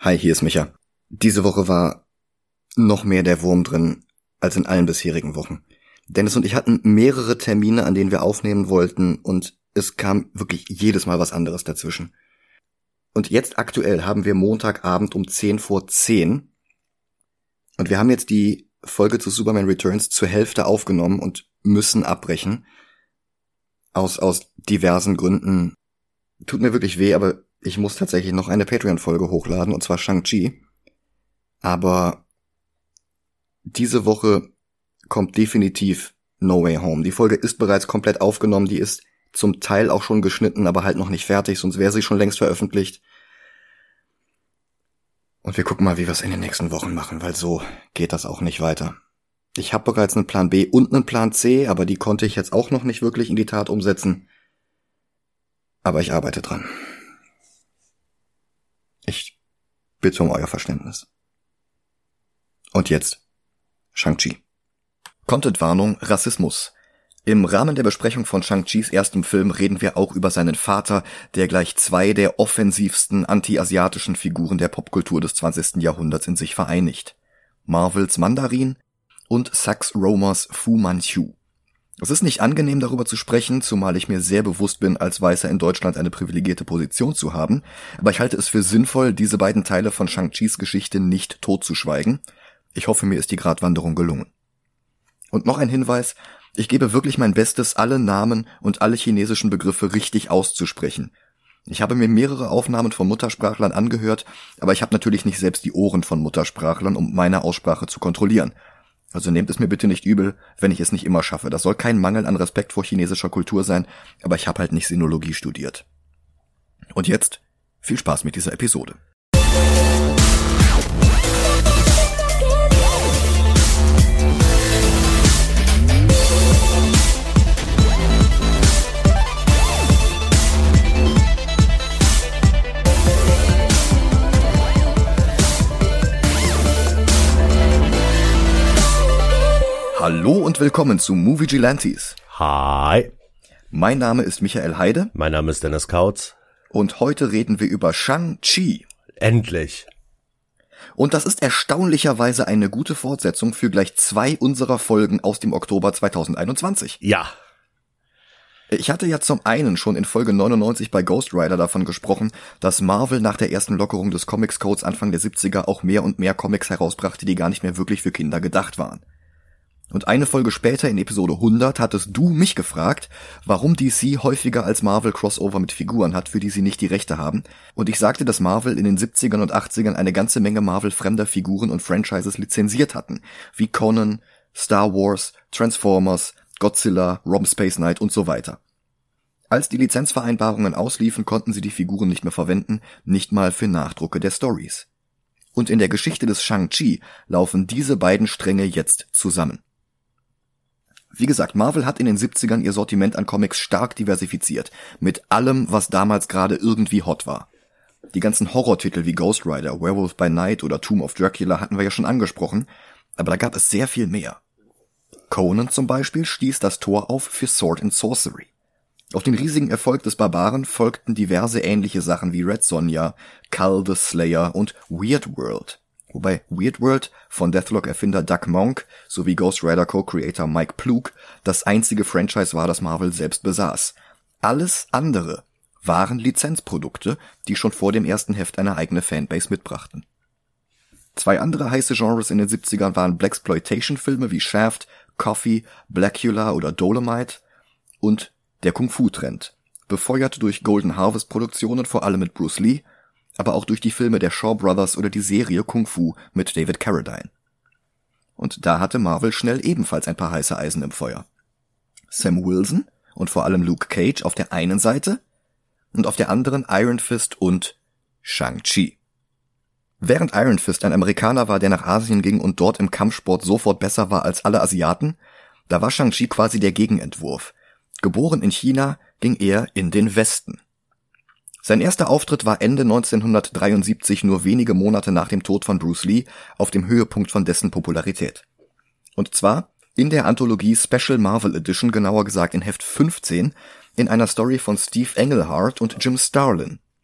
Hi, hier ist Micha. Diese Woche war noch mehr der Wurm drin als in allen bisherigen Wochen. Dennis und ich hatten mehrere Termine, an denen wir aufnehmen wollten, und es kam wirklich jedes Mal was anderes dazwischen. Und jetzt aktuell haben wir Montagabend um 10:10 und wir haben jetzt die Folge zu Superman Returns zur Hälfte aufgenommen und müssen abbrechen. Aus diversen Gründen. Tut mir wirklich weh, aber ich muss tatsächlich noch eine Patreon-Folge hochladen, und zwar Shang-Chi. Aber diese Woche kommt definitiv No Way Home. Die Folge ist bereits komplett aufgenommen, die ist zum Teil auch schon geschnitten, aber halt noch nicht fertig, sonst wäre sie schon längst veröffentlicht. Und wir gucken mal, wie wir es in den nächsten Wochen machen, weil so geht das auch nicht weiter. Ich habe bereits einen Plan B und einen Plan C, aber die konnte ich jetzt auch noch nicht wirklich in die Tat umsetzen. Aber ich arbeite dran. Ich bitte um euer Verständnis. Und jetzt Shang-Chi. Contentwarnung: Rassismus. Im Rahmen der Besprechung von Shang-Chis erstem Film reden wir auch über seinen Vater, der gleich zwei der offensivsten anti-asiatischen Figuren der Popkultur des 20. Jahrhunderts in sich vereinigt. Marvels Mandarin und Sax Romers Fu Manchu. Es ist nicht angenehm, darüber zu sprechen, zumal ich mir sehr bewusst bin, als Weißer in Deutschland eine privilegierte Position zu haben, aber ich halte es für sinnvoll, diese beiden Teile von Shang-Chis Geschichte nicht totzuschweigen. Ich hoffe, mir ist die Gratwanderung gelungen. Und noch ein Hinweis: Ich gebe wirklich mein Bestes, alle Namen und alle chinesischen Begriffe richtig auszusprechen. Ich habe mir mehrere Aufnahmen von Muttersprachlern angehört, aber ich habe natürlich nicht selbst die Ohren von Muttersprachlern, um meine Aussprache zu kontrollieren. Also nehmt es mir bitte nicht übel, wenn ich es nicht immer schaffe. Das soll kein Mangel an Respekt vor chinesischer Kultur sein, aber ich habe halt nicht Sinologie studiert. Und jetzt viel Spaß mit dieser Episode. Hallo und willkommen zu Movie Gelantes. Hi. Mein Name ist Michael Heide. Mein Name ist Dennis Kautz. Und heute reden wir über Shang-Chi. Endlich. Und das ist erstaunlicherweise eine gute Fortsetzung für gleich zwei unserer Folgen aus dem Oktober 2021. Ja. Ich hatte ja zum einen schon in Folge 99 bei Ghost Rider davon gesprochen, dass Marvel nach der ersten Lockerung des Comics Codes Anfang der 70er auch mehr und mehr Comics herausbrachte, die gar nicht mehr wirklich für Kinder gedacht waren. Und eine Folge später, in Episode 100, hattest du mich gefragt, warum DC häufiger als Marvel Crossover mit Figuren hat, für die sie nicht die Rechte haben. Und ich sagte, dass Marvel in den 70ern und 80ern eine ganze Menge Marvel-fremder Figuren und Franchises lizenziert hatten, wie Conan, Star Wars, Transformers, Godzilla, Rom Space Knight und so weiter. Als die Lizenzvereinbarungen ausliefen, konnten sie die Figuren nicht mehr verwenden, nicht mal für Nachdrucke der Stories. Und in der Geschichte des Shang-Chi laufen diese beiden Stränge jetzt zusammen. Wie gesagt, Marvel hat in den 70ern ihr Sortiment an Comics stark diversifiziert, mit allem, was damals gerade irgendwie hot war. Die ganzen Horrortitel wie Ghost Rider, Werewolf by Night oder Tomb of Dracula hatten wir ja schon angesprochen, aber da gab es sehr viel mehr. Conan zum Beispiel stieß das Tor auf für Sword and Sorcery. Auf den riesigen Erfolg des Barbaren folgten diverse ähnliche Sachen wie Red Sonja, Kull the Slayer und Weird World. Wobei Weird World von Deathlock-Erfinder Doug Monk sowie Ghost Rider Co-Creator Mike Ploog das einzige Franchise war, das Marvel selbst besaß. Alles andere waren Lizenzprodukte, die schon vor dem ersten Heft eine eigene Fanbase mitbrachten. Zwei andere heiße Genres in den 70ern waren Blaxploitation-Filme wie Shaft, Coffee, Blackula oder Dolomite und der Kung-Fu-Trend, befeuert durch Golden Harvest-Produktionen, vor allem mit Bruce Lee, aber auch durch die Filme der Shaw Brothers oder die Serie Kung Fu mit David Carradine. Und da hatte Marvel schnell ebenfalls ein paar heiße Eisen im Feuer. Sam Wilson und vor allem Luke Cage auf der einen Seite und auf der anderen Iron Fist und Shang-Chi. Während Iron Fist ein Amerikaner war, der nach Asien ging und dort im Kampfsport sofort besser war als alle Asiaten, da war Shang-Chi quasi der Gegenentwurf. Geboren in China, ging er in den Westen. Sein erster Auftritt war Ende 1973, nur wenige Monate nach dem Tod von Bruce Lee, auf dem Höhepunkt von dessen Popularität. Und zwar in der Anthologie Special Marvel Edition, genauer gesagt in Heft 15, in einer Story von Steve Englehart und Jim Starlin.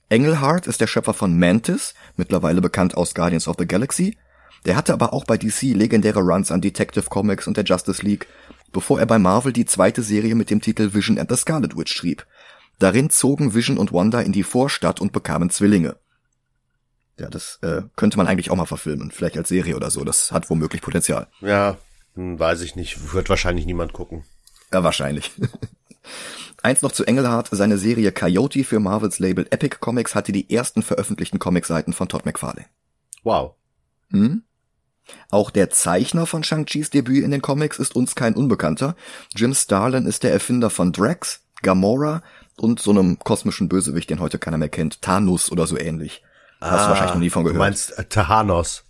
Englehart ist der Schöpfer von Mantis, mittlerweile bekannt aus Guardians of the Galaxy. Der hatte aber auch bei DC legendäre Runs an Detective Comics und der Justice League, bevor er bei Marvel die zweite Serie mit dem Titel Vision and the Scarlet Witch schrieb. Darin zogen Vision und Wanda in die Vorstadt und bekamen Zwillinge. Ja, das könnte man eigentlich auch mal verfilmen, vielleicht als Serie oder so, das hat womöglich Potenzial. Ja, weiß ich nicht, wird wahrscheinlich niemand gucken. Ja, wahrscheinlich. Eins noch zu Englehart, seine Serie Coyote für Marvels Label Epic Comics hatte die ersten veröffentlichten Comicseiten von Todd McFarlane. Wow. Auch der Zeichner von Shang-Chis Debüt in den Comics ist uns kein Unbekannter. Jim Starlin ist der Erfinder von Drax, Gamora und so einem kosmischen Bösewicht, den heute keiner mehr kennt, Thanos oder so ähnlich. Hast du wahrscheinlich noch nie von gehört. Du meinst Tahanos.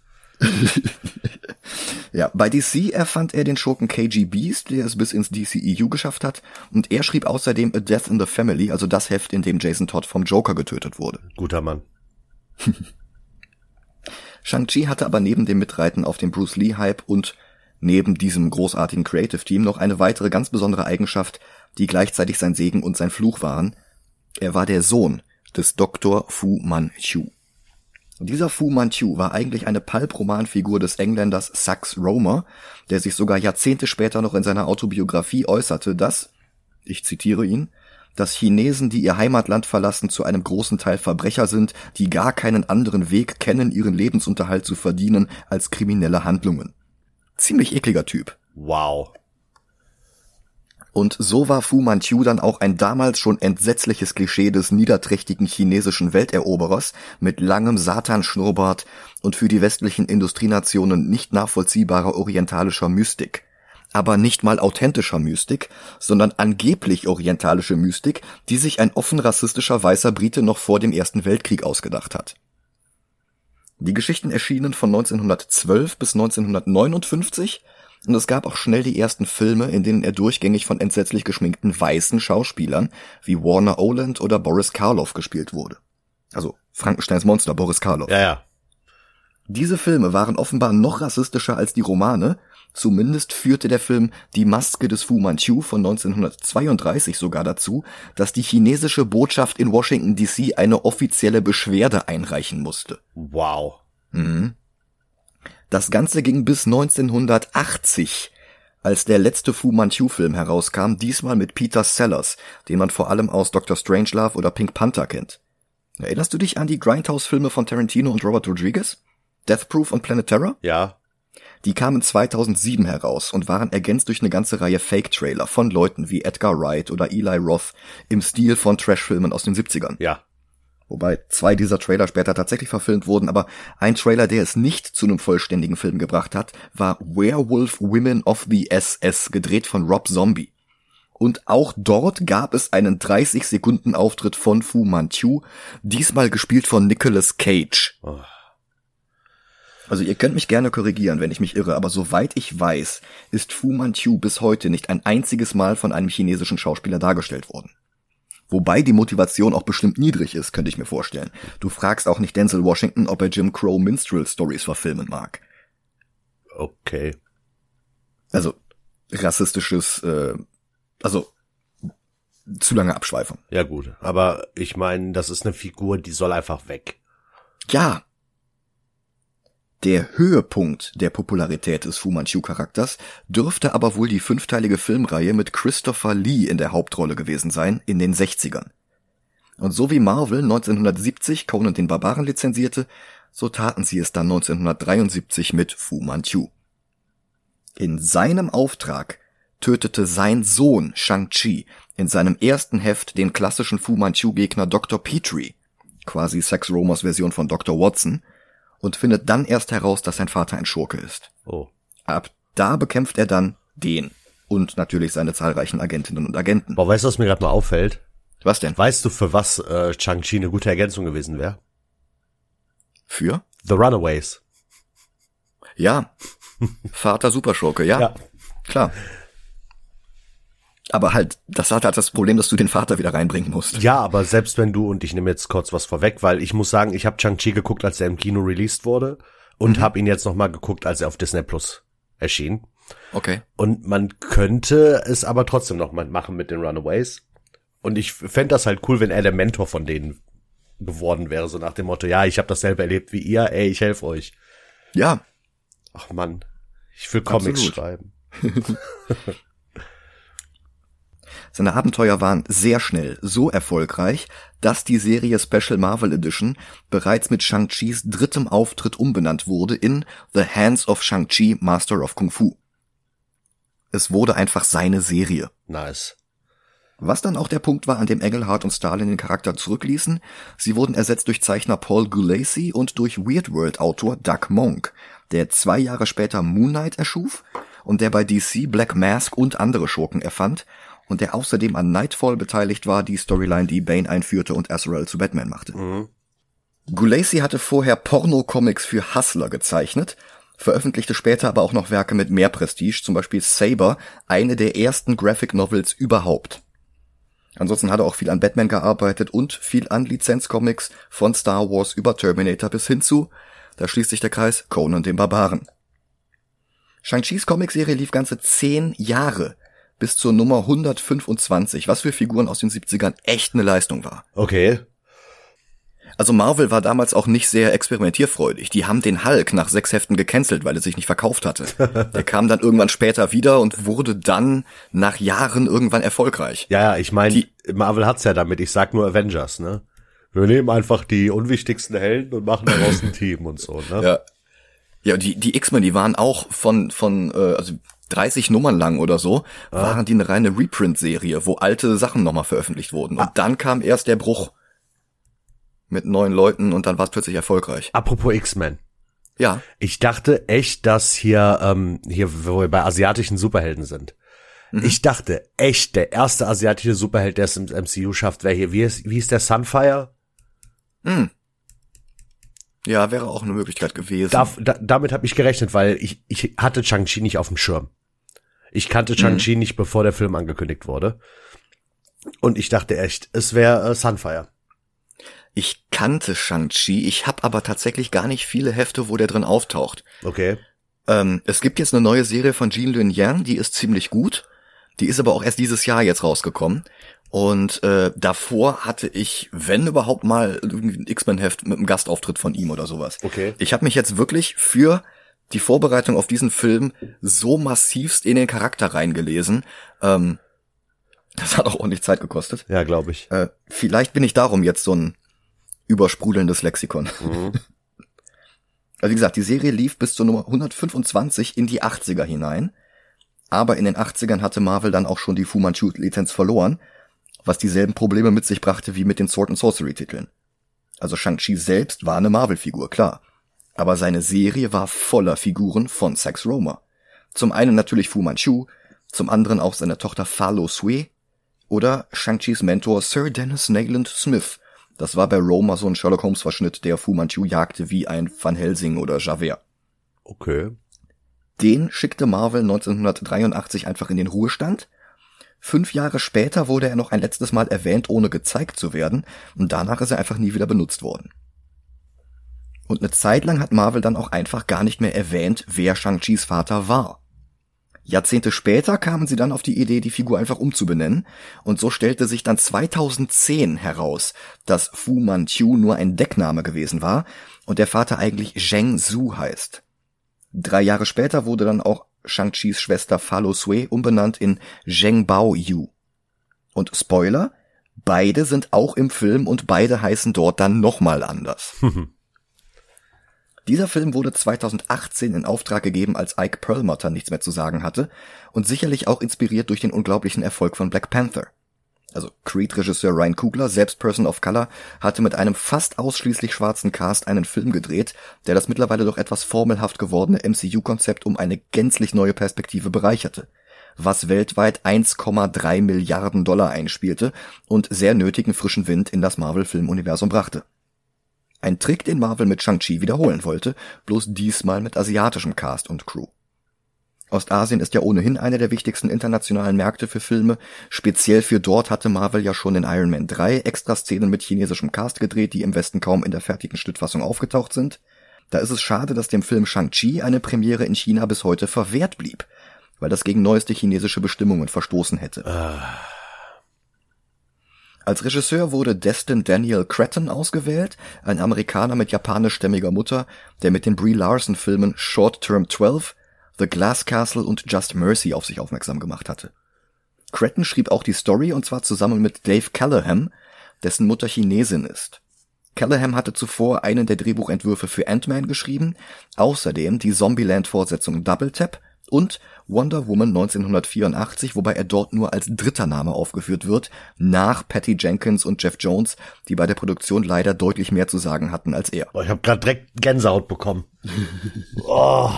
Ja, bei DC erfand er den Schurken KG Beast, der es bis ins DCEU geschafft hat, und er schrieb außerdem A Death in the Family, also das Heft, in dem Jason Todd vom Joker getötet wurde. Guter Mann. Shang-Chi hatte aber neben dem Mitreiten auf dem Bruce Lee-Hype und neben diesem großartigen Creative-Team noch eine weitere ganz besondere Eigenschaft, die gleichzeitig sein Segen und sein Fluch waren. Er war der Sohn des Dr. Fu Manchu. Dieser Fu Manchu war eigentlich eine Pulp-Romanfigur des Engländers Sax Rohmer, der sich sogar Jahrzehnte später noch in seiner Autobiografie äußerte, dass, ich zitiere ihn, dass Chinesen, die ihr Heimatland verlassen, zu einem großen Teil Verbrecher sind, die gar keinen anderen Weg kennen, ihren Lebensunterhalt zu verdienen, als kriminelle Handlungen. Ziemlich ekliger Typ. Wow. Und so war Fu Manchu dann auch ein damals schon entsetzliches Klischee des niederträchtigen chinesischen Welteroberers mit langem Satan-Schnurrbart und für die westlichen Industrienationen nicht nachvollziehbarer orientalischer Mystik. Aber nicht mal authentischer Mystik, sondern angeblich orientalische Mystik, die sich ein offen rassistischer weißer Brite noch vor dem Ersten Weltkrieg ausgedacht hat. Die Geschichten erschienen von 1912 bis 1959 und es gab auch schnell die ersten Filme, in denen er durchgängig von entsetzlich geschminkten weißen Schauspielern wie Warner Oland oder Boris Karloff gespielt wurde. Also Frankensteins Monster, Boris Karloff. Ja. Diese Filme waren offenbar noch rassistischer als die Romane. Zumindest führte der Film Die Maske des Fu Manchu von 1932 sogar dazu, dass die chinesische Botschaft in Washington D.C. eine offizielle Beschwerde einreichen musste. Wow. Das Ganze ging bis 1980, als der letzte Fu Manchu-Film herauskam, diesmal mit Peter Sellers, den man vor allem aus Dr. Strangelove oder Pink Panther kennt. Erinnerst du dich an die Grindhouse-Filme von Tarantino und Robert Rodriguez? Death Proof und Planet Terror? Ja. Die kamen 2007 heraus und waren ergänzt durch eine ganze Reihe Fake-Trailer von Leuten wie Edgar Wright oder Eli Roth im Stil von Trash-Filmen aus den 70ern. Ja. Wobei 2 dieser Trailer später tatsächlich verfilmt wurden, aber ein Trailer, der es nicht zu einem vollständigen Film gebracht hat, war Werewolf Women of the SS, gedreht von Rob Zombie. Und auch dort gab es einen 30-Sekunden-Auftritt von Fu Manchu, diesmal gespielt von Nicolas Cage. Oh. Also ihr könnt mich gerne korrigieren, wenn ich mich irre, aber soweit ich weiß, ist Fu Manchu bis heute nicht ein einziges Mal von einem chinesischen Schauspieler dargestellt worden. Wobei die Motivation auch bestimmt niedrig ist, könnte ich mir vorstellen. Du fragst auch nicht Denzel Washington, ob er Jim Crow Minstrel Stories verfilmen mag. Okay. Also rassistisches, zu lange Abschweifung. Ja gut, aber ich meine, das ist eine Figur, die soll einfach weg. Ja. Der Höhepunkt der Popularität des Fu Manchu-Charakters dürfte aber wohl die 5-teilige Filmreihe mit Christopher Lee in der Hauptrolle gewesen sein, in den 60ern. Und so wie Marvel 1970 Conan den Barbaren lizenzierte, so taten sie es dann 1973 mit Fu Manchu. In seinem Auftrag tötete sein Sohn Shang-Chi in seinem ersten Heft den klassischen Fu Manchu-Gegner Dr. Petrie, quasi Sax Rohmers Version von Dr. Watson, und findet dann erst heraus, dass sein Vater ein Schurke ist. Oh. Ab da bekämpft er dann den und natürlich seine zahlreichen Agentinnen und Agenten. Boah, weißt du, was mir gerade mal auffällt? Was denn? Weißt du, für was Shang-Chi eine gute Ergänzung gewesen wäre? Für? The Runaways. Ja. Vater Superschurke, ja. Klar. Aber halt, das hat halt das Problem, dass du den Vater wieder reinbringen musst. Ja, aber selbst wenn du, und ich nehme jetzt kurz was vorweg, weil ich muss sagen, ich habe Shang-Chi geguckt, als er im Kino released wurde und habe ihn jetzt nochmal geguckt, als er auf Disney Plus erschien. Okay. Und man könnte es aber trotzdem noch mal machen mit den Runaways. Und ich fände das halt cool, wenn er der Mentor von denen geworden wäre, so nach dem Motto, ja, ich habe dasselbe erlebt wie ihr, ey, ich helfe euch. Ja. Ach Mann, ich will Comics schreiben. Seine Abenteuer waren sehr schnell so erfolgreich, dass die Serie Special Marvel Edition bereits mit Shang-Chis drittem Auftritt umbenannt wurde in The Hands of Shang-Chi, Master of Kung Fu. Es wurde einfach seine Serie. Nice. Was dann auch der Punkt war, an dem Engelhardt und Starlin den Charakter zurückließen. Sie wurden ersetzt durch Zeichner Paul Gulacy und durch Weird World-Autor Doug Monk, der 2 Jahre später Moon Knight erschuf und der bei DC Black Mask und andere Schurken erfand und der außerdem an Nightfall beteiligt war, die Storyline, die Bane einführte und Azrael zu Batman machte. Gulacy hatte vorher Porno-Comics für Hustler gezeichnet, veröffentlichte später aber auch noch Werke mit mehr Prestige, zum Beispiel Saber, eine der ersten Graphic Novels überhaupt. Ansonsten hat er auch viel an Batman gearbeitet und viel an Lizenzcomics von Star Wars über Terminator bis hin zu, da schließt sich der Kreis, Conan dem Barbaren. Shang-Chis Comicserie lief ganze 10 Jahre, bis zur Nummer 125, was für Figuren aus den 70ern echt eine Leistung war. Okay. Also Marvel war damals auch nicht sehr experimentierfreudig. Die haben den Hulk nach 6 Heften gecancelt, weil er sich nicht verkauft hatte. Der kam dann irgendwann später wieder und wurde dann nach Jahren irgendwann erfolgreich. Ja, ich meine, Marvel hat's ja damit. Ich sag nur Avengers, ne? Wir nehmen einfach die unwichtigsten Helden und machen daraus ein Team und so, ne? Ja. Ja, die X-Men, die waren auch von 30 Nummern lang oder so, waren die eine reine Reprint-Serie, wo alte Sachen nochmal veröffentlicht wurden. Und dann kam erst der Bruch mit neuen Leuten und dann war es plötzlich erfolgreich. Apropos X-Men. Ja. Ich dachte echt, dass hier, wo wir bei asiatischen Superhelden sind. Ich dachte echt, der erste asiatische Superheld, der es im MCU schafft, wäre hier, wie ist der Sunfire? Ja, wäre auch eine Möglichkeit gewesen. Damit habe ich gerechnet, weil ich hatte Shang-Chi nicht auf dem Schirm. Ich kannte Shang-Chi nicht, bevor der Film angekündigt wurde. Und ich dachte echt, es wäre Sunfire. Ich kannte Shang-Chi, ich habe aber tatsächlich gar nicht viele Hefte, wo der drin auftaucht. Okay. Es gibt jetzt eine neue Serie von Gene Luen Yang, die ist ziemlich gut. Die ist aber auch erst dieses Jahr jetzt rausgekommen. Und davor hatte ich, wenn überhaupt mal, ein X-Men-Heft mit einem Gastauftritt von ihm oder sowas. Okay. Ich habe mich jetzt wirklich für die Vorbereitung auf diesen Film so massivst in den Charakter reingelesen. Das hat auch ordentlich Zeit gekostet. Ja, glaube ich. Vielleicht bin ich darum jetzt so ein übersprudelndes Lexikon. Also wie gesagt, die Serie lief bis zur Nummer 125 in die 80er hinein. Aber in den 80ern hatte Marvel dann auch schon die Fu Manchu-Lizenz verloren, was dieselben Probleme mit sich brachte wie mit den Sword and Sorcery-Titeln. Also Shang-Chi selbst war eine Marvel-Figur, klar. Aber seine Serie war voller Figuren von Sax Roma. Zum einen natürlich Fu Manchu, zum anderen auch seine Tochter Fa Lo Sui oder Shang-Chis Mentor Sir Dennis Nayland Smith. Das war bei Roma so ein Sherlock-Holmes-Verschnitt, der Fu Manchu jagte wie ein Van Helsing oder Javert. Okay. Den schickte Marvel 1983 einfach in den Ruhestand. 5 Jahre später wurde er noch ein letztes Mal erwähnt, ohne gezeigt zu werden, und danach ist er einfach nie wieder benutzt worden. Und eine Zeit lang hat Marvel dann auch einfach gar nicht mehr erwähnt, wer Shang-Chis Vater war. Jahrzehnte später kamen sie dann auf die Idee, die Figur einfach umzubenennen, und so stellte sich dann 2010 heraus, dass Fu Manchu nur ein Deckname gewesen war und der Vater eigentlich Zheng Zhu heißt. 3 Jahre später wurde dann auch Shang-Chis Schwester Fa Lo Sui umbenannt in Zheng Bao Yu. Und Spoiler, beide sind auch im Film und beide heißen dort dann nochmal anders. Dieser Film wurde 2018 in Auftrag gegeben, als Ike Perlmutter nichts mehr zu sagen hatte und sicherlich auch inspiriert durch den unglaublichen Erfolg von Black Panther. Also Creed-Regisseur Ryan Coogler, selbst Person of Color, hatte mit einem fast ausschließlich schwarzen Cast einen Film gedreht, der das mittlerweile doch etwas formelhaft gewordene MCU-Konzept um eine gänzlich neue Perspektive bereicherte, was weltweit 1,3 Milliarden Dollar einspielte und sehr nötigen frischen Wind in das Marvel-Filmuniversum brachte. Ein Trick, den Marvel mit Shang-Chi wiederholen wollte, bloß diesmal mit asiatischem Cast und Crew. Ostasien ist ja ohnehin einer der wichtigsten internationalen Märkte für Filme. Speziell für dort hatte Marvel ja schon in Iron Man 3 Extra-Szenen mit chinesischem Cast gedreht, die im Westen kaum in der fertigen Schnittfassung aufgetaucht sind. Da ist es schade, dass dem Film Shang-Chi eine Premiere in China bis heute verwehrt blieb, weil das gegen neueste chinesische Bestimmungen verstoßen hätte. Als Regisseur wurde Destin Daniel Cretton ausgewählt, ein Amerikaner mit japanischstämmiger Mutter, der mit den Brie Larson-Filmen Short Term 12, The Glass Castle und Just Mercy auf sich aufmerksam gemacht hatte. Cretton schrieb auch die Story, und zwar zusammen mit Dave Callaham, dessen Mutter Chinesin ist. Callaham hatte zuvor einen der Drehbuchentwürfe für Ant-Man geschrieben, außerdem die Zombieland-Fortsetzung Double Tap und Wonder Woman 1984, wobei er dort nur als dritter Name aufgeführt wird, nach Patty Jenkins und Jeff Jones, die bei der Produktion leider deutlich mehr zu sagen hatten als er. Ich habe gerade direkt Gänsehaut bekommen. Oh.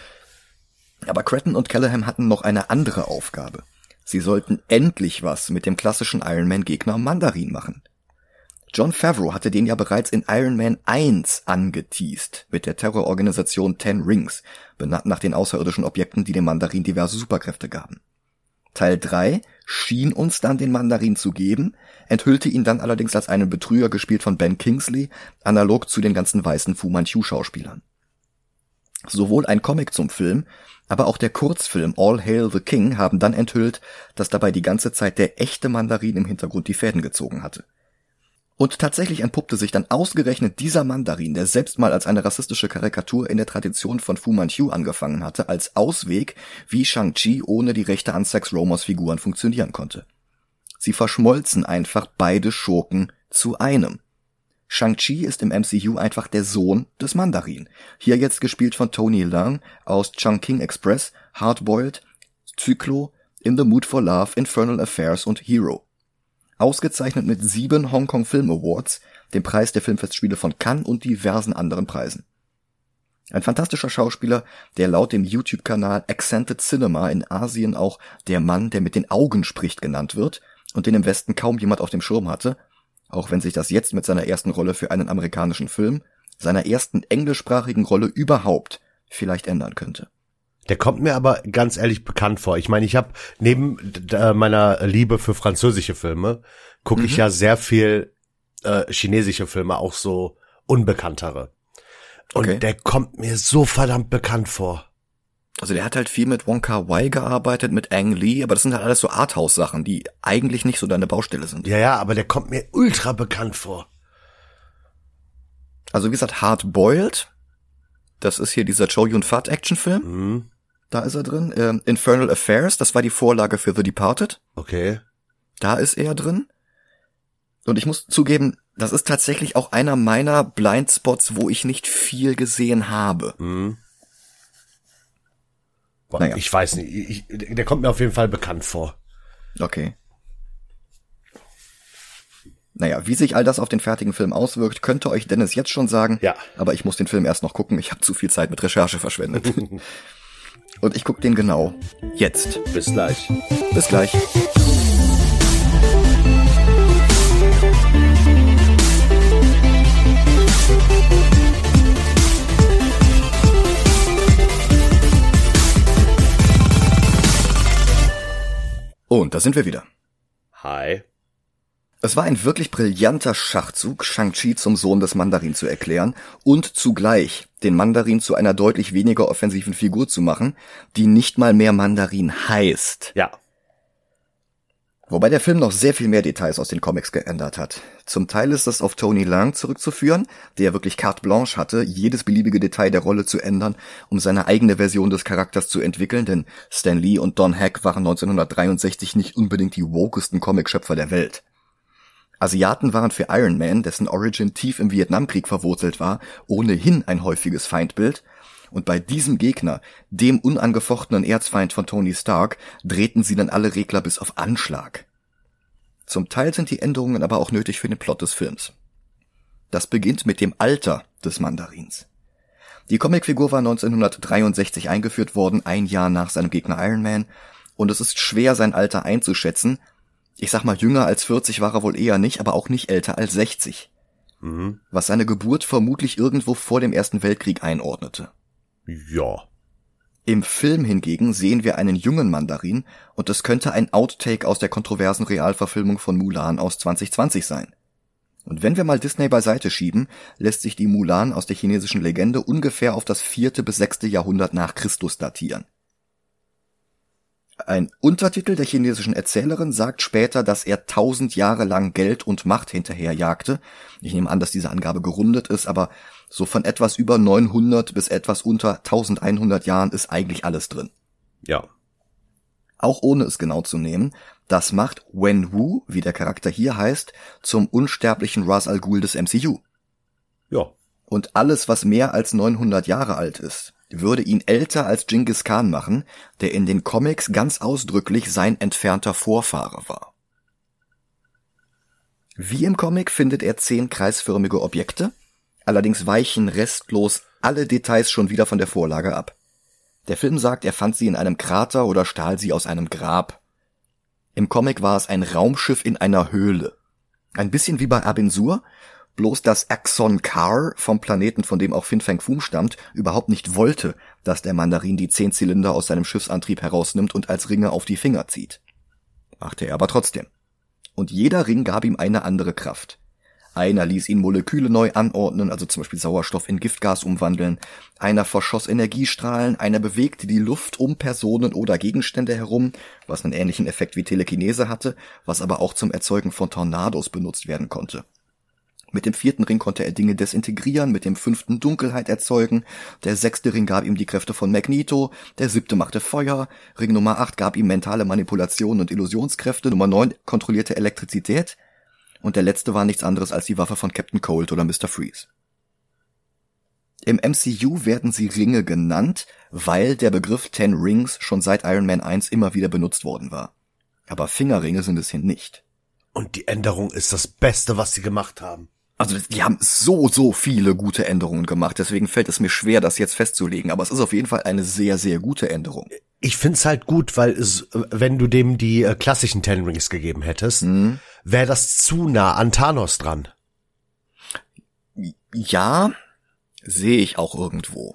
Aber Cretton und Callaham hatten noch eine andere Aufgabe. Sie sollten endlich was mit dem klassischen Iron Man-Gegner Mandarin machen. Jon Favreau hatte den ja bereits in Iron Man 1 angeteast, mit der Terrororganisation Ten Rings, benannt nach den außerirdischen Objekten, die dem Mandarin diverse Superkräfte gaben. Teil 3 schien uns dann den Mandarin zu geben, enthüllte ihn dann allerdings als einen Betrüger, gespielt von Ben Kingsley, analog zu den ganzen weißen Fu Manchu-Schauspielern. Sowohl ein Comic zum Film, aber auch der Kurzfilm All Hail the King haben dann enthüllt, dass dabei die ganze Zeit der echte Mandarin im Hintergrund die Fäden gezogen hatte. Und tatsächlich entpuppte sich dann ausgerechnet dieser Mandarin, der selbst mal als eine rassistische Karikatur in der Tradition von Fu Manchu angefangen hatte, als Ausweg, wie Shang-Chi ohne die Rechte an Sex Romers Figuren funktionieren konnte. Sie verschmolzen einfach beide Schurken zu einem. Shang-Chi ist im MCU einfach der Sohn des Mandarin. Hier jetzt gespielt von Tony Leung aus Chungking Express, Hardboiled, Zyklon, In the Mood for Love, Infernal Affairs und Hero. Ausgezeichnet mit 7 Hong Kong Film Awards, dem Preis der Filmfestspiele von Cannes und diversen anderen Preisen. Ein fantastischer Schauspieler, der laut dem YouTube-Kanal Accented Cinema in Asien auch der Mann, der mit den Augen spricht, genannt wird und den im Westen kaum jemand auf dem Schirm hatte, auch wenn sich das jetzt mit seiner ersten Rolle für einen amerikanischen Film, seiner ersten englischsprachigen Rolle überhaupt, vielleicht ändern könnte. Der kommt mir aber ganz ehrlich bekannt vor. Ich meine, ich habe neben meiner Liebe für französische Filme, gucke ich ja sehr viel chinesische Filme, auch so unbekanntere. Und okay, der kommt mir so verdammt bekannt vor. Also der hat halt viel mit Wong Kar-wai gearbeitet, mit Ang Lee, aber das sind halt alles so Arthouse-Sachen, die eigentlich nicht so deine Baustelle sind. Ja, aber der kommt mir ultra bekannt vor. Also wie gesagt, Hard-Boiled, das ist hier dieser Chow Yun-Fat-Action-Film. Mhm. Da ist er drin. Infernal Affairs, das war die Vorlage für The Departed. Okay. Da ist er drin. Und ich muss zugeben, das ist tatsächlich auch einer meiner Blindspots, wo ich nicht viel gesehen habe. Mhm. Naja. Ich weiß nicht, der kommt mir auf jeden Fall bekannt vor. Okay. Naja, wie sich all das auf den fertigen Film auswirkt, könnte euch Dennis jetzt schon sagen. Ja. Aber ich muss den Film erst noch gucken, ich habe zu viel Zeit mit Recherche verschwendet. Und ich gucke den genau jetzt. Bis gleich. Bis gleich. Und da sind wir wieder. Hi. Es war ein wirklich brillanter Schachzug, Shang-Chi zum Sohn des Mandarin zu erklären und zugleich den Mandarin zu einer deutlich weniger offensiven Figur zu machen, die nicht mal mehr Mandarin heißt. Ja. Wobei der Film noch sehr viel mehr Details aus den Comics geändert hat. Zum Teil ist das auf Tony Leung zurückzuführen, der wirklich carte blanche hatte, jedes beliebige Detail der Rolle zu ändern, um seine eigene Version des Charakters zu entwickeln, denn Stan Lee und Don Heck waren 1963 nicht unbedingt die wokesten Comicschöpfer der Welt. Asiaten waren für Iron Man, dessen Origin tief im Vietnamkrieg verwurzelt war, ohnehin ein häufiges Feindbild, und bei diesem Gegner, dem unangefochtenen Erzfeind von Tony Stark, drehten sie dann alle Regler bis auf Anschlag. Zum Teil sind die Änderungen aber auch nötig für den Plot des Films. Das beginnt mit dem Alter des Mandarins. Die Comicfigur war 1963 eingeführt worden, ein Jahr nach seinem Gegner Iron Man, und es ist schwer, sein Alter einzuschätzen. Ich sag mal, jünger als 40 war er wohl eher nicht, aber auch nicht älter als 60. Mhm. Was seine Geburt vermutlich irgendwo vor dem Ersten Weltkrieg einordnete. Ja. Im Film hingegen sehen wir einen jungen Mandarin und es könnte ein Outtake aus der kontroversen Realverfilmung von Mulan aus 2020 sein. Und wenn wir mal Disney beiseite schieben, lässt sich die Mulan aus der chinesischen Legende ungefähr auf das 4. bis 6. Jahrhundert nach Christus datieren. Ein Untertitel der chinesischen Erzählerin sagt später, dass er 1000 Jahre lang Geld und Macht hinterherjagte. Ich nehme an, dass diese Angabe gerundet ist, aber so von etwas über 900 bis etwas unter 1100 Jahren ist eigentlich alles drin. Ja. Auch ohne es genau zu nehmen, das macht Wenwu, wie der Charakter hier heißt, zum unsterblichen Ra's al Ghul des MCU. Ja. Und alles, was mehr als 900 Jahre alt ist, würde ihn älter als Genghis Khan machen, der in den Comics ganz ausdrücklich sein entfernter Vorfahre war. Wie im Comic findet er 10 kreisförmige Objekte, allerdings weichen restlos alle Details schon wieder von der Vorlage ab. Der Film sagt, er fand sie in einem Krater oder stahl sie aus einem Grab. Im Comic war es ein Raumschiff in einer Höhle. Ein bisschen wie bei Abin Sur, bloß dass Axon Kar vom Planeten, von dem auch Fin Fang Foom stammt, überhaupt nicht wollte, dass der Mandarin die 10 Zylinder aus seinem Schiffsantrieb herausnimmt und als Ringe auf die Finger zieht. Machte er aber trotzdem. Und jeder Ring gab ihm eine andere Kraft. Einer ließ ihn Moleküle neu anordnen, also zum Beispiel Sauerstoff in Giftgas umwandeln. Einer verschoss Energiestrahlen, einer bewegte die Luft um Personen oder Gegenstände herum, was einen ähnlichen Effekt wie Telekinese hatte, was aber auch zum Erzeugen von Tornados benutzt werden konnte. Mit dem 4. Ring konnte er Dinge desintegrieren, mit dem 5. Dunkelheit erzeugen, der 6. Ring gab ihm die Kräfte von Magneto, der 7. machte Feuer, Ring Nummer 8 gab ihm mentale Manipulation und Illusionskräfte, Nummer 9 kontrollierte Elektrizität und der letzte war nichts anderes als die Waffe von Captain Cold oder Mr. Freeze. Im MCU werden sie Ringe genannt, weil der Begriff 10 Rings schon seit Iron Man 1 immer wieder benutzt worden war. Aber Fingerringe sind es hier nicht. Und die Änderung ist das Beste, was sie gemacht haben. Also die haben so viele gute Änderungen gemacht, deswegen fällt es mir schwer, das jetzt festzulegen, aber es ist auf jeden Fall eine sehr, sehr gute Änderung. Ich find's halt gut, weil es, wenn du dem die klassischen 10 Rings gegeben hättest, wäre das zu nah an Thanos dran. Ja, sehe ich auch irgendwo.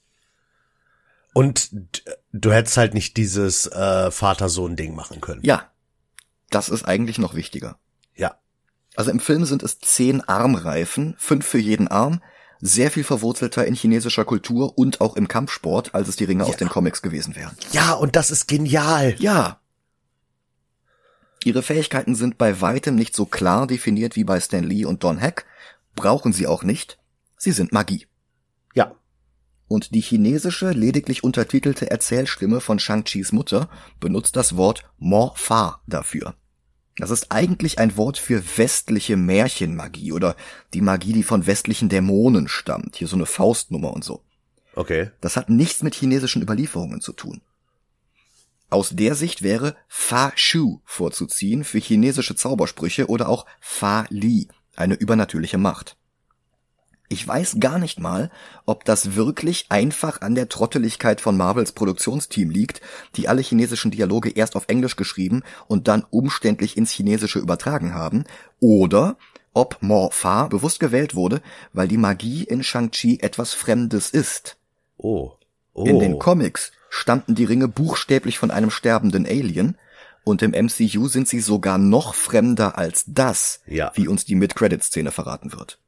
Und du hättest halt nicht dieses Vater-Sohn-Ding machen können. Ja, das ist eigentlich noch wichtiger. Ja. Also im Film sind es 10 Armreifen, 5 für jeden Arm, sehr viel verwurzelter in chinesischer Kultur und auch im Kampfsport, als es die Ringe aus den Comics gewesen wären. Ja, und das ist genial. Ja. Ihre Fähigkeiten sind bei weitem nicht so klar definiert wie bei Stan Lee und Don Heck, brauchen sie auch nicht. Sie sind Magie. Ja. Und die chinesische, lediglich untertitelte Erzählstimme von Shang-Chis Mutter benutzt das Wort Mo-Fa dafür. Das ist eigentlich ein Wort für westliche Märchenmagie oder die Magie, die von westlichen Dämonen stammt. Hier so eine Faustnummer und so. Okay. Das hat nichts mit chinesischen Überlieferungen zu tun. Aus der Sicht wäre Fa Shu vorzuziehen für chinesische Zaubersprüche oder auch Fa Li, eine übernatürliche Macht. Ich weiß gar nicht mal, ob das wirklich einfach an der Trotteligkeit von Marvels Produktionsteam liegt, die alle chinesischen Dialoge erst auf Englisch geschrieben und dann umständlich ins Chinesische übertragen haben, oder ob Mo-Fa bewusst gewählt wurde, weil die Magie in Shang-Chi etwas Fremdes ist. Oh. In den Comics stammten die Ringe buchstäblich von einem sterbenden Alien, und im MCU sind sie sogar noch fremder als das, wie uns die Mid-Credit-Szene verraten wird.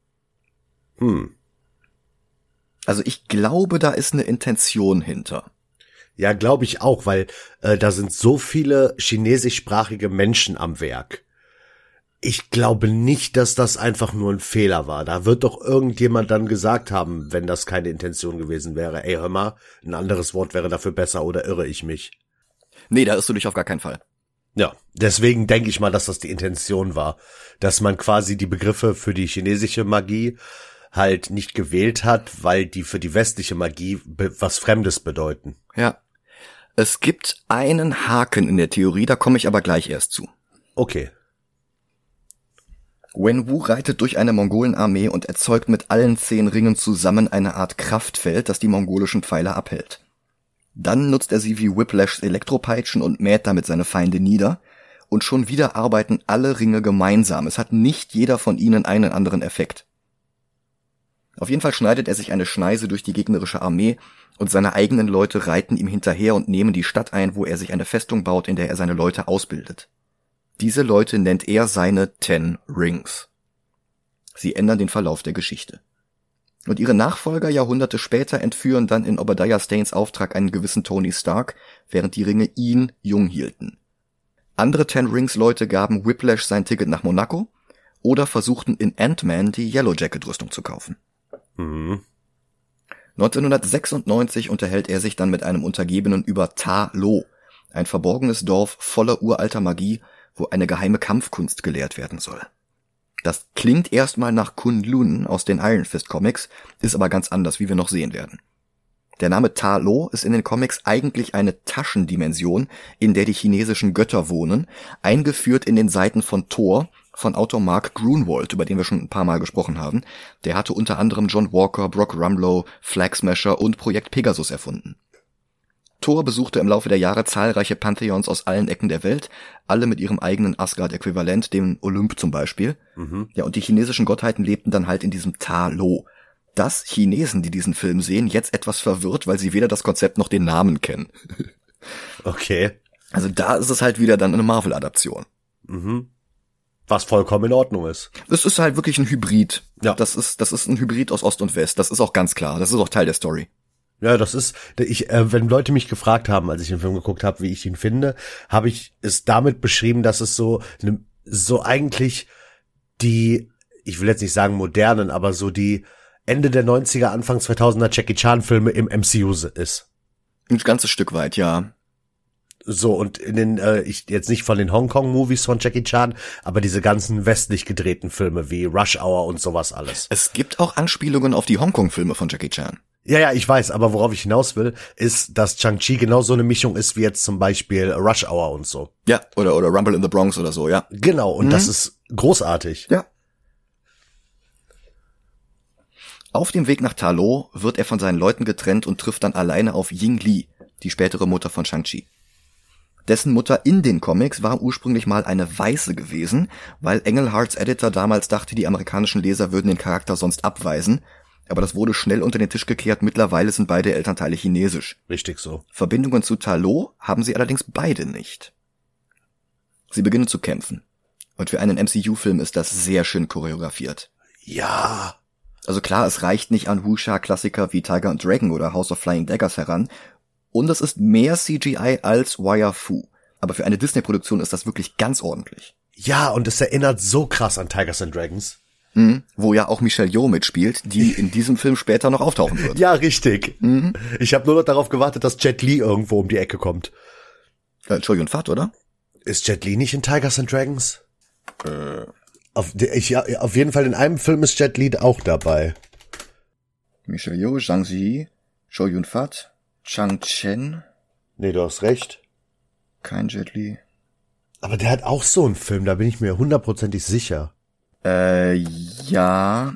Also ich glaube, da ist eine Intention hinter. Ja, glaube ich auch, weil da sind so viele chinesischsprachige Menschen am Werk. Ich glaube nicht, dass das einfach nur ein Fehler war. Da wird doch irgendjemand dann gesagt haben, wenn das keine Intention gewesen wäre. Ey, hör mal, ein anderes Wort wäre dafür besser, oder irre ich mich? Nee, da irrst du dich auf gar keinen Fall. Ja, deswegen denke ich mal, dass das die Intention war. Dass man quasi die Begriffe für die chinesische Magie halt nicht gewählt hat, weil die für die westliche Magie was Fremdes bedeuten. Ja. Es gibt einen Haken in der Theorie, da komme ich aber gleich erst zu. Okay. Wenwu reitet durch eine Mongolenarmee und erzeugt mit allen 10 Ringen zusammen eine Art Kraftfeld, das die mongolischen Pfeiler abhält. Dann nutzt er sie wie Whiplashs Elektropeitschen und mäht damit seine Feinde nieder. Und schon wieder arbeiten alle Ringe gemeinsam. Es hat nicht jeder von ihnen einen anderen Effekt. Auf jeden Fall schneidet er sich eine Schneise durch die gegnerische Armee und seine eigenen Leute reiten ihm hinterher und nehmen die Stadt ein, wo er sich eine Festung baut, in der er seine Leute ausbildet. Diese Leute nennt er seine 10 Rings. Sie ändern den Verlauf der Geschichte. Und ihre Nachfolger Jahrhunderte später entführen dann in Obadiah Staines Auftrag einen gewissen Tony Stark, während die Ringe ihn jung hielten. Andere Ten Rings Leute gaben Whiplash sein Ticket nach Monaco oder versuchten in Ant-Man die Yellow Jacket Rüstung zu kaufen. 1996 unterhält er sich dann mit einem Untergebenen über Ta Lo, ein verborgenes Dorf voller uralter Magie, wo eine geheime Kampfkunst gelehrt werden soll. Das klingt erstmal nach Kunlun aus den Iron Fist Comics, ist aber ganz anders, wie wir noch sehen werden. Der Name Ta Lo ist in den Comics eigentlich eine Taschendimension, in der die chinesischen Götter wohnen, eingeführt in den Seiten von Thor von Autor Mark Gruenwald, über den wir schon ein paar Mal gesprochen haben. Der hatte unter anderem John Walker, Brock Rumlow, Flag Smasher und Projekt Pegasus erfunden. Thor besuchte im Laufe der Jahre zahlreiche Pantheons aus allen Ecken der Welt, alle mit ihrem eigenen Asgard-Äquivalent, dem Olymp zum Beispiel. Ja, und die chinesischen Gottheiten lebten dann halt in diesem Ta Lo. Dass Chinesen, die diesen Film sehen, jetzt etwas verwirrt, weil sie weder das Konzept noch den Namen kennen. Okay. Also da ist es halt wieder dann eine Marvel-Adaption. Was vollkommen in Ordnung ist. Es ist halt wirklich ein Hybrid. Ja. Das ist ein Hybrid aus Ost und West. Das ist auch ganz klar. Das ist auch Teil der Story. Ja, das ist, wenn Leute mich gefragt haben, als ich den Film geguckt habe, wie ich ihn finde, habe ich es damit beschrieben, dass es so eigentlich die, ich will jetzt nicht sagen modernen, aber so die Ende der 90er, Anfang 2000er Jackie Chan Filme im MCU ist. Ein ganzes Stück weit, ja. So, und in den, ich jetzt nicht von den Hongkong-Movies von Jackie Chan, aber diese ganzen westlich gedrehten Filme wie Rush Hour und sowas alles. Es gibt auch Anspielungen auf die Hongkong-Filme von Jackie Chan. Ja, ich weiß, aber worauf ich hinaus will, ist, dass Shang-Chi genau so eine Mischung ist wie jetzt zum Beispiel Rush Hour und so. Ja, oder Rumble in the Bronx oder so, ja. Genau, und das ist großartig. Ja. Auf dem Weg nach Ta Lo wird er von seinen Leuten getrennt und trifft dann alleine auf Ying Li, die spätere Mutter von Shang-Chi. Dessen Mutter in den Comics war ursprünglich mal eine Weiße gewesen, weil Engelharts Editor damals dachte, die amerikanischen Leser würden den Charakter sonst abweisen. Aber das wurde schnell unter den Tisch gekehrt. Mittlerweile sind beide Elternteile chinesisch. Richtig so. Verbindungen zu Ta Lo haben sie allerdings beide nicht. Sie beginnen zu kämpfen. Und für einen MCU-Film ist das sehr schön choreografiert. Ja. Also klar, es reicht nicht an Wuxia-Klassiker wie Tiger and Dragon oder House of Flying Daggers heran. Und es ist mehr CGI als Wire Fu. Aber für eine Disney-Produktion ist das wirklich ganz ordentlich. Ja, und es erinnert so krass an Tigers and Dragons. Wo ja auch Michelle Yeoh mitspielt, die in diesem Film später noch auftauchen wird. Ja, richtig. Ich habe nur noch darauf gewartet, dass Jet Li irgendwo um die Ecke kommt. Choi Yun-Fat, oder? Ist Jet Li nicht in Tigers and Dragons? Auf jeden Fall in einem Film ist Jet Li auch dabei. Michelle Yeoh, Zhang Ziyi, Choi Yun-Fat, Chang Chen. Nee, du hast recht. Kein Jet Li. Aber der hat auch so einen Film, da bin ich mir 100%ig sicher. Ja,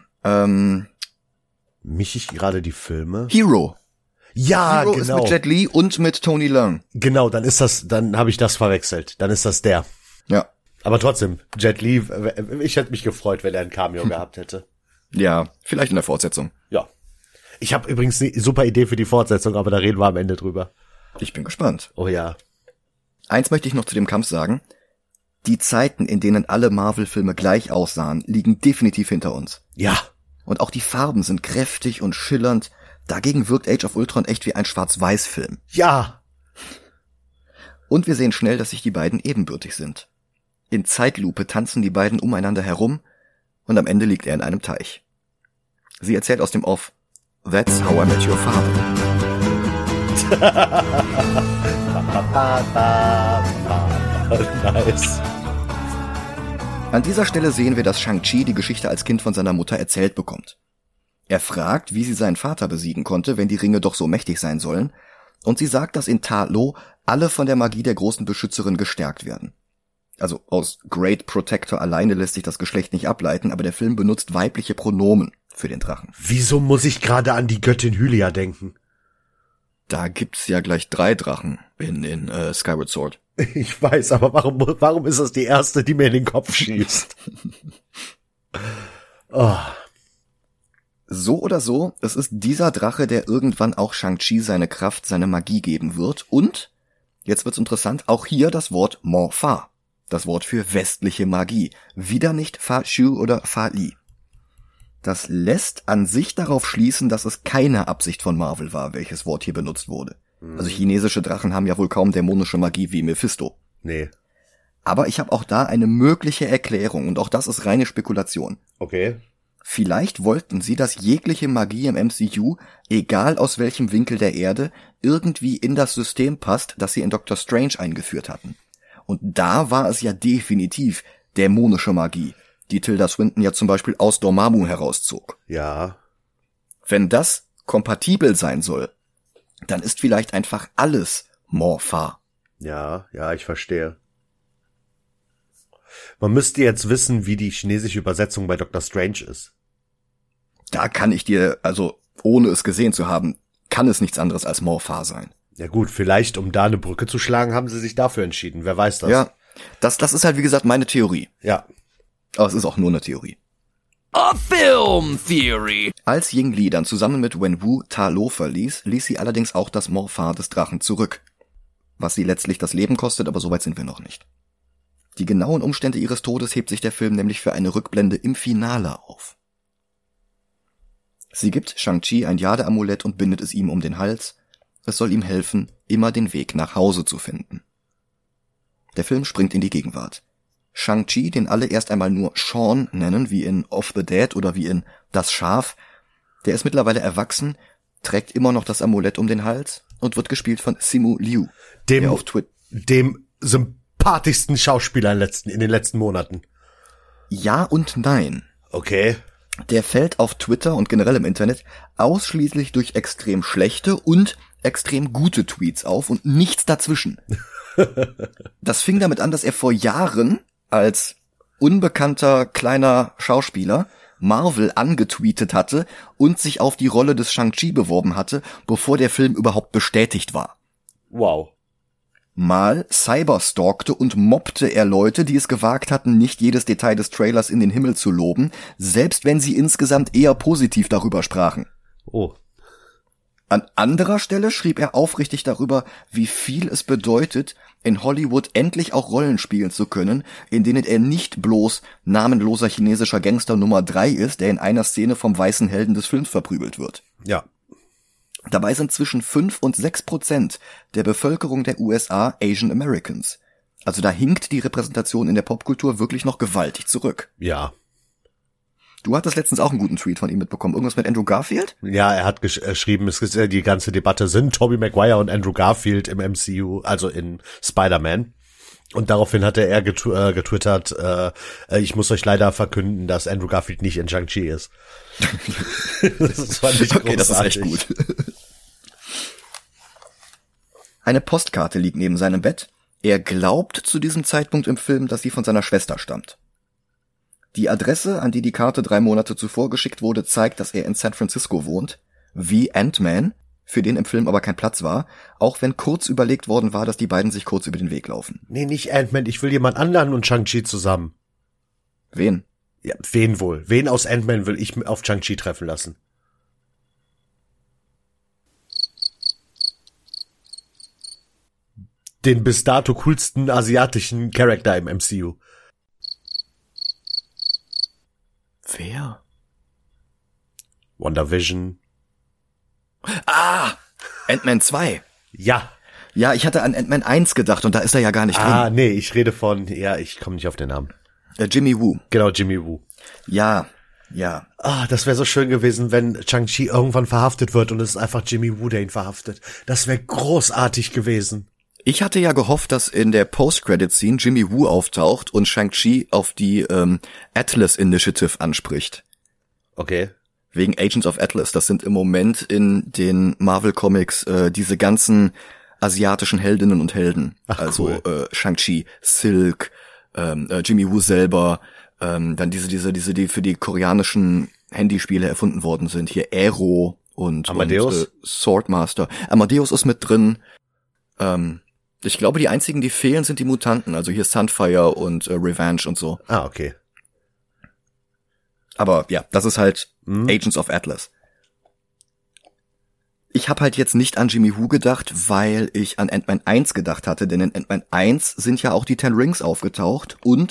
Misch ich gerade die Filme? Hero. Ja, Hero genau. ist mit Jet Li und mit Tony Leung. Genau, dann habe ich das verwechselt. Dann ist das der. Ja. Aber trotzdem, Jet Li, ich hätte mich gefreut, wenn er ein Cameo gehabt hätte. Ja, vielleicht in der Fortsetzung. Ja. Ich habe übrigens eine super Idee für die Fortsetzung, aber da reden wir am Ende drüber. Ich bin gespannt. Oh ja. Eins möchte ich noch zu dem Kampf sagen. Die Zeiten, in denen alle Marvel-Filme gleich aussahen, liegen definitiv hinter uns. Ja. Und auch die Farben sind kräftig und schillernd. Dagegen wirkt Age of Ultron echt wie ein Schwarz-Weiß-Film. Ja. Und wir sehen schnell, dass sich die beiden ebenbürtig sind. In Zeitlupe tanzen die beiden umeinander herum und am Ende liegt er in einem Teich. Sie erzählt aus dem Off, "That's how I met your father." Nice. An dieser Stelle sehen wir, dass Shang-Chi die Geschichte als Kind von seiner Mutter erzählt bekommt. Er fragt, wie sie seinen Vater besiegen konnte, wenn die Ringe doch so mächtig sein sollen, und sie sagt, dass in Ta Lo alle von der Magie der großen Beschützerin gestärkt werden. Also aus Great Protector alleine lässt sich das Geschlecht nicht ableiten, aber der Film benutzt weibliche Pronomen für den Drachen. Wieso muss ich gerade an die Göttin Hylia denken? Da gibt's ja gleich 3 Drachen in Skyward Sword. Ich weiß, aber warum ist das die erste, die mir in den Kopf schießt? Oh. So oder so, es ist dieser Drache, der irgendwann auch Shang-Chi seine Kraft, seine Magie geben wird und, jetzt wird's interessant, auch hier das Wort Mon Fa, das Wort für westliche Magie, wieder nicht Fa Shu oder Fa Li. Das lässt an sich darauf schließen, dass es keine Absicht von Marvel war, welches Wort hier benutzt wurde. Also chinesische Drachen haben ja wohl kaum dämonische Magie wie Mephisto. Nee. Aber ich habe auch da eine mögliche Erklärung und auch das ist reine Spekulation. Okay. Vielleicht wollten sie, dass jegliche Magie im MCU, egal aus welchem Winkel der Erde, irgendwie in das System passt, das sie in Doctor Strange eingeführt hatten. Und da war es ja definitiv dämonische Magie, die Tilda Swinton ja zum Beispiel aus Dormammu herauszog. Ja. Wenn das kompatibel sein soll, dann ist vielleicht einfach alles Morpha. Ja, ich verstehe. Man müsste jetzt wissen, wie die chinesische Übersetzung bei Doctor Strange ist. Da kann ich dir, also ohne es gesehen zu haben, kann es nichts anderes als Morpha sein. Ja gut, vielleicht, um da eine Brücke zu schlagen, haben sie sich dafür entschieden. Wer weiß das? Ja, das ist halt wie gesagt meine Theorie. Ja. Aber es ist auch nur eine Theorie. A film theory. Als Ying Li dann zusammen mit Wenwu Ta Lo verließ, ließ sie allerdings auch das Morpha des Drachen zurück. Was sie letztlich das Leben kostet, aber soweit sind wir noch nicht. Die genauen Umstände ihres Todes hebt sich der Film nämlich für eine Rückblende im Finale auf. Sie gibt Shang-Chi ein Jade-Amulett und bindet es ihm um den Hals. Es soll ihm helfen, immer den Weg nach Hause zu finden. Der Film springt in die Gegenwart. Shang-Chi, den alle erst einmal nur Sean nennen, wie in Of the Dead oder wie in Das Schaf, der ist mittlerweile erwachsen, trägt immer noch das Amulett um den Hals und wird gespielt von Simu Liu, dem sympathischsten Schauspieler in den letzten Monaten. Ja und nein. Okay. Der fällt auf Twitter und generell im Internet ausschließlich durch extrem schlechte und extrem gute Tweets auf und nichts dazwischen. Das fing damit an, dass er vor Jahren als unbekannter kleiner Schauspieler Marvel angetweetet hatte und sich auf die Rolle des Shang-Chi beworben hatte, bevor der Film überhaupt bestätigt war. Wow. Mal cyberstalkte und mobbte er Leute, die es gewagt hatten, nicht jedes Detail des Trailers in den Himmel zu loben, selbst wenn sie insgesamt eher positiv darüber sprachen. Oh. An anderer Stelle schrieb er aufrichtig darüber, wie viel es bedeutet, in Hollywood endlich auch Rollen spielen zu können, in denen er nicht bloß namenloser chinesischer Gangster Nummer 3 ist, der in einer Szene vom weißen Helden des Films verprügelt wird. Ja. Dabei sind zwischen 5 und 6% der Bevölkerung der USA Asian Americans. Also da hinkt die Repräsentation in der Popkultur wirklich noch gewaltig zurück. Ja. Du hattest letztens auch einen guten Tweet von ihm mitbekommen. Irgendwas mit Andrew Garfield? Ja, er hat geschrieben, es ist ja die ganze Debatte, sind Tobey Maguire und Andrew Garfield im MCU, also in Spider-Man. Und daraufhin hatte er getwittert, ich muss euch leider verkünden, dass Andrew Garfield nicht in Shang-Chi ist. Das fand ich okay, das ist echt gut. Eine Postkarte liegt neben seinem Bett. Er glaubt zu diesem Zeitpunkt im Film, dass sie von seiner Schwester stammt. Die Adresse, an die die Karte 3 Monate zuvor geschickt wurde, zeigt, dass er in San Francisco wohnt, wie Ant-Man, für den im Film aber kein Platz war, auch wenn kurz überlegt worden war, dass die beiden sich kurz über den Weg laufen. Nee, nicht Ant-Man, ich will jemand anderen und Shang-Chi zusammen. Wen? Ja, wen wohl? Wen aus Ant-Man will ich auf Shang-Chi treffen lassen? Den bis dato coolsten asiatischen Charakter im MCU. Wer? WandaVision. Ah! Ant-Man 2. Ja. Ja, ich hatte an Ant-Man 1 gedacht und da ist er ja gar nicht drin. Nee, ich rede von, ich komme nicht auf den Namen. Jimmy Woo. Genau, Jimmy Woo. Ja. Das wäre so schön gewesen, wenn Shang-Chi irgendwann verhaftet wird und es ist einfach Jimmy Woo, der ihn verhaftet. Das wäre großartig gewesen. Ich hatte ja gehofft, dass in der Post-Credit-Scene Jimmy Woo auftaucht und Shang-Chi auf die Atlas Initiative anspricht. Okay. Wegen Agents of Atlas. Das sind im Moment in den Marvel Comics diese ganzen asiatischen Heldinnen und Helden. Ach, also cool. Shang-Chi, Silk, Jimmy Woo selber, dann diese, die für die koreanischen Handyspiele erfunden worden sind. Hier Aero und Amadeus? Und, Swordmaster. Amadeus ist mit drin. Ich glaube, die einzigen, die fehlen, sind die Mutanten. Also hier Sunfire und Revenge und so. Ah, okay. Aber ja, das ist halt Agents of Atlas. Ich habe halt jetzt nicht an Jimmy Woo gedacht, weil ich an Ant-Man 1 gedacht hatte, denn in Ant-Man 1 sind ja auch die Ten Rings aufgetaucht und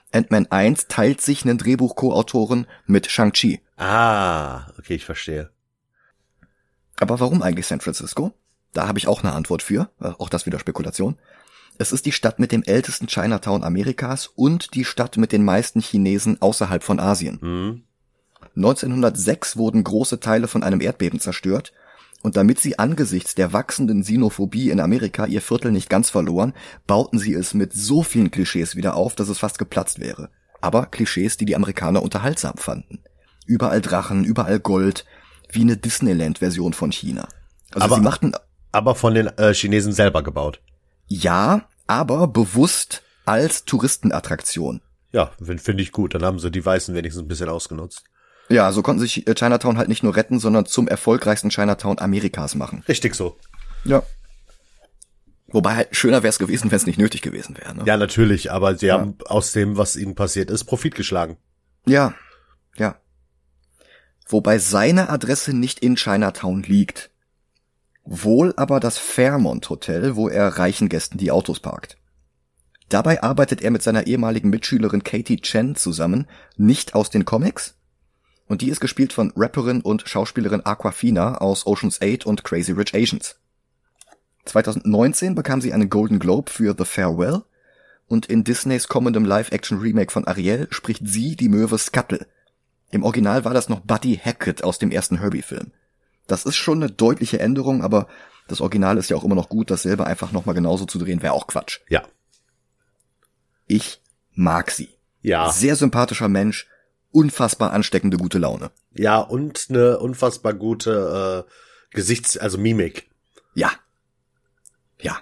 Ant-Man 1 teilt sich einen Drehbuch-Co-Autoren mit Shang-Chi. Ah, okay, ich verstehe. Aber warum eigentlich San Francisco? Da habe ich auch eine Antwort für, auch das wieder Spekulation. Es ist die Stadt mit dem ältesten Chinatown Amerikas und die Stadt mit den meisten Chinesen außerhalb von Asien. 1906 wurden große Teile von einem Erdbeben zerstört und damit sie angesichts der wachsenden Sinophobie in Amerika ihr Viertel nicht ganz verloren, bauten sie es mit so vielen Klischees wieder auf, dass es fast geplatzt wäre. Aber Klischees, die die Amerikaner unterhaltsam fanden. Überall Drachen, überall Gold, wie eine Disneyland-Version von China. Also sie machten... Aber von den Chinesen selber gebaut. Ja, aber bewusst als Touristenattraktion. Ja, finde ich gut. Dann haben sie die Weißen wenigstens ein bisschen ausgenutzt. Ja, so konnten sich Chinatown halt nicht nur retten, sondern zum erfolgreichsten Chinatown Amerikas machen. Richtig so. Ja. Wobei halt schöner wäre es gewesen, wenn es nicht nötig gewesen wäre. Ne? Ja, natürlich, aber sie haben aus dem, was ihnen passiert ist, Profit geschlagen. Ja, ja. Wobei seine Adresse nicht in Chinatown liegt. Wohl aber das Fairmont Hotel, wo er reichen Gästen die Autos parkt. Dabei arbeitet er mit seiner ehemaligen Mitschülerin Katie Chen zusammen, nicht aus den Comics. Und die ist gespielt von Rapperin und Schauspielerin Awkwafina aus Ocean's 8 und Crazy Rich Asians. 2019 bekam sie einen Golden Globe für The Farewell und in Disneys kommendem Live-Action-Remake von Ariel spricht sie die Möwe Scuttle. Im Original war das noch Buddy Hackett aus dem ersten Herbie-Film. Das ist schon eine deutliche Änderung, aber das Original ist ja auch immer noch gut, dasselbe einfach nochmal genauso zu drehen, wäre auch Quatsch. Ja. Ich mag sie. Ja. Sehr sympathischer Mensch, unfassbar ansteckende gute Laune. Ja, und eine unfassbar gute also Mimik. Ja. Ja.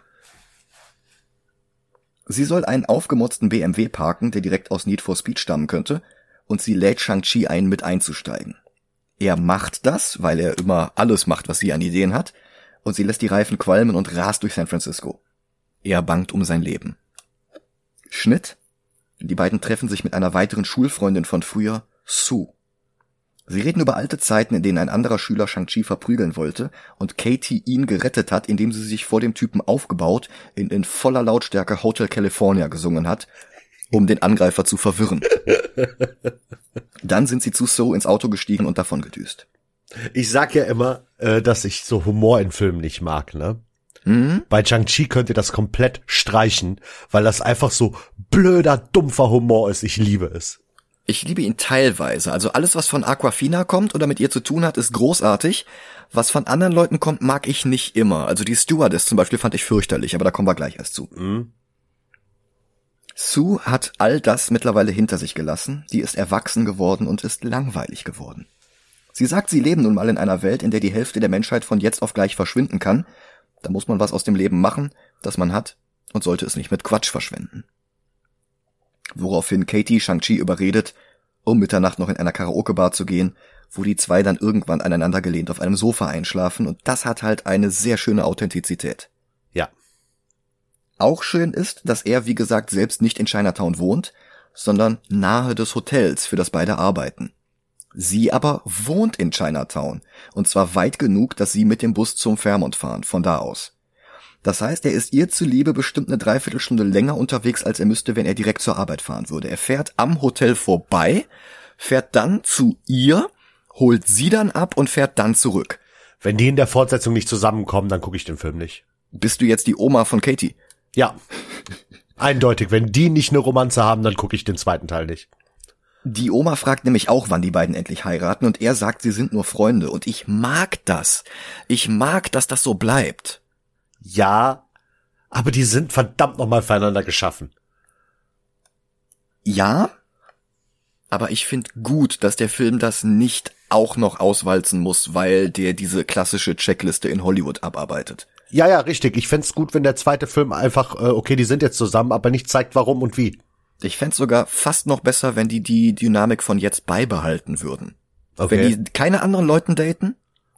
Sie soll einen aufgemotzten BMW parken, der direkt aus Need for Speed stammen könnte, und sie lädt Shang-Chi ein, mit einzusteigen. Er macht das, weil er immer alles macht, was sie an Ideen hat, und sie lässt die Reifen qualmen und rast durch San Francisco. Er bangt um sein Leben. Schnitt. Die beiden treffen sich mit einer weiteren Schulfreundin von früher, Sue. Sie reden über alte Zeiten, in denen ein anderer Schüler Shang-Chi verprügeln wollte und Katie ihn gerettet hat, indem sie sich vor dem Typen aufgebaut in voller Lautstärke Hotel California gesungen hat, um den Angreifer zu verwirren. Dann sind sie zu Sue ins Auto gestiegen und davon gedüst. Ich sag ja immer, dass ich so Humor in Filmen nicht mag, ne? Bei Shang-Chi könnt ihr das komplett streichen, weil das einfach so blöder, dumpfer Humor ist. Ich liebe es. Ich liebe ihn teilweise. Also alles, was von Awkwafina kommt oder mit ihr zu tun hat, ist großartig. Was von anderen Leuten kommt, mag ich nicht immer. Also die Stewardess zum Beispiel fand ich fürchterlich, aber da kommen wir gleich erst zu. Sue hat all das mittlerweile hinter sich gelassen. Die ist erwachsen geworden und ist langweilig geworden. Sie sagt, sie leben nun mal in einer Welt, in der die Hälfte der Menschheit von jetzt auf gleich verschwinden kann. Da muss man was aus dem Leben machen, das man hat, und sollte es nicht mit Quatsch verschwenden. Woraufhin Katie Shang-Chi überredet, um Mitternacht noch in einer Karaoke-Bar zu gehen, wo die zwei dann irgendwann aneinander gelehnt auf einem Sofa einschlafen, und das hat halt eine sehr schöne Authentizität. Ja. Auch schön ist, dass er, wie gesagt, selbst nicht in Chinatown wohnt, sondern nahe des Hotels, für das beide arbeiten. Sie aber wohnt in Chinatown, und zwar weit genug, dass sie mit dem Bus zum Fairmont fahren, von da aus. Das heißt, er ist ihr zuliebe bestimmt eine Dreiviertelstunde länger unterwegs, als er müsste, wenn er direkt zur Arbeit fahren würde. Er fährt am Hotel vorbei, fährt dann zu ihr, holt sie dann ab und fährt dann zurück. Wenn die in der Fortsetzung nicht zusammenkommen, dann gucke ich den Film nicht. Bist du jetzt die Oma von Katie? Ja. Eindeutig. Wenn die nicht eine Romanze haben, dann gucke ich den zweiten Teil nicht. Die Oma fragt nämlich auch, wann die beiden endlich heiraten, und er sagt, sie sind nur Freunde. Und ich mag das. Ich mag, dass das so bleibt. Ja, aber die sind verdammt nochmal füreinander geschaffen. Ja, aber ich finde gut, dass der Film das nicht auch noch auswalzen muss, weil der diese klassische Checkliste in Hollywood abarbeitet. Ja, richtig. Ich fänd's gut, wenn der zweite Film einfach, okay, die sind jetzt zusammen, aber nicht zeigt, warum und wie. Ich fänd's sogar fast noch besser, wenn die Dynamik von jetzt beibehalten würden. Okay. Wenn die keine anderen Leute daten,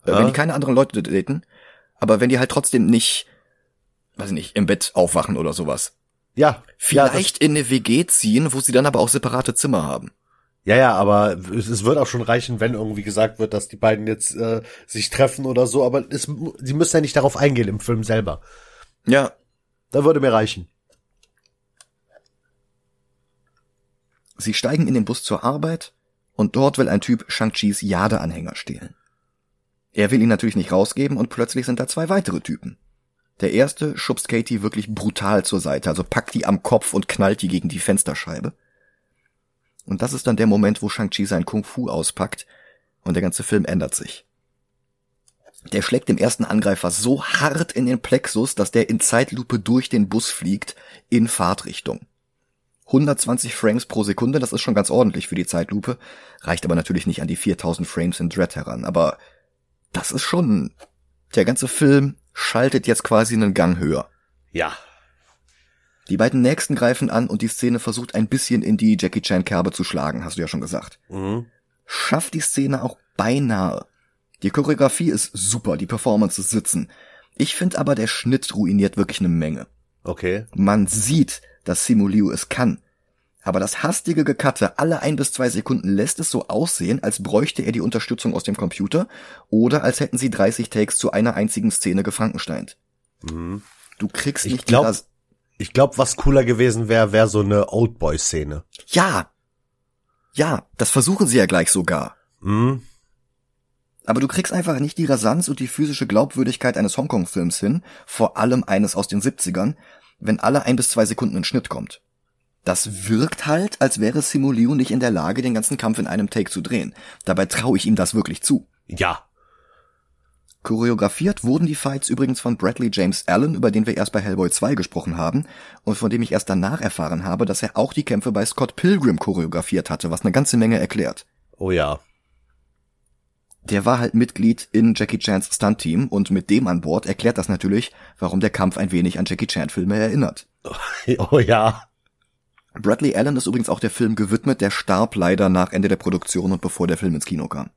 aber wenn die halt trotzdem nicht, weiß ich nicht, im Bett aufwachen oder sowas. Ja. Vielleicht in eine WG ziehen, wo sie dann aber auch separate Zimmer haben. Ja, aber es wird auch schon reichen, wenn irgendwie gesagt wird, dass die beiden jetzt sich treffen oder so, aber sie müssen ja nicht darauf eingehen im Film selber. Ja. Da würde mir reichen. Sie steigen in den Bus zur Arbeit und dort will ein Typ Shang-Chis Jadeanhänger stehlen. Er will ihn natürlich nicht rausgeben und plötzlich sind da 2 weitere Typen. Der erste schubst Katie wirklich brutal zur Seite, also packt die am Kopf und knallt die gegen die Fensterscheibe. Und das ist dann der Moment, wo Shang-Chi sein Kung-Fu auspackt und der ganze Film ändert sich. Der schlägt dem ersten Angreifer so hart in den Plexus, dass der in Zeitlupe durch den Bus fliegt in Fahrtrichtung. 120 Frames pro Sekunde, das ist schon ganz ordentlich für die Zeitlupe, reicht aber natürlich nicht an die 4000 Frames in Dredd heran, aber das ist schon, der ganze Film schaltet jetzt quasi einen Gang höher. Ja. Die beiden Nächsten greifen an und die Szene versucht ein bisschen in die Jackie Chan Kerbe zu schlagen, hast du ja schon gesagt. Schafft die Szene auch beinahe. Die Choreografie ist super, die Performances sitzen. Ich finde aber, der Schnitt ruiniert wirklich eine Menge. Okay. Man sieht, dass Simu Liu es kann. Aber das hastige Gekatte alle 1 bis 2 Sekunden lässt es so aussehen, als bräuchte er die Unterstützung aus dem Computer oder als hätten sie 30 Takes zu einer einzigen Szene gefrankensteint. Du kriegst nicht Ich glaube, was cooler gewesen wäre so eine Oldboy-Szene. Ja, das versuchen sie ja gleich sogar. Aber du kriegst einfach nicht die Rasanz und die physische Glaubwürdigkeit eines Hongkong-Films hin, vor allem eines aus den 70ern, wenn alle 1 bis 2 Sekunden ein Schnitt kommt. Das wirkt halt, als wäre Simu Liu nicht in der Lage, den ganzen Kampf in einem Take zu drehen. Dabei traue ich ihm das wirklich zu. Ja. Choreografiert wurden die Fights übrigens von Bradley James Allen, über den wir erst bei Hellboy 2 gesprochen haben und von dem ich erst danach erfahren habe, dass er auch die Kämpfe bei Scott Pilgrim choreografiert hatte, was eine ganze Menge erklärt. Oh ja. Der war halt Mitglied in Jackie Chans Stunt-Team und mit dem an Bord erklärt das natürlich, warum der Kampf ein wenig an Jackie Chan-Filme erinnert. Oh ja. Bradley Allen ist übrigens auch der Film gewidmet, der starb leider nach Ende der Produktion und bevor der Film ins Kino kam.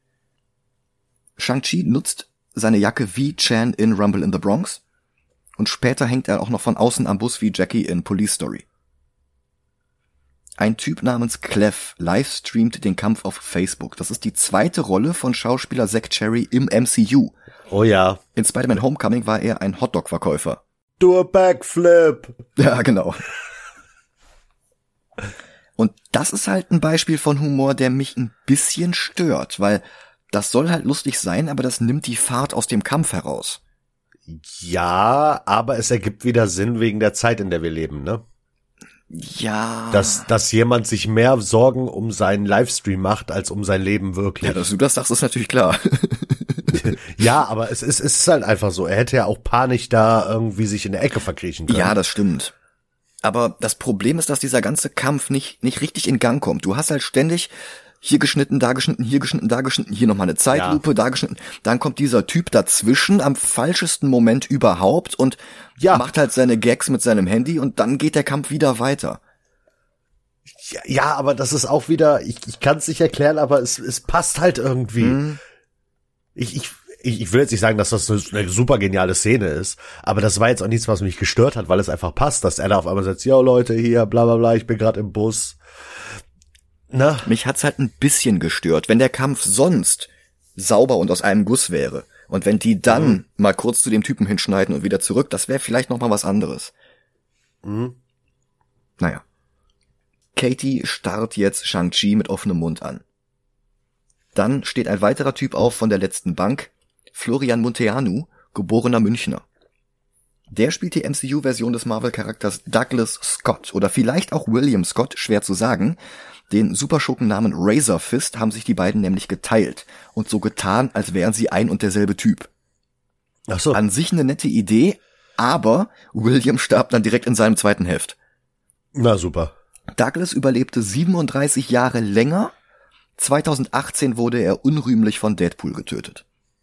Shang-Chi nutzt seine Jacke wie Chan in Rumble in the Bronx und später hängt er auch noch von außen am Bus wie Jackie in Police Story. Ein Typ namens Clef livestreamt den Kampf auf Facebook. Das ist die 2. Rolle von Schauspieler Zach Cherry im MCU. Oh ja. In Spider-Man Homecoming war er ein Hotdog-Verkäufer. Do a backflip. Ja, genau. Und das ist halt ein Beispiel von Humor, der mich ein bisschen stört, weil das soll halt lustig sein, aber das nimmt die Fahrt aus dem Kampf heraus. Ja, aber es ergibt wieder Sinn wegen der Zeit, in der wir leben, ne? Ja. Dass jemand sich mehr Sorgen um seinen Livestream macht, als um sein Leben wirklich. Ja, dass du das sagst, ist natürlich klar. Ja, aber es ist halt einfach so. Er hätte ja auch panisch da irgendwie sich in der Ecke verkriechen können. Ja, das stimmt. Aber das Problem ist, dass dieser ganze Kampf nicht richtig in Gang kommt. Du hast halt ständig hier geschnitten, da geschnitten, hier geschnitten, da geschnitten, hier nochmal eine Zeitlupe, da geschnitten. Dann kommt dieser Typ dazwischen am falschesten Moment überhaupt und macht halt seine Gags mit seinem Handy und dann geht der Kampf wieder weiter. Ja, aber das ist auch wieder, ich kann es nicht erklären, aber es passt halt irgendwie. Ich will jetzt nicht sagen, dass das eine super geniale Szene ist, aber das war jetzt auch nichts, was mich gestört hat, weil es einfach passt, dass er da auf einmal sagt, ja Leute, hier, bla bla bla, ich bin gerade im Bus. Na? Mich hat's halt ein bisschen gestört, wenn der Kampf sonst sauber und aus einem Guss wäre und wenn die dann mal kurz zu dem Typen hinschneiden und wieder zurück, das wäre vielleicht noch mal was anderes. Naja. Katie starrt jetzt Shang-Chi mit offenem Mund an. Dann steht ein weiterer Typ auf von der letzten Bank, Florian Munteanu, geborener Münchner. Der spielt die MCU-Version des Marvel-Charakters Douglas Scott oder vielleicht auch William Scott, schwer zu sagen. Den Superschurkennamen Razor Fist haben sich die beiden nämlich geteilt und so getan, als wären sie ein und derselbe Typ. Ach so. An sich eine nette Idee, aber William starb dann direkt in seinem 2. Heft. Na super. Douglas überlebte 37 Jahre länger. 2018 wurde er unrühmlich von Deadpool getötet.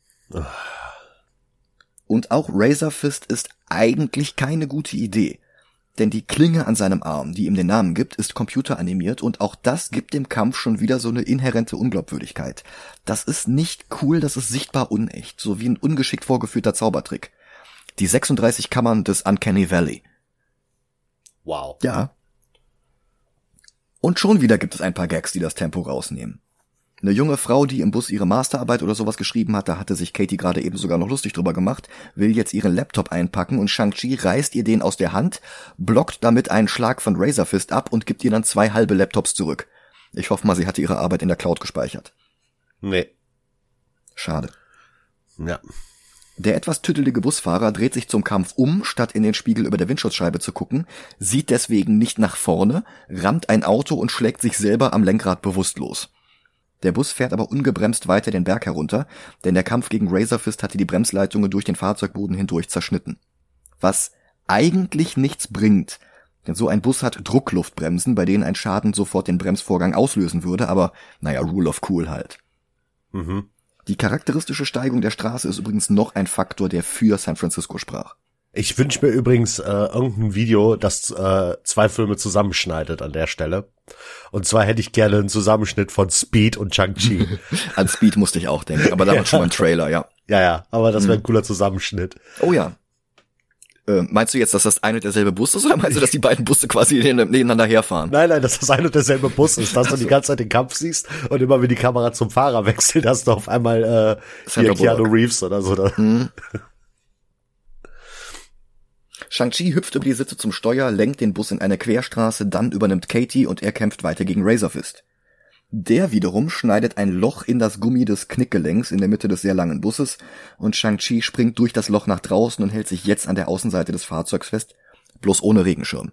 Und auch Razor Fist ist eigentlich keine gute Idee. Denn die Klinge an seinem Arm, die ihm den Namen gibt, ist computeranimiert und auch das gibt dem Kampf schon wieder so eine inhärente Unglaubwürdigkeit. Das ist nicht cool, das ist sichtbar unecht, so wie ein ungeschickt vorgeführter Zaubertrick. Die 36 Kammern des Uncanny Valley. Wow. Ja. Und schon wieder gibt es ein paar Gags, die das Tempo rausnehmen. Eine junge Frau, die im Bus ihre Masterarbeit oder sowas geschrieben hat, da hatte sich Katie gerade eben sogar noch lustig drüber gemacht, will jetzt ihren Laptop einpacken und Shang-Chi reißt ihr den aus der Hand, blockt damit einen Schlag von Razor Fist ab und gibt ihr dann 2 halbe Laptops zurück. Ich hoffe mal, sie hatte ihre Arbeit in der Cloud gespeichert. Nee. Schade. Ja. Der etwas tüdelige Busfahrer dreht sich zum Kampf um, statt in den Spiegel über der Windschutzscheibe zu gucken, sieht deswegen nicht nach vorne, rammt ein Auto und schlägt sich selber am Lenkrad bewusstlos. Der Bus fährt aber ungebremst weiter den Berg herunter, denn der Kampf gegen Razor Fist hatte die Bremsleitungen durch den Fahrzeugboden hindurch zerschnitten. Was eigentlich nichts bringt, denn so ein Bus hat Druckluftbremsen, bei denen ein Schaden sofort den Bremsvorgang auslösen würde, aber naja, Rule of Cool halt. Mhm. Die charakteristische Steigung der Straße ist übrigens noch ein Faktor, der für San Francisco sprach. Ich wünsche mir übrigens irgendein Video, das 2 Filme zusammenschneidet an der Stelle. Und zwar hätte ich gerne einen Zusammenschnitt von Speed und Shang-Chi. An Speed musste ich auch denken, aber damals schon mal ein Trailer, ja. Ja, aber das wäre ein cooler Zusammenschnitt. Oh ja. Meinst du jetzt, dass das ein und derselbe Bus ist, oder meinst du, dass die beiden Busse quasi nebeneinander herfahren? Nein, dass das ein und derselbe Bus ist, dass du die ganze Zeit den Kampf siehst und immer wenn die Kamera zum Fahrer wechselt, hast du auf einmal hier Keanu Reeves oder so. Mhm. Shang-Chi hüpft über die Sitze zum Steuer, lenkt den Bus in eine Querstraße, dann übernimmt Katie und er kämpft weiter gegen Razor Fist. Der wiederum schneidet ein Loch in das Gummi des Knickgelenks in der Mitte des sehr langen Busses und Shang-Chi springt durch das Loch nach draußen und hält sich jetzt an der Außenseite des Fahrzeugs fest, bloß ohne Regenschirm.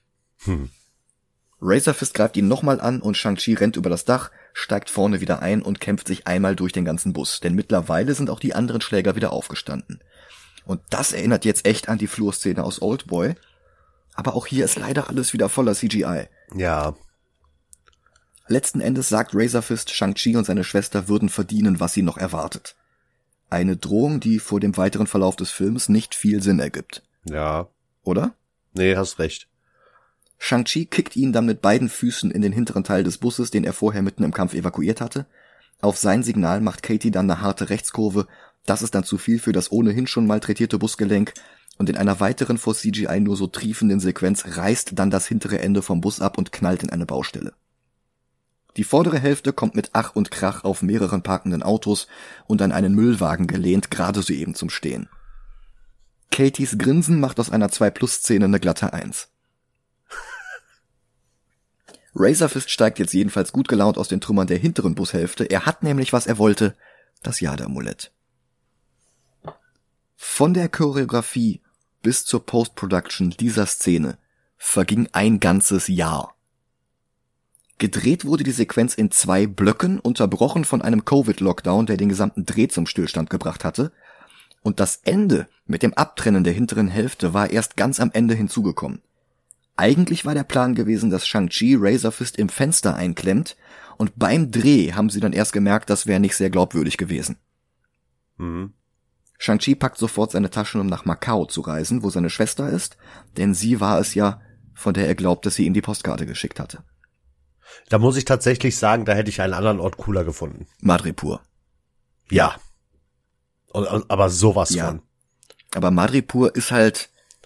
Razor Fist greift ihn nochmal an und Shang-Chi rennt über das Dach, steigt vorne wieder ein und kämpft sich einmal durch den ganzen Bus, denn mittlerweile sind auch die anderen Schläger wieder aufgestanden. Und das erinnert jetzt echt an die Flurszene aus Oldboy, aber auch hier ist leider alles wieder voller CGI. Ja. Letzten Endes sagt Razor Fist, Shang-Chi und seine Schwester würden verdienen, was sie noch erwartet. Eine Drohung, die vor dem weiteren Verlauf des Films nicht viel Sinn ergibt. Ja. Oder? Nee, hast recht. Shang-Chi kickt ihn dann mit beiden Füßen in den hinteren Teil des Busses, den er vorher mitten im Kampf evakuiert hatte. Auf sein Signal macht Katie dann eine harte Rechtskurve. Das ist dann zu viel für das ohnehin schon malträtierte Busgelenk. Und in einer weiteren vor CGI nur so triefenden Sequenz reißt dann das hintere Ende vom Bus ab und knallt in eine Baustelle. Die vordere Hälfte kommt mit Ach und Krach auf mehreren parkenden Autos und an einen Müllwagen gelehnt, gerade soeben zum Stehen. Katies Grinsen macht aus einer 2+-Szene eine glatte 1. Razor Fist steigt jetzt jedenfalls gut gelaunt aus den Trümmern der hinteren Bushälfte. Er hat nämlich, was er wollte, das Jade-Amulett. Von der Choreografie bis zur Post-Production dieser Szene verging ein ganzes Jahr. Gedreht wurde die Sequenz in 2 Blöcken, unterbrochen von einem Covid-Lockdown, der den gesamten Dreh zum Stillstand gebracht hatte. Und das Ende mit dem Abtrennen der hinteren Hälfte war erst ganz am Ende hinzugekommen. Eigentlich war der Plan gewesen, dass Shang-Chi Razor Fist im Fenster einklemmt, und beim Dreh haben sie dann erst gemerkt, das wäre nicht sehr glaubwürdig gewesen. Mhm. Shang-Chi packt sofort seine Taschen, um nach Macau zu reisen, wo seine Schwester ist, denn sie war es ja, von der er glaubt, dass sie ihm die Postkarte geschickt hatte. Da muss ich tatsächlich sagen, da hätte ich einen anderen Ort cooler gefunden. Madripoor. Ja. Aber sowas ja. von. Aber Madripoor ist halt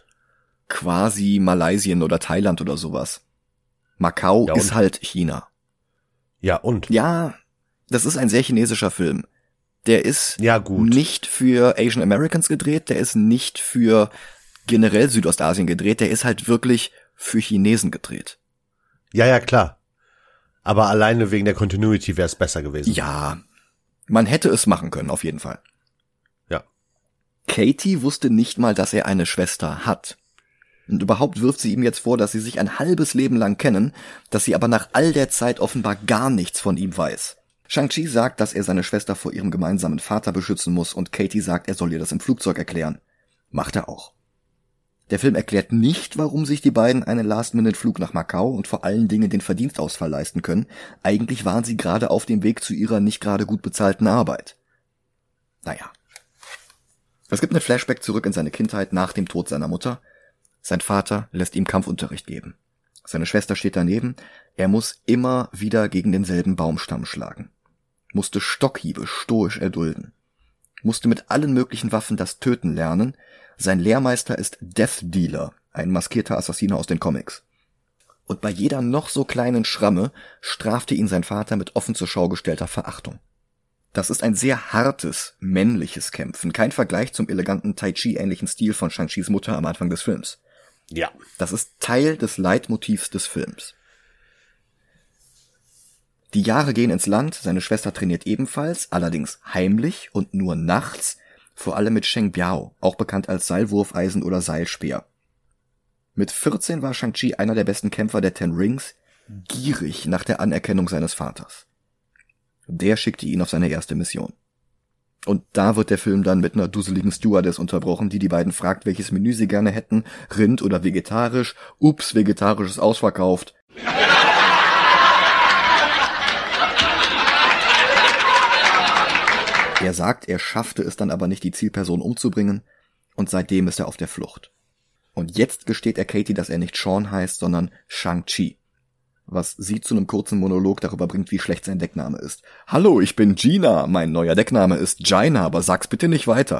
quasi Malaysien oder Thailand oder sowas. Macau ist halt China. Ja, und? Ja, das ist ein sehr chinesischer Film. Der ist nicht für Asian Americans gedreht, der ist nicht für generell Südostasien gedreht, der ist halt wirklich für Chinesen gedreht. Ja, klar. Aber alleine wegen der Continuity wäre es besser gewesen. Ja, man hätte es machen können, auf jeden Fall. Ja. Katie wusste nicht mal, dass er eine Schwester hat. Und überhaupt wirft sie ihm jetzt vor, dass sie sich ein halbes Leben lang kennen, dass sie aber nach all der Zeit offenbar gar nichts von ihm weiß. Shang-Chi sagt, dass er seine Schwester vor ihrem gemeinsamen Vater beschützen muss, und Katie sagt, er soll ihr das im Flugzeug erklären. Macht er auch. Der Film erklärt nicht, warum sich die beiden einen Last-Minute-Flug nach Macau und vor allen Dingen den Verdienstausfall leisten können. Eigentlich waren sie gerade auf dem Weg zu ihrer nicht gerade gut bezahlten Arbeit. Naja. Es gibt einen Flashback zurück in seine Kindheit nach dem Tod seiner Mutter. Sein Vater lässt ihm Kampfunterricht geben. Seine Schwester steht daneben. Er muss immer wieder gegen denselben Baumstamm schlagen. Musste Stockhiebe stoisch erdulden. Musste mit allen möglichen Waffen das Töten lernen. Sein Lehrmeister ist Death Dealer, ein maskierter Assassiner aus den Comics. Und bei jeder noch so kleinen Schramme strafte ihn sein Vater mit offen zur Schau gestellter Verachtung. Das ist ein sehr hartes, männliches Kämpfen, kein Vergleich zum eleganten Tai Chi-ähnlichen Stil von Shang-Chis Mutter am Anfang des Films. Ja. Das ist Teil des Leitmotivs des Films. Die Jahre gehen ins Land, seine Schwester trainiert ebenfalls, allerdings heimlich und nur nachts, vor allem mit Sheng Biao, auch bekannt als Seilwurfeisen oder Seilspeer. Mit 14 war Shang-Chi einer der besten Kämpfer der Ten Rings, gierig nach der Anerkennung seines Vaters. Der schickte ihn auf seine erste Mission. Und da wird der Film dann mit einer dusseligen Stewardess unterbrochen, die beiden fragt, welches Menü sie gerne hätten, Rind oder vegetarisch. Ups, vegetarisch ist ausverkauft. Er sagt, er schaffte es dann aber nicht, die Zielperson umzubringen, und seitdem ist er auf der Flucht. Und jetzt gesteht er Katie, dass er nicht Sean heißt, sondern Shang-Chi. Was sie zu einem kurzen Monolog darüber bringt, wie schlecht sein Deckname ist. Hallo, ich bin Gina, mein neuer Deckname ist Gina, aber sag's bitte nicht weiter.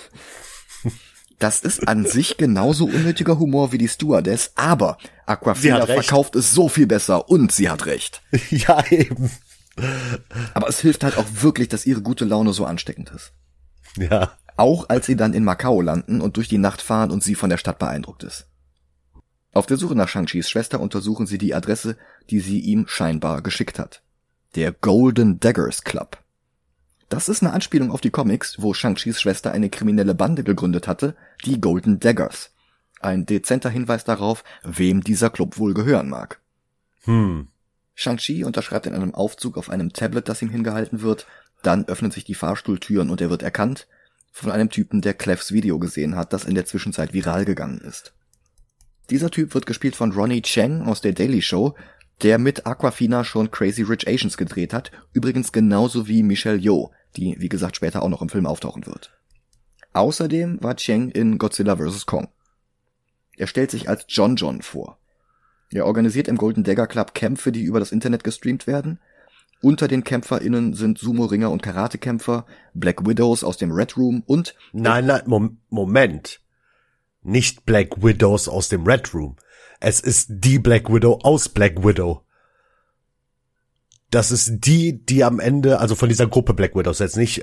Das ist an sich genauso unnötiger Humor wie die Stewardess, aber Awkwafina verkauft es so viel besser und sie hat recht. Ja, eben. Aber es hilft halt auch wirklich, dass ihre gute Laune so ansteckend ist. Ja. Auch als sie dann in Macau landen und durch die Nacht fahren und sie von der Stadt beeindruckt ist. Auf der Suche nach Shang-Chis Schwester untersuchen sie die Adresse, die sie ihm scheinbar geschickt hat. Der Golden Daggers Club. Das ist eine Anspielung auf die Comics, wo Shang-Chis Schwester eine kriminelle Bande gegründet hatte, die Golden Daggers. Ein dezenter Hinweis darauf, wem dieser Club wohl gehören mag. Shang-Chi unterschreibt in einem Aufzug auf einem Tablet, das ihm hingehalten wird. Dann öffnen sich die Fahrstuhltüren und er wird erkannt von einem Typen, der Clefs Video gesehen hat, das in der Zwischenzeit viral gegangen ist. Dieser Typ wird gespielt von Ronnie Cheng aus der Daily Show, der mit Awkwafina schon Crazy Rich Asians gedreht hat, übrigens genauso wie Michelle Yeoh, die, wie gesagt, später auch noch im Film auftauchen wird. Außerdem war Cheng in Godzilla vs. Kong. Er stellt sich als John vor. Er organisiert im Golden Dagger Club Kämpfe, die über das Internet gestreamt werden. Unter den KämpferInnen sind Sumo-Ringer und Karatekämpfer, Black Widows aus dem Red Room und... Nein, Moment. Nicht Black Widows aus dem Red Room. Es ist die Black Widow aus Black Widow. Das ist die am Ende, also von dieser Gruppe Black Widows, jetzt nicht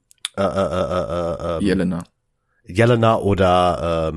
Yelena oder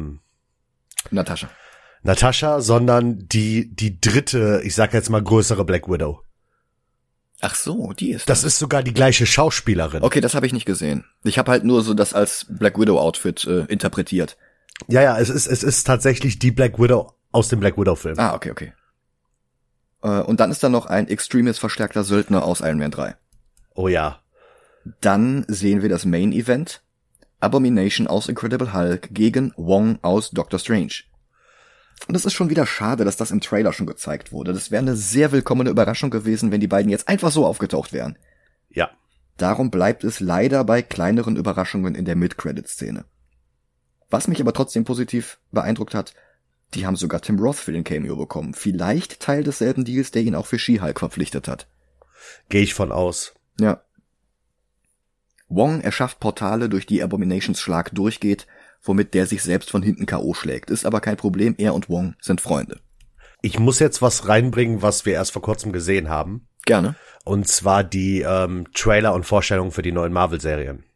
Natasha, sondern die dritte, ich sag jetzt mal größere Black Widow. Ach so, die ist das. Das ist sogar die gleiche Schauspielerin. Okay, das habe ich nicht gesehen. Ich habe halt nur so das als Black Widow Outfit interpretiert. Ja, es ist tatsächlich die Black Widow aus dem Black Widow Film. Ah, okay. Und dann ist da noch ein Extremis verstärkter Söldner aus Iron Man 3. Oh ja. Dann sehen wir das Main Event. Abomination aus Incredible Hulk gegen Wong aus Doctor Strange. Und es ist schon wieder schade, dass das im Trailer schon gezeigt wurde. Das wäre eine sehr willkommene Überraschung gewesen, wenn die beiden jetzt einfach so aufgetaucht wären. Ja. Darum bleibt es leider bei kleineren Überraschungen in der Mid-Credit-Szene. Was mich aber trotzdem positiv beeindruckt hat, die haben sogar Tim Roth für den Cameo bekommen. Vielleicht Teil desselben Deals, der ihn auch für She-Hulk verpflichtet hat. Gehe ich von aus. Ja. Wong erschafft Portale, durch die Abominations Schlag durchgeht, womit der sich selbst von hinten K.O. schlägt. Ist aber kein Problem, er und Wong sind Freunde. Ich muss jetzt was reinbringen, was wir erst vor kurzem gesehen haben. Gerne. Und zwar die Trailer und Vorstellungen für die neuen Marvel-Serien.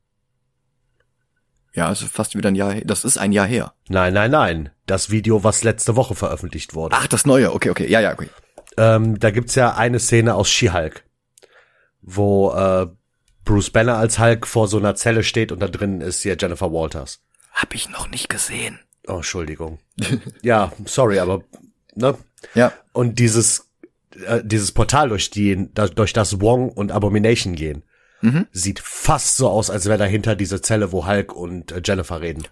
Ja, es ist fast wieder ein Jahr her. Das ist ein Jahr her. Nein. Das Video, was letzte Woche veröffentlicht wurde. Ach, das neue. Okay. Ja, okay. Da gibt's ja eine Szene aus She-Hulk, wo Bruce Banner als Hulk vor so einer Zelle steht und da drin ist hier Jennifer Walters. Hab ich noch nicht gesehen. Oh, Entschuldigung. Ja, sorry, aber ne? Ja. Und dieses Portal, durch das Wong und Abomination gehen, sieht fast so aus, als wäre dahinter diese Zelle, wo Hulk und Jennifer reden.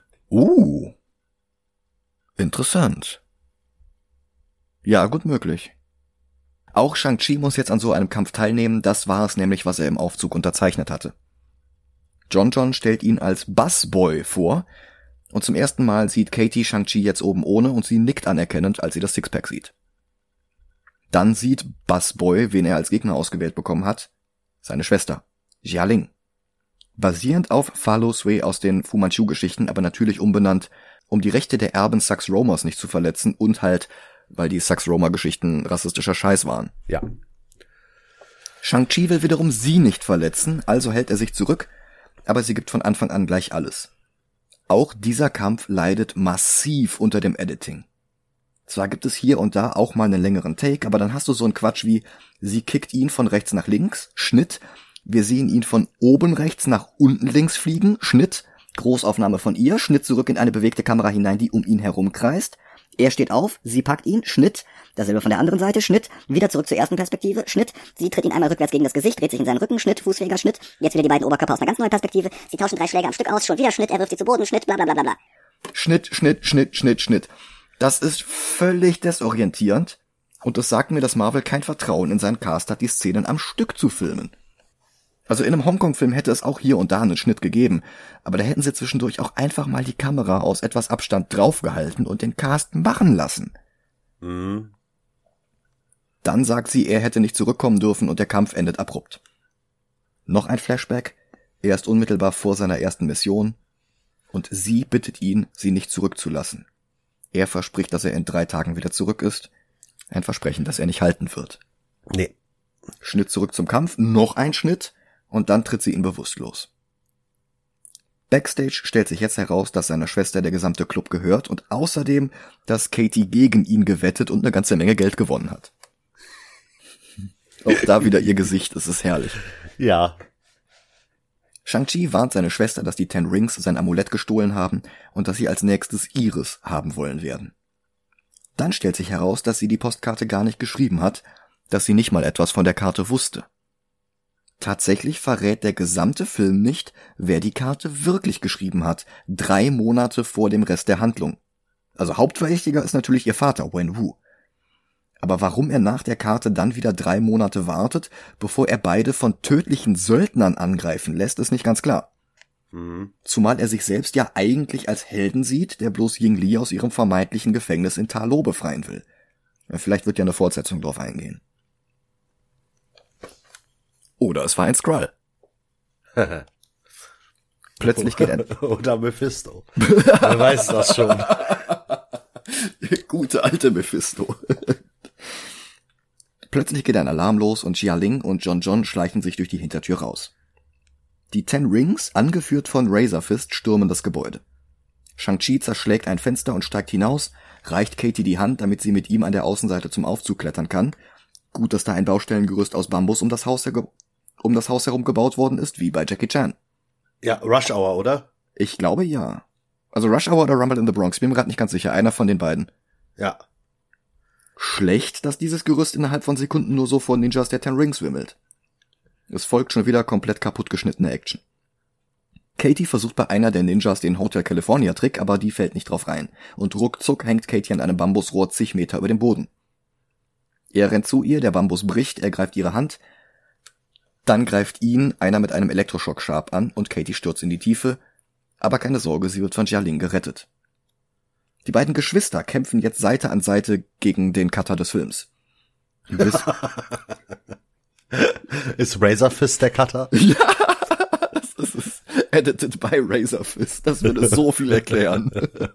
Interessant. Ja, gut möglich. Auch Shang-Chi muss jetzt an so einem Kampf teilnehmen, das war es nämlich, was er im Aufzug unterzeichnet hatte. John stellt ihn als Busboy vor und zum ersten Mal sieht Katie Shang-Chi jetzt oben ohne und sie nickt anerkennend, als sie das Sixpack sieht. Dann sieht Busboy, wen er als Gegner ausgewählt bekommen hat, seine Schwester, Jia Ling. Basierend auf Fa Lo Sui aus den Fu Manchu-Geschichten, aber natürlich umbenannt, um die Rechte der Erben Sax Romers nicht zu verletzen und halt weil die Sax-Roma-Geschichten rassistischer Scheiß waren. Ja. Shang-Chi will wiederum sie nicht verletzen, also hält er sich zurück, aber sie gibt von Anfang an gleich alles. Auch dieser Kampf leidet massiv unter dem Editing. Zwar gibt es hier und da auch mal einen längeren Take, aber dann hast du so einen Quatsch wie, sie kickt ihn von rechts nach links, Schnitt, wir sehen ihn von oben rechts nach unten links fliegen, Schnitt, Großaufnahme von ihr, Schnitt zurück in eine bewegte Kamera hinein, die um ihn herum kreist. Er steht auf, sie packt ihn, Schnitt, dasselbe von der anderen Seite, Schnitt, wieder zurück zur ersten Perspektive, Schnitt, sie tritt ihn einmal rückwärts gegen das Gesicht, dreht sich in seinen Rücken, Schnitt, Fußfeger, Schnitt, jetzt wieder die beiden Oberkörper aus einer ganz neuen Perspektive, sie tauschen 3 Schläge am Stück aus, schon wieder Schnitt, er wirft sie zu Boden, Schnitt, bla bla bla bla bla. Schnitt, Schnitt, Schnitt, Schnitt, Schnitt. Das ist völlig desorientierend und es sagt mir, dass Marvel kein Vertrauen in seinen Cast hat, die Szenen am Stück zu filmen. Also in einem Hongkong-Film hätte es auch hier und da einen Schnitt gegeben, aber da hätten sie zwischendurch auch einfach mal die Kamera aus etwas Abstand draufgehalten und den Cast machen lassen. Mhm. Dann sagt sie, er hätte nicht zurückkommen dürfen und der Kampf endet abrupt. Noch ein Flashback, er ist unmittelbar vor seiner ersten Mission und sie bittet ihn, sie nicht zurückzulassen. Er verspricht, dass er in 3 Tagen wieder zurück ist, ein Versprechen, das er nicht halten wird. Nee. Schnitt zurück zum Kampf, noch ein Schnitt und dann tritt sie ihn bewusstlos. Backstage stellt sich jetzt heraus, dass seiner Schwester der gesamte Club gehört und außerdem, dass Katie gegen ihn gewettet und eine ganze Menge Geld gewonnen hat. Auch da wieder ihr Gesicht, es ist herrlich. Ja. Shang-Chi warnt seine Schwester, dass die Ten Rings sein Amulett gestohlen haben und dass sie als nächstes Iris haben wollen werden. Dann stellt sich heraus, dass sie die Postkarte gar nicht geschrieben hat, dass sie nicht mal etwas von der Karte wusste. Tatsächlich verrät der gesamte Film nicht, wer die Karte wirklich geschrieben hat, 3 Monate vor dem Rest der Handlung. Also Hauptverdächtiger ist natürlich ihr Vater, Wen-Wu. Aber warum er nach der Karte dann wieder 3 Monate wartet, bevor er beide von tödlichen Söldnern angreifen lässt, ist nicht ganz klar. Mhm. Zumal er sich selbst ja eigentlich als Helden sieht, der bloß Ying Li aus ihrem vermeintlichen Gefängnis in Ta Lo befreien will. Vielleicht wird ja eine Fortsetzung drauf eingehen. Oder es war ein Skrull. Plötzlich geht ein... Oder Mephisto. Wer weiß das schon. Gute alte Mephisto. Plötzlich geht ein Alarm los und Jia Ling und John John schleichen sich durch die Hintertür raus. Die Ten Rings, angeführt von Razor Fist, stürmen das Gebäude. Shang-Chi zerschlägt ein Fenster und steigt hinaus, reicht Katie die Hand, damit sie mit ihm an der Außenseite zum Aufzug klettern kann. Gut, dass da ein Baustellengerüst aus Bambus um das Haus herum gebaut worden ist, wie bei Jackie Chan. Ja, Rush Hour, oder? Ich glaube ja. Also Rush Hour oder Rumble in the Bronx, bin mir gerade nicht ganz sicher, einer von den beiden. Ja. Schlecht, dass dieses Gerüst innerhalb von Sekunden nur so vor Ninjas der Ten Rings wimmelt. Es folgt schon wieder komplett kaputt geschnittene Action. Katie versucht bei einer der Ninjas den Hotel California Trick, aber die fällt nicht drauf rein. Und ruckzuck hängt Katie an einem Bambusrohr zig Meter über dem Boden. Er rennt zu ihr, der Bambus bricht, er greift ihre Hand. Dann greift ihn einer mit einem Elektroschockstab an und Katie stürzt in die Tiefe. Aber keine Sorge, sie wird von Jia Ling gerettet. Die beiden Geschwister kämpfen jetzt Seite an Seite gegen den Cutter des Films. Ist Razor Fist der Cutter? Ja, das ist edited by Razor Fist. Das würde so viel erklären.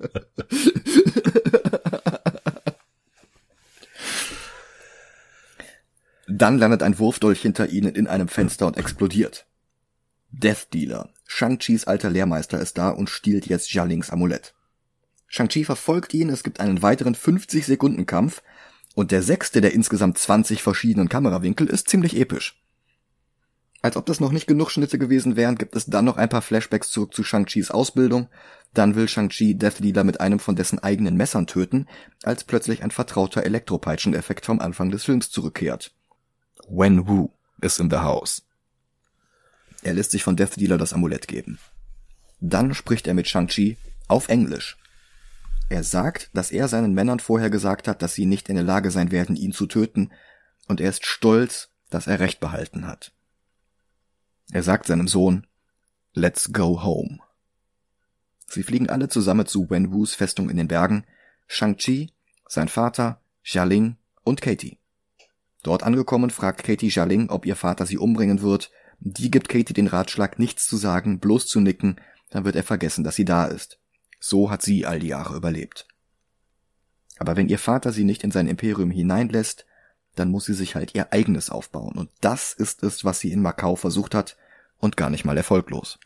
Dann landet ein Wurfdolch hinter ihnen in einem Fenster und explodiert. Death Dealer, Shang-Chis alter Lehrmeister, ist da und stiehlt jetzt Jia Lings Amulett. Shang-Chi verfolgt ihn, es gibt einen weiteren 50-Sekunden-Kampf und der 6. der insgesamt 20 verschiedenen Kamerawinkel ist ziemlich episch. Als ob das noch nicht genug Schnitte gewesen wären, gibt es dann noch ein paar Flashbacks zurück zu Shang-Chis Ausbildung. Dann will Shang-Chi Death Dealer mit einem von dessen eigenen Messern töten, als plötzlich ein vertrauter Elektropeitschen-Effekt vom Anfang des Films zurückkehrt. Wen-Wu is in the house. Er lässt sich von Death Dealer das Amulett geben. Dann spricht er mit Shang-Chi auf Englisch. Er sagt, dass er seinen Männern vorher gesagt hat, dass sie nicht in der Lage sein werden, ihn zu töten, und er ist stolz, dass er Recht behalten hat. Er sagt seinem Sohn, "Let's go home." Sie fliegen alle zusammen zu Wen-Wus Festung in den Bergen, Shang-Chi, sein Vater, Jia Ling und Katie. Dort angekommen fragt Katie Jia Ling, ob ihr Vater sie umbringen wird. Die gibt Katie den Ratschlag, nichts zu sagen, bloß zu nicken, dann wird er vergessen, dass sie da ist. So hat sie all die Jahre überlebt. Aber wenn ihr Vater sie nicht in sein Imperium hineinlässt, dann muss sie sich halt ihr eigenes aufbauen. Und das ist es, was sie in Macau versucht hat und gar nicht mal erfolglos.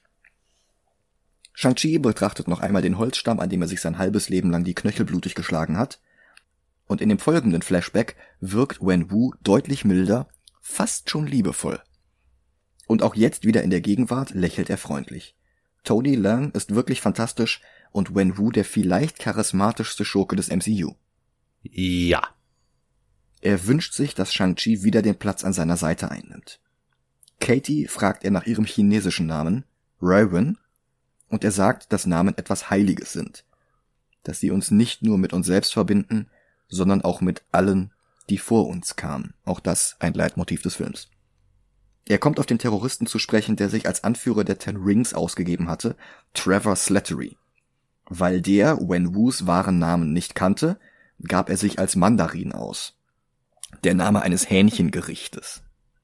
Shang-Chi betrachtet noch einmal den Holzstamm, an dem er sich sein halbes Leben lang die Knöchel blutig geschlagen hat. Und in dem folgenden Flashback wirkt Wenwu deutlich milder, fast schon liebevoll. Und auch jetzt wieder in der Gegenwart lächelt er freundlich. Tony Leung ist wirklich fantastisch und Wenwu der vielleicht charismatischste Schurke des MCU. Ja. Er wünscht sich, dass Shang-Chi wieder den Platz an seiner Seite einnimmt. Katie fragt er nach ihrem chinesischen Namen, Rowan, und er sagt, dass Namen etwas Heiliges sind. Dass sie uns nicht nur mit uns selbst verbinden, sondern auch mit allen, die vor uns kamen. Auch das ein Leitmotiv des Films. Er kommt auf den Terroristen zu sprechen, der sich als Anführer der Ten Rings ausgegeben hatte, Trevor Slattery. Weil der Wenwus wahren Namen nicht kannte, gab er sich als Mandarin aus. Der Name eines Hähnchengerichtes.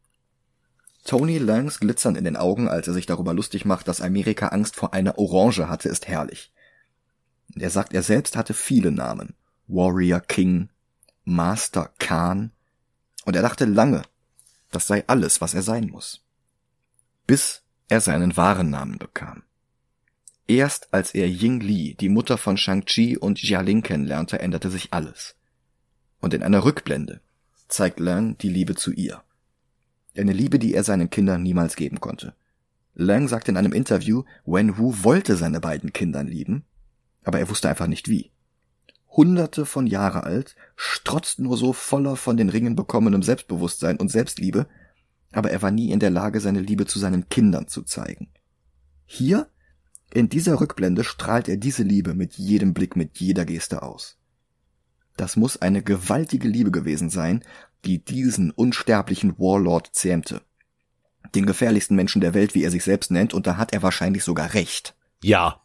Tony Leungs Glitzern in den Augen, als er sich darüber lustig macht, dass Amerika Angst vor einer Orange hatte, ist herrlich. Er sagt, er selbst hatte viele Namen. Warrior King, Master Khan. Und er dachte lange, das sei alles, was er sein muss. Bis er seinen wahren Namen bekam. Erst als er Ying Li, die Mutter von Shang-Chi und Jia Ling kennenlernte, änderte sich alles. Und in einer Rückblende zeigt Leung die Liebe zu ihr. Eine Liebe, die er seinen Kindern niemals geben konnte. Leung sagt in einem Interview, Wenwu wollte seine beiden Kindern lieben, aber er wusste einfach nicht wie. Hunderte von Jahre alt, strotzt nur so voller von den Ringen bekommenem Selbstbewusstsein und Selbstliebe, aber er war nie in der Lage, seine Liebe zu seinen Kindern zu zeigen. Hier, in dieser Rückblende, strahlt er diese Liebe mit jedem Blick, mit jeder Geste aus. Das muss eine gewaltige Liebe gewesen sein, die diesen unsterblichen Warlord zähmte. Den gefährlichsten Menschen der Welt, wie er sich selbst nennt, und da hat er wahrscheinlich sogar recht. Ja.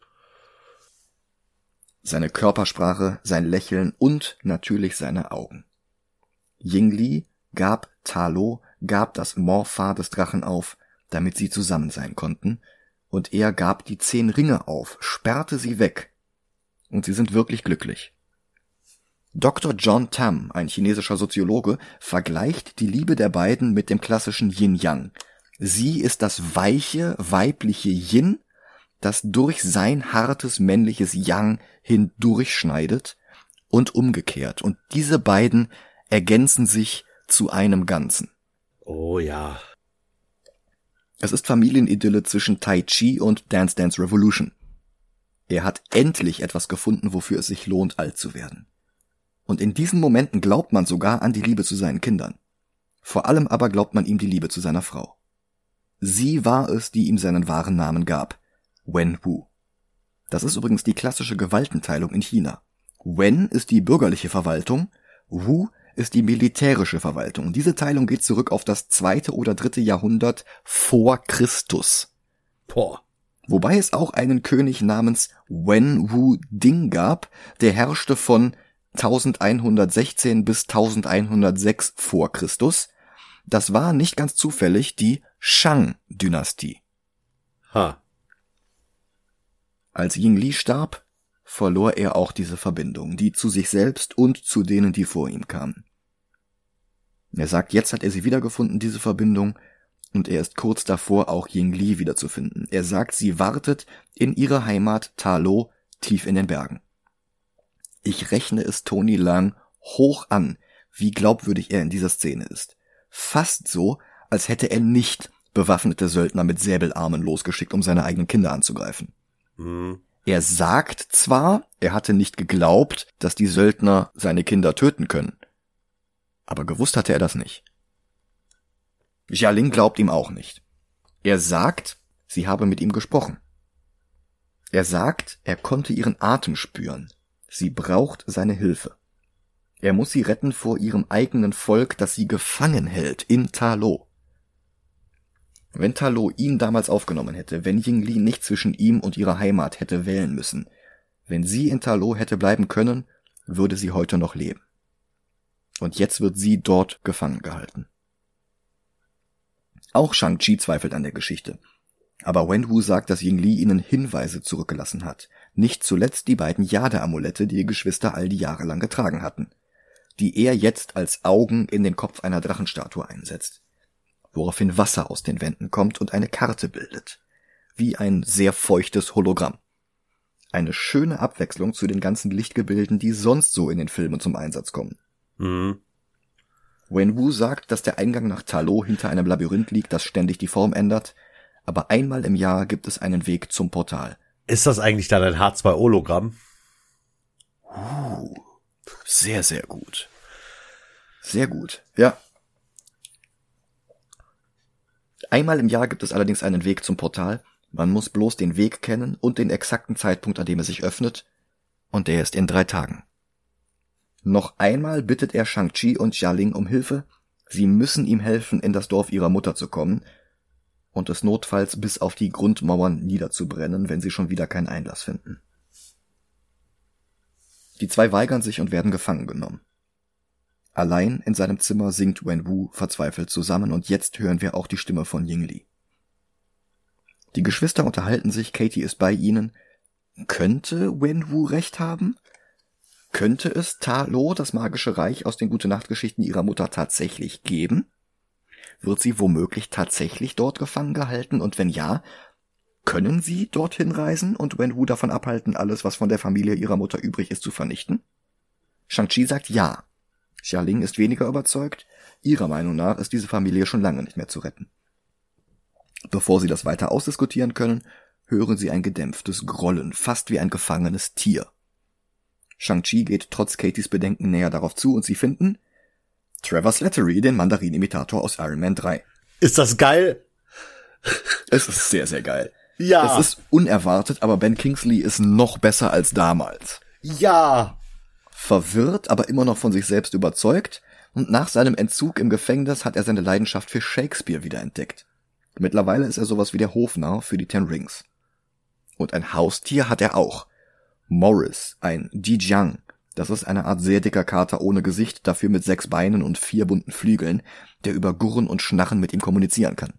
Seine Körpersprache, sein Lächeln und natürlich seine Augen. Ying Li gab Ta Lo, gab das Morpha des Drachen auf, damit sie zusammen sein konnten, und er gab die 10 Ringe auf, sperrte sie weg. Und sie sind wirklich glücklich. Dr. John Tam, ein chinesischer Soziologe, vergleicht die Liebe der beiden mit dem klassischen Yin-Yang. Sie ist das weiche, weibliche Yin, das durch sein hartes, männliches Yang hindurchschneidet und umgekehrt. Und diese beiden ergänzen sich zu einem Ganzen. Oh ja. Es ist Familienidylle zwischen Tai Chi und Dance Dance Revolution. Er hat endlich etwas gefunden, wofür es sich lohnt, alt zu werden. Und in diesen Momenten glaubt man sogar an die Liebe zu seinen Kindern. Vor allem aber glaubt man ihm die Liebe zu seiner Frau. Sie war es, die ihm seinen wahren Namen gab. Wenwu. Das ist übrigens die klassische Gewaltenteilung in China. Wen ist die bürgerliche Verwaltung, Wu ist die militärische Verwaltung. Diese Teilung geht zurück auf das 2. oder 3. Jahrhundert vor Christus. Boah. Wobei es auch einen König namens Wenwu Ding gab, der herrschte von 1116 bis 1106 vor Christus. Das war nicht ganz zufällig die Shang-Dynastie. Ha. Als Ying Li starb, verlor er auch diese Verbindung, die zu sich selbst und zu denen, die vor ihm kamen. Er sagt, jetzt hat er sie wiedergefunden, diese Verbindung, und er ist kurz davor, auch Ying Li wiederzufinden. Er sagt, sie wartet in ihrer Heimat Ta Lo tief in den Bergen. Ich rechne es Tony Leung hoch an, wie glaubwürdig er in dieser Szene ist. Fast so, als hätte er nicht bewaffnete Söldner mit Säbelarmen losgeschickt, um seine eigenen Kinder anzugreifen. Er sagt zwar, er hatte nicht geglaubt, dass die Söldner seine Kinder töten können, aber gewusst hatte er das nicht. Jia Ling glaubt ihm auch nicht. Er sagt, sie habe mit ihm gesprochen. Er sagt, er konnte ihren Atem spüren. Sie braucht seine Hilfe. Er muss sie retten vor ihrem eigenen Volk, das sie gefangen hält in Ta Lo. Wenn Ta Lo ihn damals aufgenommen hätte, wenn Ying Li nicht zwischen ihm und ihrer Heimat hätte wählen müssen, wenn sie in Ta Lo hätte bleiben können, würde sie heute noch leben. Und jetzt wird sie dort gefangen gehalten. Auch Shang-Chi zweifelt an der Geschichte. Aber Wenwu sagt, dass Ying Li ihnen Hinweise zurückgelassen hat. Nicht zuletzt die beiden Jade-Amulette, die Geschwister all die Jahre lang getragen hatten, die er jetzt als Augen in den Kopf einer Drachenstatue einsetzt, woraufhin Wasser aus den Wänden kommt und eine Karte bildet, wie ein sehr feuchtes Hologramm. Eine schöne Abwechslung zu den ganzen Lichtgebilden, die sonst so in den Filmen zum Einsatz kommen. Mhm. Wenwu sagt, dass der Eingang nach Ta Lo hinter einem Labyrinth liegt, das ständig die Form ändert, aber einmal im Jahr gibt es einen Weg zum Portal. Ist das eigentlich dann ein H2-Hologramm? Sehr, sehr gut. Sehr gut, ja. Einmal im Jahr gibt es allerdings einen Weg zum Portal. Man muss bloß den Weg kennen und den exakten Zeitpunkt, an dem er sich öffnet. Und der ist in 3 Tagen. Noch einmal bittet er Shang-Chi und Xia-Ling um Hilfe. Sie müssen ihm helfen, in das Dorf ihrer Mutter zu kommen und es notfalls bis auf die Grundmauern niederzubrennen, wenn sie schon wieder keinen Einlass finden. Die 2 weigern sich und werden gefangen genommen. Allein in seinem Zimmer singt Wenwu verzweifelt zusammen und jetzt hören wir auch die Stimme von Ying Li. Die Geschwister unterhalten sich, Katie ist bei ihnen. Könnte Wenwu recht haben? Könnte es Ta Lo, das magische Reich aus den Gute-Nacht-Geschichten ihrer Mutter, tatsächlich geben? Wird sie womöglich tatsächlich dort gefangen gehalten? Und wenn ja, können sie dorthin reisen und Wenwu davon abhalten, alles, was von der Familie ihrer Mutter übrig ist, zu vernichten? Shang-Chi sagt ja. Xia-Ling ist weniger überzeugt. Ihrer Meinung nach ist diese Familie schon lange nicht mehr zu retten. Bevor sie das weiter ausdiskutieren können, hören sie ein gedämpftes Grollen, fast wie ein gefangenes Tier. Shang-Chi geht trotz Katies Bedenken näher darauf zu und sie finden Trevor Slattery, den Mandarin-Imitator aus Iron Man 3. Ist das geil? Es ist sehr, sehr geil. Ja. Es ist unerwartet, aber Ben Kingsley ist noch besser als damals. Ja. Verwirrt, aber immer noch von sich selbst überzeugt, und nach seinem Entzug im Gefängnis hat er seine Leidenschaft für Shakespeare wiederentdeckt. Mittlerweile ist er sowas wie der Hofnarr für die Ten Rings. Und ein Haustier hat er auch. Morris, ein Dijiang. Das ist eine Art sehr dicker Kater ohne Gesicht, dafür mit 6 Beinen und 4 bunten Flügeln, der über Gurren und Schnarren mit ihm kommunizieren kann.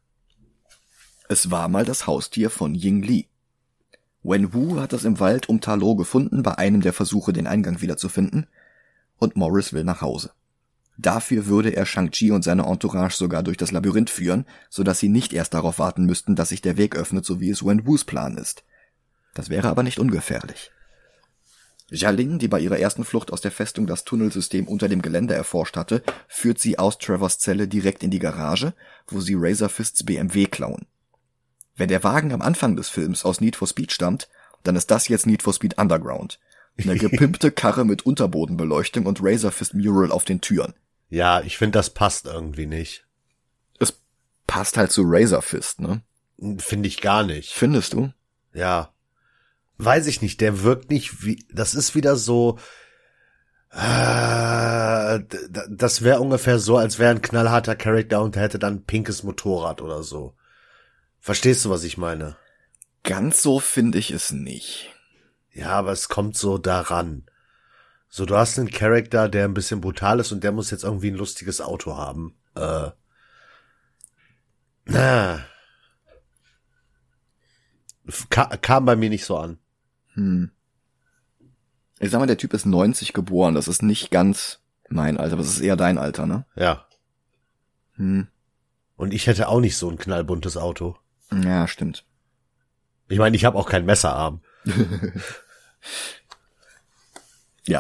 Es war mal das Haustier von Ying Li. Wenwu hat es im Wald um Ta Lo gefunden, bei einem der Versuche, den Eingang wiederzufinden, und Morris will nach Hause. Dafür würde er Shang-Chi und seine Entourage sogar durch das Labyrinth führen, sodass sie nicht erst darauf warten müssten, dass sich der Weg öffnet, so wie es Wenwus Plan ist. Das wäre aber nicht ungefährlich. Xia-Ling, die bei ihrer ersten Flucht aus der Festung das Tunnelsystem unter dem Gelände erforscht hatte, führt sie aus Trevors Zelle direkt in die Garage, wo sie Razor Fists BMW klauen. Wenn der Wagen am Anfang des Films aus Need for Speed stammt, dann ist das jetzt Need for Speed Underground. Eine gepimpte Karre mit Unterbodenbeleuchtung und Razor Fist Mural auf den Türen. Ja, ich finde, das passt irgendwie nicht. Es passt halt zu Razor Fist, ne? Finde ich gar nicht. Findest du? Ja. Weiß ich nicht, der wirkt nicht wie, das ist wieder so, das wäre ungefähr so, als wäre ein knallharter Charakter und er hätte dann ein pinkes Motorrad oder so. Verstehst du, was ich meine? Ganz so finde ich es nicht. Ja, aber es kommt so daran. So, du hast einen Charakter, der ein bisschen brutal ist und der muss jetzt irgendwie ein lustiges Auto haben. Kam bei mir nicht so an. Ich sag mal, der Typ ist 90 geboren. Das ist nicht ganz mein Alter, aber es ist eher dein Alter, ne? Ja. Und ich hätte auch nicht so ein knallbuntes Auto. Ja, stimmt. Ich meine, ich habe auch keinen Messerarm. Ja.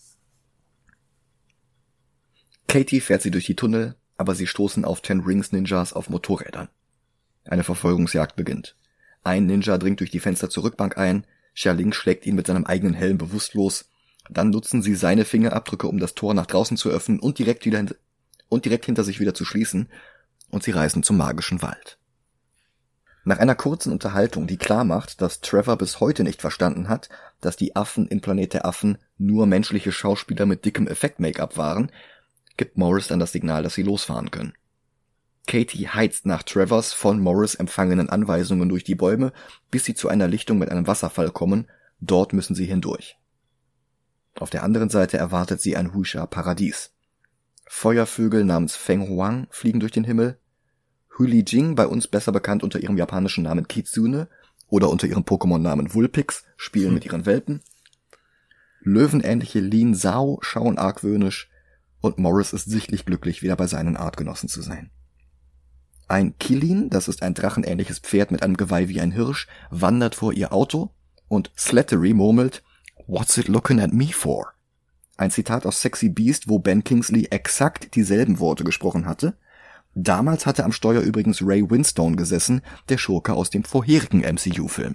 Katie fährt sie durch die Tunnel, aber sie stoßen auf Ten Rings Ninjas auf Motorrädern. Eine Verfolgungsjagd beginnt. Ein Ninja dringt durch die Fenster zur Rückbank ein, Xia-Ling schlägt ihn mit seinem eigenen Helm bewusstlos, dann nutzen sie seine Fingerabdrücke, um das Tor nach draußen zu öffnen und direkt hinter sich wieder zu schließen, und sie reisen zum magischen Wald. Nach einer kurzen Unterhaltung, die klar macht, dass Trevor bis heute nicht verstanden hat, dass die Affen in Planet der Affen nur menschliche Schauspieler mit dickem Effekt-Make-up waren, gibt Morris dann das Signal, dass sie losfahren können. Katie heizt nach Trevors von Morris empfangenen Anweisungen durch die Bäume, bis sie zu einer Lichtung mit einem Wasserfall kommen. Dort müssen sie hindurch. Auf der anderen Seite erwartet sie ein Huisha-Paradies. Feuervögel namens Feng Huang fliegen durch den Himmel. Hu Li Jing, bei uns besser bekannt unter ihrem japanischen Namen Kitsune, oder unter ihrem Pokémon-Namen Vulpix spielen mit ihren Welpen. Löwenähnliche Lin Sao schauen argwöhnisch und Morris ist sichtlich glücklich, wieder bei seinen Artgenossen zu sein. Ein Killin, das ist ein drachenähnliches Pferd mit einem Geweih wie ein Hirsch, wandert vor ihr Auto und Slattery murmelt, "What's it looking at me for?" Ein Zitat aus Sexy Beast, wo Ben Kingsley exakt dieselben Worte gesprochen hatte. Damals hatte am Steuer übrigens Ray Winstone gesessen, der Schurke aus dem vorherigen MCU-Film.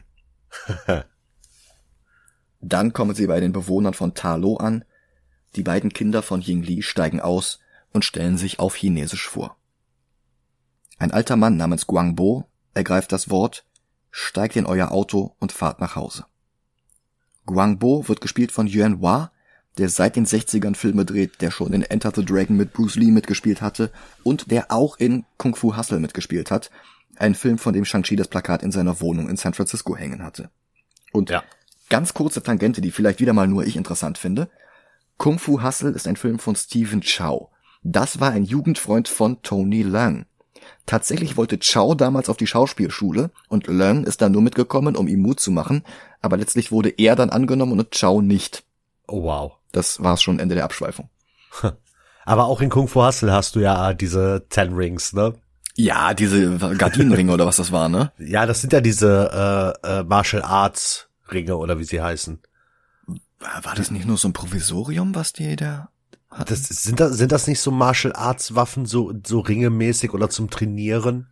Dann kommen sie bei den Bewohnern von Ta Lo an. Die beiden Kinder von Ying Li steigen aus und stellen sich auf Chinesisch vor. Ein alter Mann namens Guang Bo ergreift das Wort, steigt in euer Auto und fahrt nach Hause. Guang Bo wird gespielt von Yuan Hua, der seit den 60ern Filme dreht, der schon in Enter the Dragon mit Bruce Lee mitgespielt hatte und der auch in Kung Fu Hustle mitgespielt hat, ein Film, von dem Shang-Chi das Plakat in seiner Wohnung in San Francisco hängen hatte. Und ja, ganz kurze Tangente, die vielleicht wieder mal nur ich interessant finde. Kung Fu Hustle ist ein Film von Stephen Chow. Das war ein Jugendfreund von Tony Leung. Tatsächlich wollte Chow damals auf die Schauspielschule und Leung ist dann nur mitgekommen, um ihm Mut zu machen, aber letztlich wurde er dann angenommen und Chow nicht. Oh wow. Das war's schon, Ende der Abschweifung. Aber auch in Kung Fu Hustle hast du ja diese 10 Rings, ne? Ja, diese Gardinenringe oder was das war, ne? Ja, das sind ja diese Martial Arts Ringe oder wie sie heißen. War das nicht nur so ein Provisorium, was die da hatten? Sind das nicht so Martial Arts Waffen, so ringemäßig oder zum Trainieren?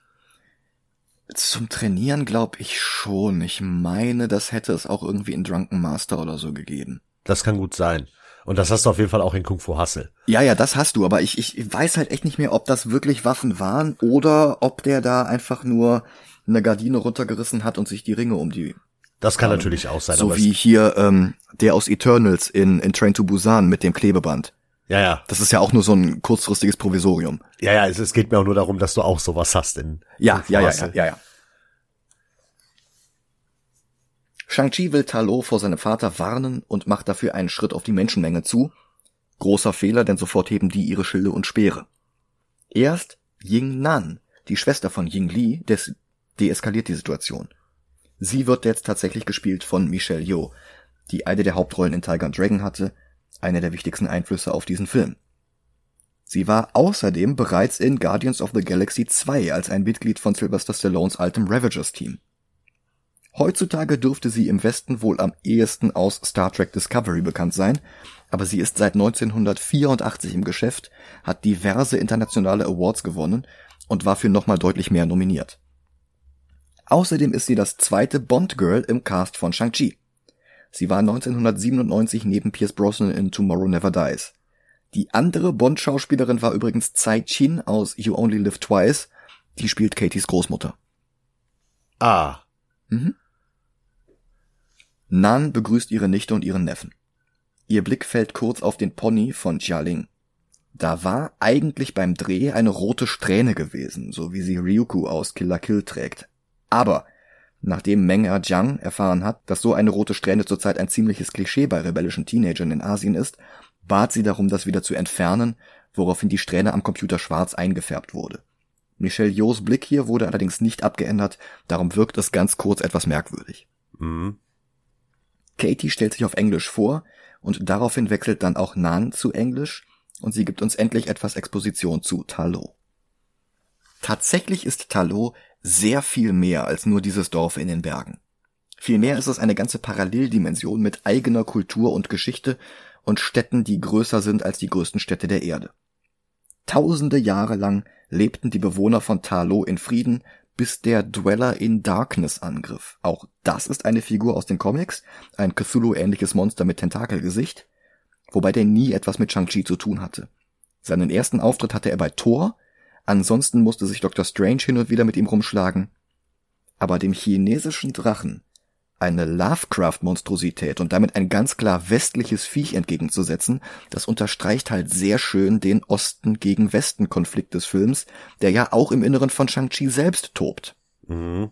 Zum Trainieren glaube ich schon. Ich meine, das hätte es auch irgendwie in Drunken Master oder so gegeben. Das kann gut sein. Und das hast du auf jeden Fall auch in Kung Fu Hustle. Ja, das hast du, aber ich weiß halt echt nicht mehr, ob das wirklich Waffen waren oder ob der da einfach nur eine Gardine runtergerissen hat und sich die Ringe um die... Das kann natürlich auch sein. So aber wie hier der aus Eternals in Train to Busan mit dem Klebeband. Ja. Das ist ja auch nur so ein kurzfristiges Provisorium. Ja, es geht mir auch nur darum, dass du auch sowas hast in Ja. Shang-Chi will Ta Lo vor seinem Vater warnen und macht dafür einen Schritt auf die Menschenmenge zu. Großer Fehler, denn sofort heben die ihre Schilde und Speere. Erst Ying Nan, die Schwester von Ying Li, deeskaliert die Situation. Sie wird jetzt tatsächlich gespielt von Michelle Yeoh, die eine der Hauptrollen in Tiger and Dragon hatte, einer der wichtigsten Einflüsse auf diesen Film. Sie war außerdem bereits in Guardians of the Galaxy 2 als ein Mitglied von Sylvester Stallones altem Ravagers-Team. Heutzutage dürfte sie im Westen wohl am ehesten aus Star Trek Discovery bekannt sein, aber sie ist seit 1984 im Geschäft, hat diverse internationale Awards gewonnen und war für nochmal deutlich mehr nominiert. Außerdem ist sie das zweite Bond-Girl im Cast von Shang-Chi. Sie war 1997 neben Pierce Brosnan in Tomorrow Never Dies. Die andere Bond-Schauspielerin war übrigens Tsai Chin aus You Only Live Twice, die spielt Katys Großmutter. Ah. Nan begrüßt ihre Nichte und ihren Neffen. Ihr Blick fällt kurz auf den Pony von Jialing. Da war eigentlich beim Dreh eine rote Strähne gewesen, so wie sie Ryuko aus Kill la Kill trägt. Aber nachdem Meng-Er Jiang erfahren hat, dass so eine rote Strähne zurzeit ein ziemliches Klischee bei rebellischen Teenagern in Asien ist, bat sie darum, das wieder zu entfernen, woraufhin die Strähne am Computer schwarz eingefärbt wurde. Michelle Yeohs Blick hier wurde allerdings nicht abgeändert, darum wirkt es ganz kurz etwas merkwürdig. Katie stellt sich auf Englisch vor und daraufhin wechselt dann auch Nan zu Englisch und sie gibt uns endlich etwas Exposition zu Ta Lo. Tatsächlich ist Ta Lo sehr viel mehr als nur dieses Dorf in den Bergen. Vielmehr ist es eine ganze Paralleldimension mit eigener Kultur und Geschichte und Städten, die größer sind als die größten Städte der Erde. Tausende Jahre lang lebten die Bewohner von Ta Lo in Frieden, bis der Dweller in Darkness angriff. Auch das ist eine Figur aus den Comics, ein Cthulhu-ähnliches Monster mit Tentakelgesicht, wobei der nie etwas mit Shang-Chi zu tun hatte. Seinen ersten Auftritt hatte er bei Thor, ansonsten musste sich Dr. Strange hin und wieder mit ihm rumschlagen. Aber dem chinesischen Drachen eine Lovecraft-Monstrosität und damit ein ganz klar westliches Viech entgegenzusetzen, das unterstreicht halt sehr schön den Osten gegen Westen-Konflikt des Films, der ja auch im Inneren von Shang-Chi selbst tobt. Im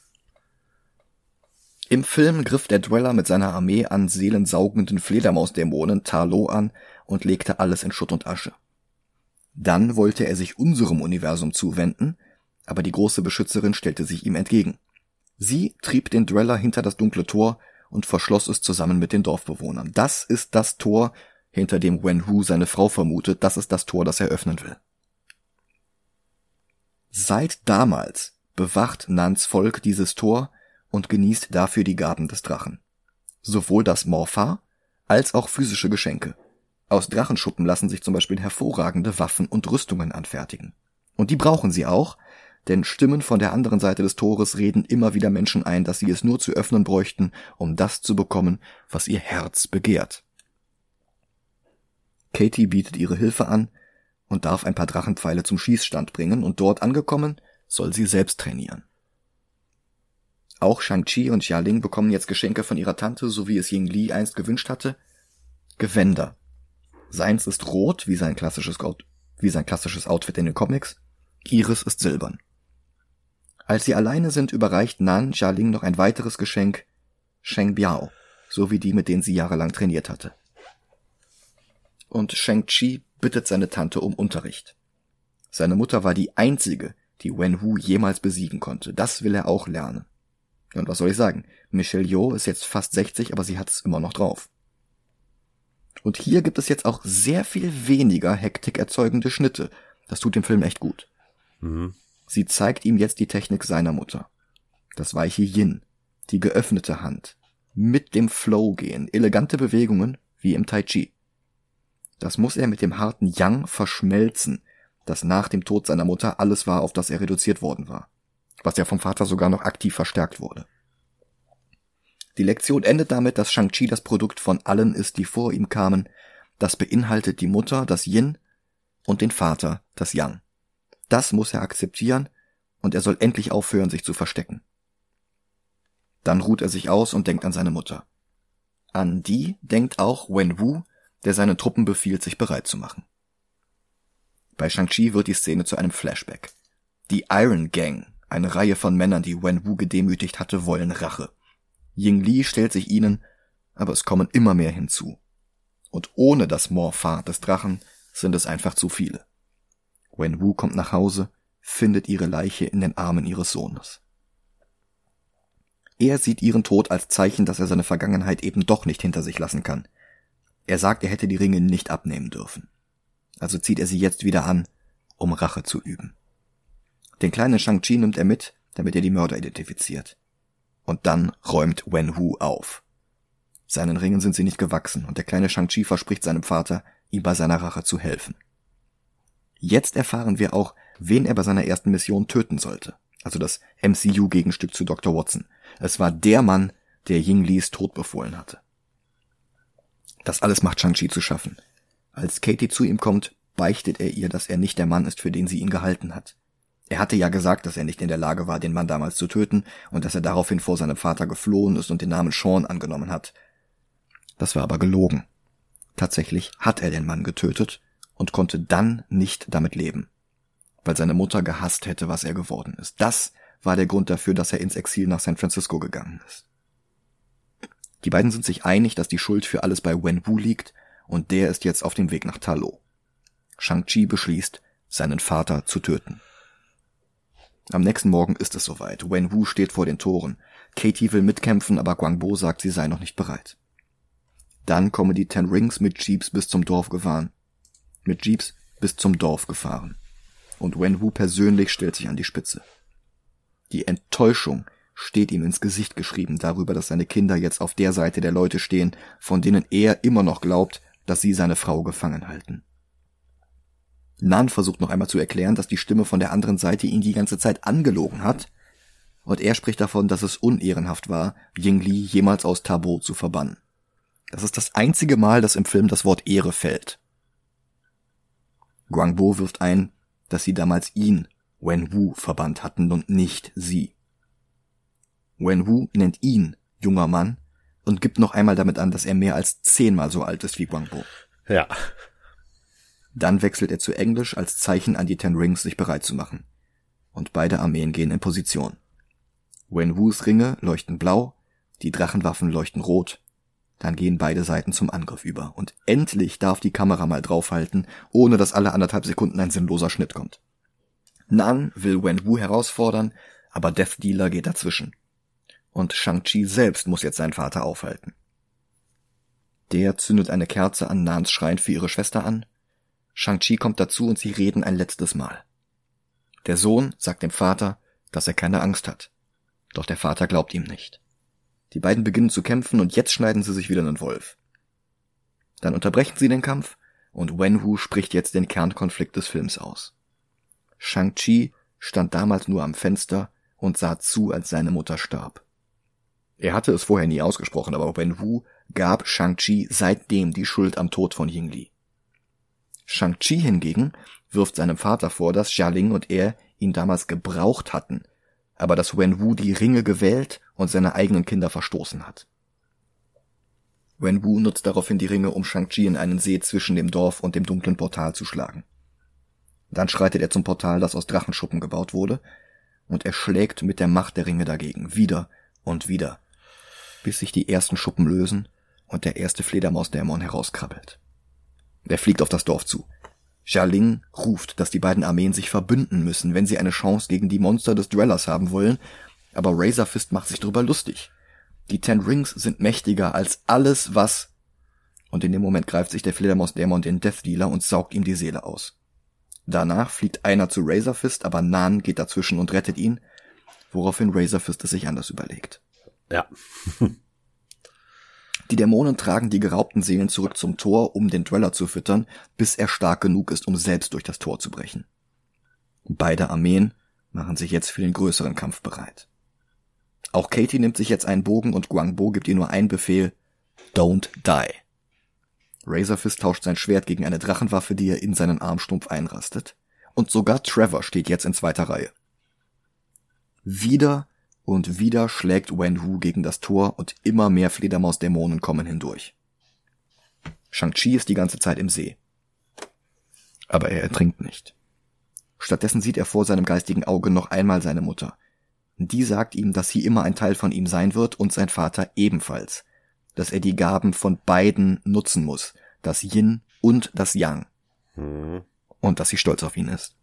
Film griff der Dweller mit seiner Armee an seelensaugenden Fledermausdämonen Ta Lo an und legte alles in Schutt und Asche. Dann wollte er sich unserem Universum zuwenden, aber die große Beschützerin stellte sich ihm entgegen. Sie trieb den Dweller hinter das dunkle Tor und verschloss es zusammen mit den Dorfbewohnern. Das ist das Tor, hinter dem Wen-Wu seine Frau vermutet. Das ist das Tor, das er öffnen will. Seit damals bewacht Nans Volk dieses Tor und genießt dafür die Gaben des Drachen. Sowohl das Morpha als auch physische Geschenke. Aus Drachenschuppen lassen sich zum Beispiel hervorragende Waffen und Rüstungen anfertigen. Und die brauchen sie auch, denn Stimmen von der anderen Seite des Tores reden immer wieder Menschen ein, dass sie es nur zu öffnen bräuchten, um das zu bekommen, was ihr Herz begehrt. Katie bietet ihre Hilfe an und darf ein paar Drachenpfeile zum Schießstand bringen, und dort angekommen soll sie selbst trainieren. Auch Shang-Chi und Xia Ling bekommen jetzt Geschenke von ihrer Tante, so wie es Ying Li einst gewünscht hatte. Gewänder. Seins ist rot, wie sein klassisches Outfit in den Comics. Ihres ist silbern. Als sie alleine sind, überreicht Nan Xia Ling noch ein weiteres Geschenk, Sheng Biao, so wie die, mit denen sie jahrelang trainiert hatte. Und Shang-Chi bittet seine Tante um Unterricht. Seine Mutter war die einzige, die Wen-Wu jemals besiegen konnte. Das will er auch lernen. Und was soll ich sagen? Michelle Yeoh ist jetzt fast 60, aber sie hat es immer noch drauf. Und hier gibt es jetzt auch sehr viel weniger Hektik erzeugende Schnitte. Das tut dem Film echt gut. Mhm. Sie zeigt ihm jetzt die Technik seiner Mutter. Das weiche Yin, die geöffnete Hand, mit dem Flow gehen, elegante Bewegungen wie im Tai Chi. Das muss er mit dem harten Yang verschmelzen, das nach dem Tod seiner Mutter alles war, auf das er reduziert worden war. Was ja vom Vater sogar noch aktiv verstärkt wurde. Die Lektion endet damit, dass Shang-Chi das Produkt von allen ist, die vor ihm kamen. Das beinhaltet die Mutter, das Yin, und den Vater, das Yang. Das muss er akzeptieren, und er soll endlich aufhören, sich zu verstecken. Dann ruht er sich aus und denkt an seine Mutter. An die denkt auch Wen-Wu, der seinen Truppen befiehlt, sich bereit zu machen. Bei Shang-Chi wird die Szene zu einem Flashback. Die Iron Gang, eine Reihe von Männern, die Wen-Wu gedemütigt hatte, wollen Rache. Ying Li stellt sich ihnen, aber es kommen immer mehr hinzu. Und ohne das Morpha des Drachen sind es einfach zu viele. Wen-Wu kommt nach Hause, findet ihre Leiche in den Armen ihres Sohnes. Er sieht ihren Tod als Zeichen, dass er seine Vergangenheit eben doch nicht hinter sich lassen kann. Er sagt, er hätte die Ringe nicht abnehmen dürfen. Also zieht er sie jetzt wieder an, um Rache zu üben. Den kleinen Shang-Chi nimmt er mit, damit er die Mörder identifiziert. Und dann räumt Wen-Wu auf. Seinen Ringen sind sie nicht gewachsen, und der kleine Shang-Chi verspricht seinem Vater, ihm bei seiner Rache zu helfen. Jetzt erfahren wir auch, wen er bei seiner ersten Mission töten sollte. Also das MCU-Gegenstück zu Dr. Watson. Es war der Mann, der Ying Lis Tod befohlen hatte. Das alles macht Shang-Chi zu schaffen. Als Katie zu ihm kommt, beichtet er ihr, dass er nicht der Mann ist, für den sie ihn gehalten hat. Er hatte ja gesagt, dass er nicht in der Lage war, den Mann damals zu töten, und dass er daraufhin vor seinem Vater geflohen ist und den Namen Sean angenommen hat. Das war aber gelogen. Tatsächlich hat er den Mann getötet und konnte dann nicht damit leben, weil seine Mutter gehasst hätte, was er geworden ist. Das war der Grund dafür, dass er ins Exil nach San Francisco gegangen ist. Die beiden sind sich einig, dass die Schuld für alles bei Wen-Wu liegt, und der ist jetzt auf dem Weg nach Ta Lo. Shang-Chi beschließt, seinen Vater zu töten. Am nächsten Morgen ist es soweit. Wen-Wu steht vor den Toren. Katie will mitkämpfen, aber Guangbo sagt, sie sei noch nicht bereit. Dann kommen die Ten Rings mit Jeeps bis zum Dorf gefahren. Und Wen-Wu persönlich stellt sich an die Spitze. Die Enttäuschung steht ihm ins Gesicht geschrieben darüber, dass seine Kinder jetzt auf der Seite der Leute stehen, von denen er immer noch glaubt, dass sie seine Frau gefangen halten. Nan versucht noch einmal zu erklären, dass die Stimme von der anderen Seite ihn die ganze Zeit angelogen hat, und er spricht davon, dass es unehrenhaft war, Ying Li jemals aus Ta Bo zu verbannen. Das ist das einzige Mal, dass im Film das Wort Ehre fällt. Guangbo wirft ein, dass sie damals ihn, Wen-Wu, verbannt hatten und nicht sie. Wen-Wu nennt ihn junger Mann und gibt noch einmal damit an, dass er mehr als 10-mal so alt ist wie Guangbo. Ja. Dann wechselt er zu Englisch als Zeichen an die Ten Rings, sich bereit zu machen. Und beide Armeen gehen in Position. Wen-Wus Ringe leuchten blau, die Drachenwaffen leuchten rot. Dann gehen beide Seiten zum Angriff über. Und endlich darf die Kamera mal draufhalten, ohne dass alle 1,5 Sekunden ein sinnloser Schnitt kommt. Nan will Wen-Wu herausfordern, aber Death Dealer geht dazwischen. und Shang-Chi selbst muss jetzt seinen Vater aufhalten. Der zündet eine Kerze an Nans Schrein für ihre Schwester an. Shang-Chi kommt dazu und sie reden ein letztes Mal. Der Sohn sagt dem Vater, dass er keine Angst hat. Doch der Vater glaubt ihm nicht. Die beiden beginnen zu kämpfen und jetzt schneiden sie sich wieder einen Wolf. Dann unterbrechen sie den Kampf und Wenwu spricht jetzt den Kernkonflikt des Films aus. Shang-Chi stand damals nur am Fenster und sah zu, als seine Mutter starb. Er hatte es vorher nie ausgesprochen, aber Wenwu gab Shang-Chi seitdem die Schuld am Tod von Ying Li. Shang-Chi hingegen wirft seinem Vater vor, dass Xia Ling und er ihn damals gebraucht hatten, aber dass Wenwu die Ringe gewählt und seine eigenen Kinder verstoßen hat. Wenwu nutzt daraufhin die Ringe, um Shang-Chi in einen See zwischen dem Dorf und dem dunklen Portal zu schlagen. Dann schreitet er zum Portal, das aus Drachenschuppen gebaut wurde, und er schlägt mit der Macht der Ringe dagegen, wieder und wieder, bis sich die ersten Schuppen lösen und der erste Fledermausdämon herauskrabbelt. Er fliegt auf das Dorf zu. Xia Ling ruft, dass die beiden Armeen sich verbünden müssen, wenn sie eine Chance gegen die Monster des Dwellers haben wollen, aber Razor Fist macht sich darüber lustig. Die 10 Rings sind mächtiger als alles, was... Und in dem Moment greift sich der Fledermausdämon den Death Dealer und saugt ihm die Seele aus. Danach fliegt einer zu Razor Fist, aber Nan geht dazwischen und rettet ihn, woraufhin Razor Fist es sich anders überlegt. Ja. Die Dämonen tragen die geraubten Seelen zurück zum Tor, um den Dweller zu füttern, bis er stark genug ist, um selbst durch das Tor zu brechen. Beide Armeen machen sich jetzt für den größeren Kampf bereit. Auch Katie nimmt sich jetzt einen Bogen und Guangbo gibt ihr nur einen Befehl: Don't die. Razor Fist tauscht sein Schwert gegen eine Drachenwaffe, die er in seinen Armstumpf einrastet. Und sogar Trevor steht jetzt in zweiter Reihe. Wieder und wieder schlägt Wenwu gegen das Tor und immer mehr Fledermausdämonen kommen hindurch. Shang-Chi ist die ganze Zeit im See. Aber er ertrinkt nicht. Stattdessen sieht er vor seinem geistigen Auge noch einmal seine Mutter. Die sagt ihm, dass sie immer ein Teil von ihm sein wird und sein Vater ebenfalls. Dass er die Gaben von beiden nutzen muss. Das Yin und das Yang. Und dass sie stolz auf ihn ist.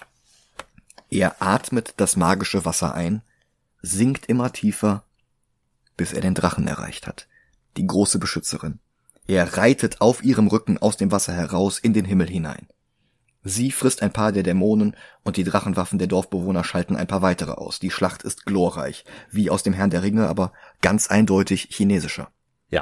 Er atmet das magische Wasser ein, sinkt immer tiefer, bis er den Drachen erreicht hat. Die große Beschützerin. Er reitet auf ihrem Rücken aus dem Wasser heraus in den Himmel hinein. Sie frisst ein paar der Dämonen und die Drachenwaffen der Dorfbewohner schalten ein paar weitere aus. Die Schlacht ist glorreich, wie aus dem Herrn der Ringe, aber ganz eindeutig chinesischer. Ja.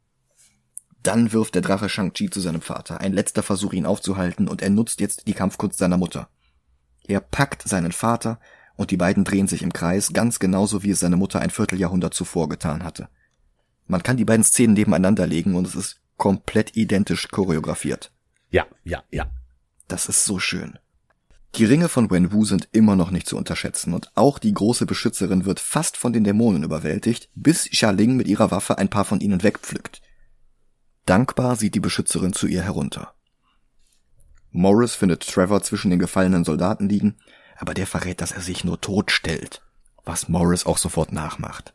Dann wirft der Drache Shang-Chi zu seinem Vater. Ein letzter Versuch, ihn aufzuhalten, und er nutzt jetzt die Kampfkunst seiner Mutter. Er packt seinen Vater und die beiden drehen sich im Kreis, ganz genauso wie es seine Mutter ein Vierteljahrhundert zuvor getan hatte. Man kann die beiden Szenen nebeneinander legen und es ist komplett identisch choreografiert. Ja. Das ist so schön. Die Ringe von Wenwu sind immer noch nicht zu unterschätzen und auch die große Beschützerin wird fast von den Dämonen überwältigt, bis Xia Ling mit ihrer Waffe ein paar von ihnen wegpflückt. Dankbar sieht die Beschützerin zu ihr herunter. Morris findet Trevor zwischen den gefallenen Soldaten liegen, aber der verrät, dass er sich nur totstellt, was Morris auch sofort nachmacht.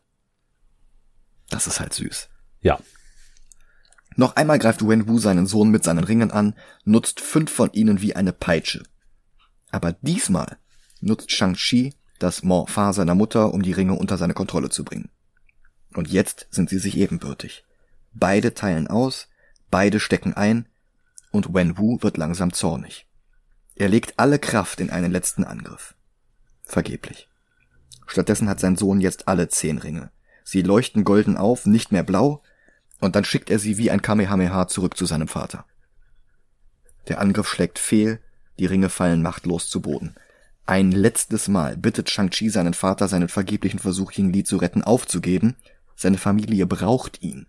Das ist halt süß. Ja. Noch einmal greift Wenwu seinen Sohn mit seinen Ringen an, nutzt 5 von ihnen wie eine Peitsche. Aber diesmal nutzt Shang-Chi das Morphin seiner Mutter, um die Ringe unter seine Kontrolle zu bringen. Und jetzt sind sie sich ebenbürtig. Beide teilen aus, beide stecken ein, und Wenwu wird langsam zornig. Er legt alle Kraft in einen letzten Angriff. Vergeblich. Stattdessen hat sein Sohn jetzt alle 10 Ringe. Sie leuchten golden auf, nicht mehr blau, und dann schickt er sie wie ein Kamehameha zurück zu seinem Vater. Der Angriff schlägt fehl, die Ringe fallen machtlos zu Boden. Ein letztes Mal bittet Shang-Chi seinen Vater, seinen vergeblichen Versuch, Ying Li zu retten, aufzugeben. Seine Familie braucht ihn.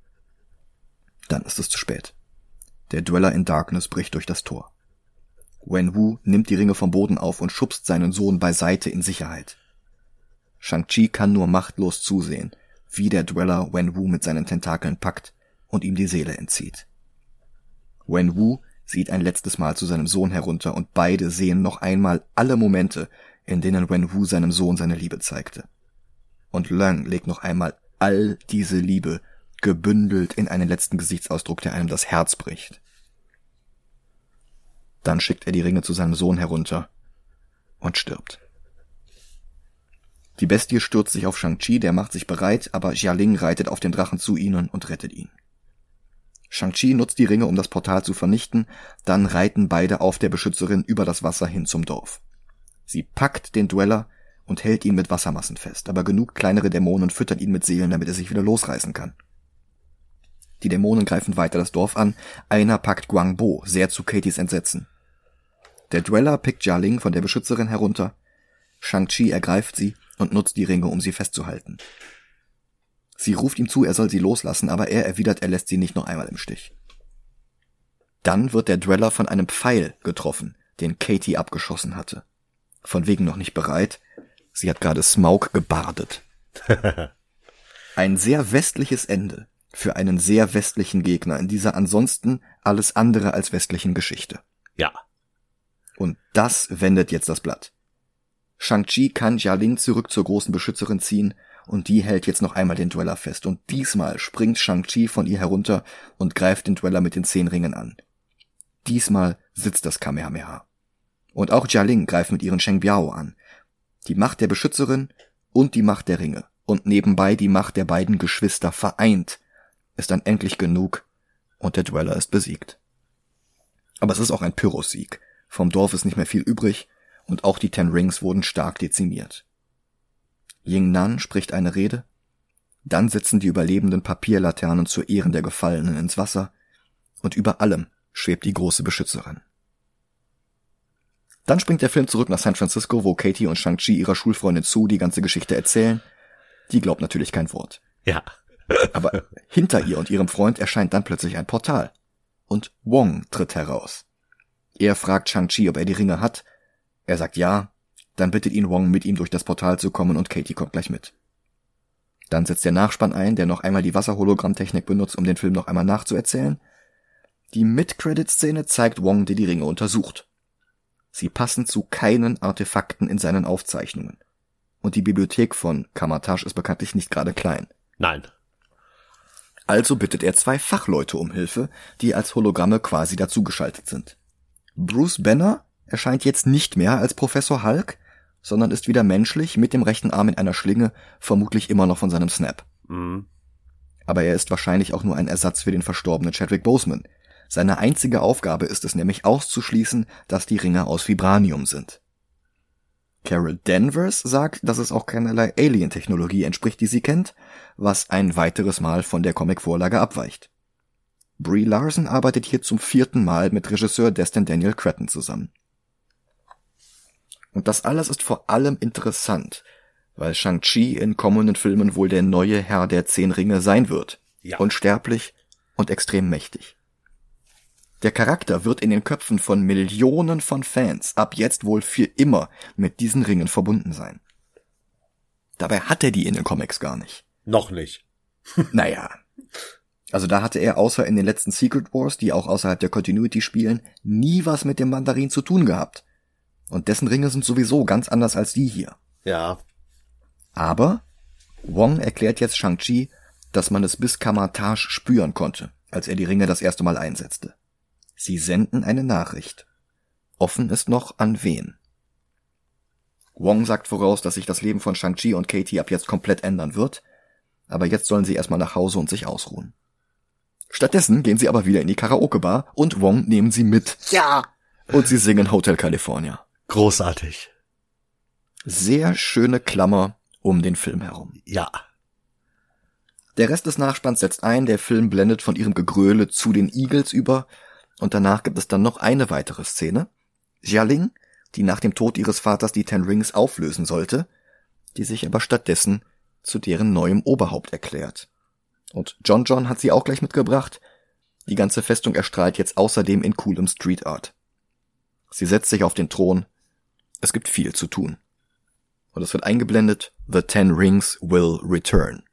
Dann ist es zu spät. Der Dweller in Darkness bricht durch das Tor. Wenwu nimmt die Ringe vom Boden auf und schubst seinen Sohn beiseite in Sicherheit. Shang-Chi kann nur machtlos zusehen, wie der Dweller Wenwu mit seinen Tentakeln packt und ihm die Seele entzieht. Wenwu sieht ein letztes Mal zu seinem Sohn herunter und beide sehen noch einmal alle Momente, in denen Wenwu seinem Sohn seine Liebe zeigte. Und Leung legt noch einmal all diese Liebe gebündelt in einen letzten Gesichtsausdruck, der einem das Herz bricht. Dann schickt er die Ringe zu seinem Sohn herunter und stirbt. Die Bestie stürzt sich auf Shang-Chi, der macht sich bereit, aber Xialing reitet auf den Drachen zu ihnen und rettet ihn. Shang-Chi nutzt die Ringe, um das Portal zu vernichten, dann reiten beide auf der Beschützerin über das Wasser hin zum Dorf. Sie packt den Dweller und hält ihn mit Wassermassen fest, aber genug kleinere Dämonen füttern ihn mit Seelen, damit er sich wieder losreißen kann. Die Dämonen greifen weiter das Dorf an, einer packt Guang Bo, sehr zu Katys Entsetzen. Der Dweller pickt Xialing von der Beschützerin herunter, Shang-Chi ergreift sie und nutzt die Ringe, um sie festzuhalten. Sie ruft ihm zu, er soll sie loslassen, aber er erwidert, er lässt sie nicht noch einmal im Stich. Dann wird der Dweller von einem Pfeil getroffen, den Katy abgeschossen hatte. Von wegen noch nicht bereit, sie hat gerade Smaug gebardet. Ein sehr westliches Ende für einen sehr westlichen Gegner in dieser ansonsten alles andere als westlichen Geschichte. Ja. Und das wendet jetzt das Blatt. Shang-Chi kann Xialing zurück zur großen Beschützerin ziehen und die hält jetzt noch einmal den Dweller fest. Und diesmal springt Shang-Chi von ihr herunter und greift den Dweller mit den 10 Ringen an. Diesmal sitzt das Kamehameha. Und auch Xialing greift mit ihren Sheng Biao an. Die Macht der Beschützerin und die Macht der Ringe und nebenbei die Macht der beiden Geschwister vereint ist dann endlich genug und der Dweller ist besiegt. Aber es ist auch ein Pyrrhus-Sieg. Vom Dorf ist nicht mehr viel übrig und auch die 10 Rings wurden stark dezimiert. Ying-Nan spricht eine Rede, dann setzen die überlebenden Papierlaternen zu Ehren der Gefallenen ins Wasser und über allem schwebt die große Beschützerin. Dann springt der Film zurück nach San Francisco, wo Katy und Shang-Chi ihrer Schulfreundin Sue die ganze Geschichte erzählen. Die glaubt natürlich kein Wort. Ja. Aber hinter ihr und ihrem Freund erscheint dann plötzlich ein Portal. Und Wong tritt heraus. Er fragt Shang-Chi, ob er die Ringe hat. Er sagt ja. Dann bittet ihn Wong, mit ihm durch das Portal zu kommen und Katy kommt gleich mit. Dann setzt der Nachspann ein, der noch einmal die Wasserhologrammtechnik benutzt, um den Film noch einmal nachzuerzählen. Die Mid-Credit-Szene zeigt Wong, der die Ringe untersucht. Sie passen zu keinen Artefakten in seinen Aufzeichnungen. Und die Bibliothek von Kamar-Taj ist bekanntlich nicht gerade klein. Nein. Also bittet er 2 Fachleute um Hilfe, die als Hologramme quasi dazugeschaltet sind. Bruce Banner erscheint jetzt nicht mehr als Professor Hulk, sondern ist wieder menschlich, mit dem rechten Arm in einer Schlinge, vermutlich immer noch von seinem Snap. Mhm. Aber er ist wahrscheinlich auch nur ein Ersatz für den verstorbenen Chadwick Boseman. Seine einzige Aufgabe ist es nämlich auszuschließen, dass die Ringe aus Vibranium sind. Carol Danvers sagt, dass es auch keinerlei Alien-Technologie entspricht, die sie kennt, was ein weiteres Mal von der Comic-Vorlage abweicht. Brie Larson arbeitet hier zum 4. Mal mit Regisseur Destin Daniel Cretton zusammen. Und das alles ist vor allem interessant, weil Shang-Chi in kommenden Filmen wohl der neue Herr der 10 Ringe sein wird. Ja. Unsterblich und extrem mächtig. Der Charakter wird in den Köpfen von Millionen von Fans ab jetzt wohl für immer mit diesen Ringen verbunden sein. Dabei hat er die in den Comics gar nicht. Noch nicht. Naja. Also da hatte er außer in den letzten Secret Wars, die auch außerhalb der Continuity spielen, nie was mit dem Mandarin zu tun gehabt. Und dessen Ringe sind sowieso ganz anders als die hier. Ja. Aber Wong erklärt jetzt Shang-Chi, dass man es bis Kamar-Taj spüren konnte, als er die Ringe das erste Mal einsetzte. Sie senden eine Nachricht. Offen ist noch, an wen. Wong sagt voraus, dass sich das Leben von Shang-Chi und Katy ab jetzt komplett ändern wird, aber jetzt sollen sie erstmal nach Hause und sich ausruhen. Stattdessen gehen sie aber wieder in die Karaoke-Bar und Wong nehmen sie mit. Ja. Und sie singen Hotel California. Großartig. Sehr schöne Klammer um den Film herum. Ja. Der Rest des Nachspanns setzt ein, der Film blendet von ihrem Gegröle zu den Eagles über und danach gibt es dann noch eine weitere Szene. Xialing, die nach dem Tod ihres Vaters die 10 Rings auflösen sollte, die sich aber stattdessen zu deren neuem Oberhaupt erklärt. Und John hat sie auch gleich mitgebracht. Die ganze Festung erstrahlt jetzt außerdem in coolem Street Art. Sie setzt sich auf den Thron. Es gibt viel zu tun. Und es wird eingeblendet, The 10 Rings will return.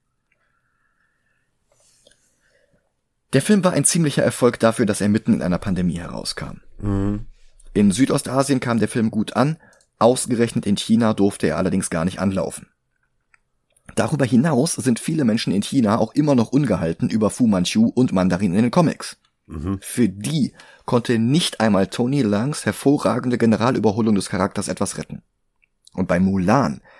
Der Film war ein ziemlicher Erfolg dafür, dass er mitten in einer Pandemie herauskam. Mhm. In Südostasien kam der Film gut an, ausgerechnet in China durfte er allerdings gar nicht anlaufen. Darüber hinaus sind viele Menschen in China auch immer noch ungehalten über Fu Manchu und Mandarin in den Comics. Mhm. Für die konnte nicht einmal Tony Leungs hervorragende Generalüberholung des Charakters etwas retten. Und bei Mulan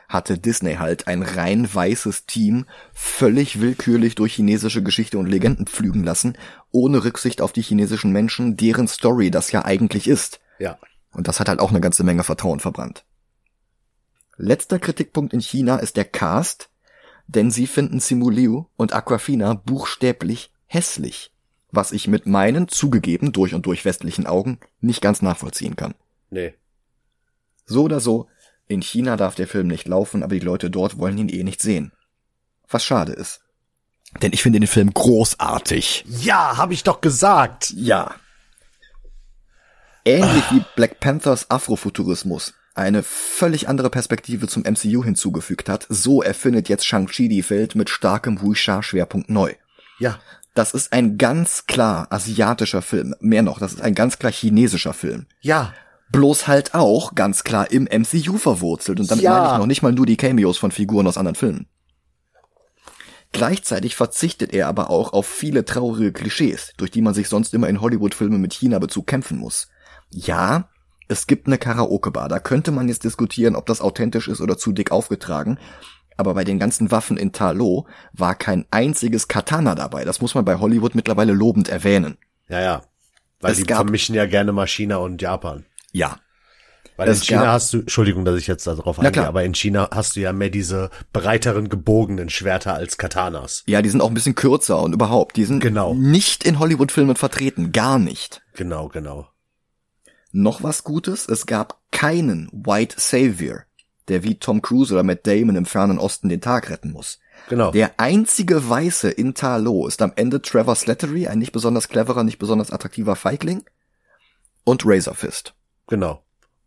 hatte Disney halt ein rein weißes Team völlig willkürlich durch chinesische Geschichte und Legenden pflügen lassen, ohne Rücksicht auf die chinesischen Menschen, deren Story das ja eigentlich ist. Ja. Und das hat halt auch eine ganze Menge Vertrauen verbrannt. Letzter Kritikpunkt in China ist der Cast, denn sie finden Simu Liu und Awkwafina buchstäblich hässlich, was ich mit meinen, zugegeben durch und durch westlichen Augen, nicht ganz nachvollziehen kann. Nee. So oder so, in China darf der Film nicht laufen, aber die Leute dort wollen ihn eh nicht sehen. Was schade ist. Denn ich finde den Film großartig. Ja, hab ich doch gesagt. Ja. Ähnlich wie Black Panthers Afrofuturismus eine völlig andere Perspektive zum MCU hinzugefügt hat, so erfindet jetzt Shang-Chi die Welt mit starkem Wuxia-Schwerpunkt neu. Ja. Das ist ein ganz klar asiatischer Film. Mehr noch, das ist ein ganz klar chinesischer Film. Ja. Bloß halt auch ganz klar im MCU verwurzelt. Und damit meine ich noch nicht mal nur die Cameos von Figuren aus anderen Filmen. Gleichzeitig verzichtet er aber auch auf viele traurige Klischees, durch die man sich sonst immer in Hollywood-Filmen mit China-Bezug kämpfen muss. Ja, es gibt eine Karaoke-Bar. Da könnte man jetzt diskutieren, ob das authentisch ist oder zu dick aufgetragen. Aber bei den ganzen Waffen in Ta Lo war kein einziges Katana dabei. Das muss man bei Hollywood mittlerweile lobend erwähnen. Ja, ja. Weil die vermischen ja gerne mal China und Japan. Ja. Weil in China hast du, Entschuldigung, dass ich jetzt da drauf eingehe, aber in China hast du ja mehr diese breiteren, gebogenen Schwerter als Katanas. Ja, die sind auch ein bisschen kürzer und überhaupt, die sind nicht in Hollywood-Filmen vertreten. Gar nicht. Genau. Noch was Gutes, es gab keinen White Savior, der wie Tom Cruise oder Matt Damon im fernen Osten den Tag retten muss. Genau. Der einzige Weiße in Ta Lo ist am Ende Trevor Slattery, ein nicht besonders cleverer, nicht besonders attraktiver Feigling, und Razor Fist. Genau.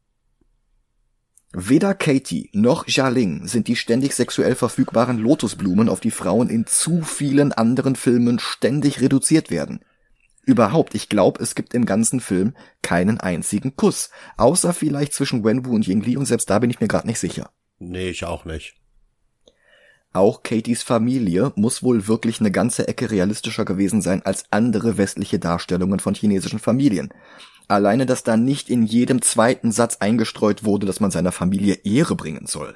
Weder Katie noch Xialing sind die ständig sexuell verfügbaren Lotusblumen, auf die Frauen in zu vielen anderen Filmen ständig reduziert werden. Überhaupt, ich glaube, es gibt im ganzen Film keinen einzigen Kuss. Außer vielleicht zwischen Wenwu und Yingli, und selbst da bin ich mir gerade nicht sicher. Nee, ich auch nicht. Auch Katies Familie muss wohl wirklich eine ganze Ecke realistischer gewesen sein als andere westliche Darstellungen von chinesischen Familien. Alleine, dass da nicht in jedem zweiten Satz eingestreut wurde, dass man seiner Familie Ehre bringen soll.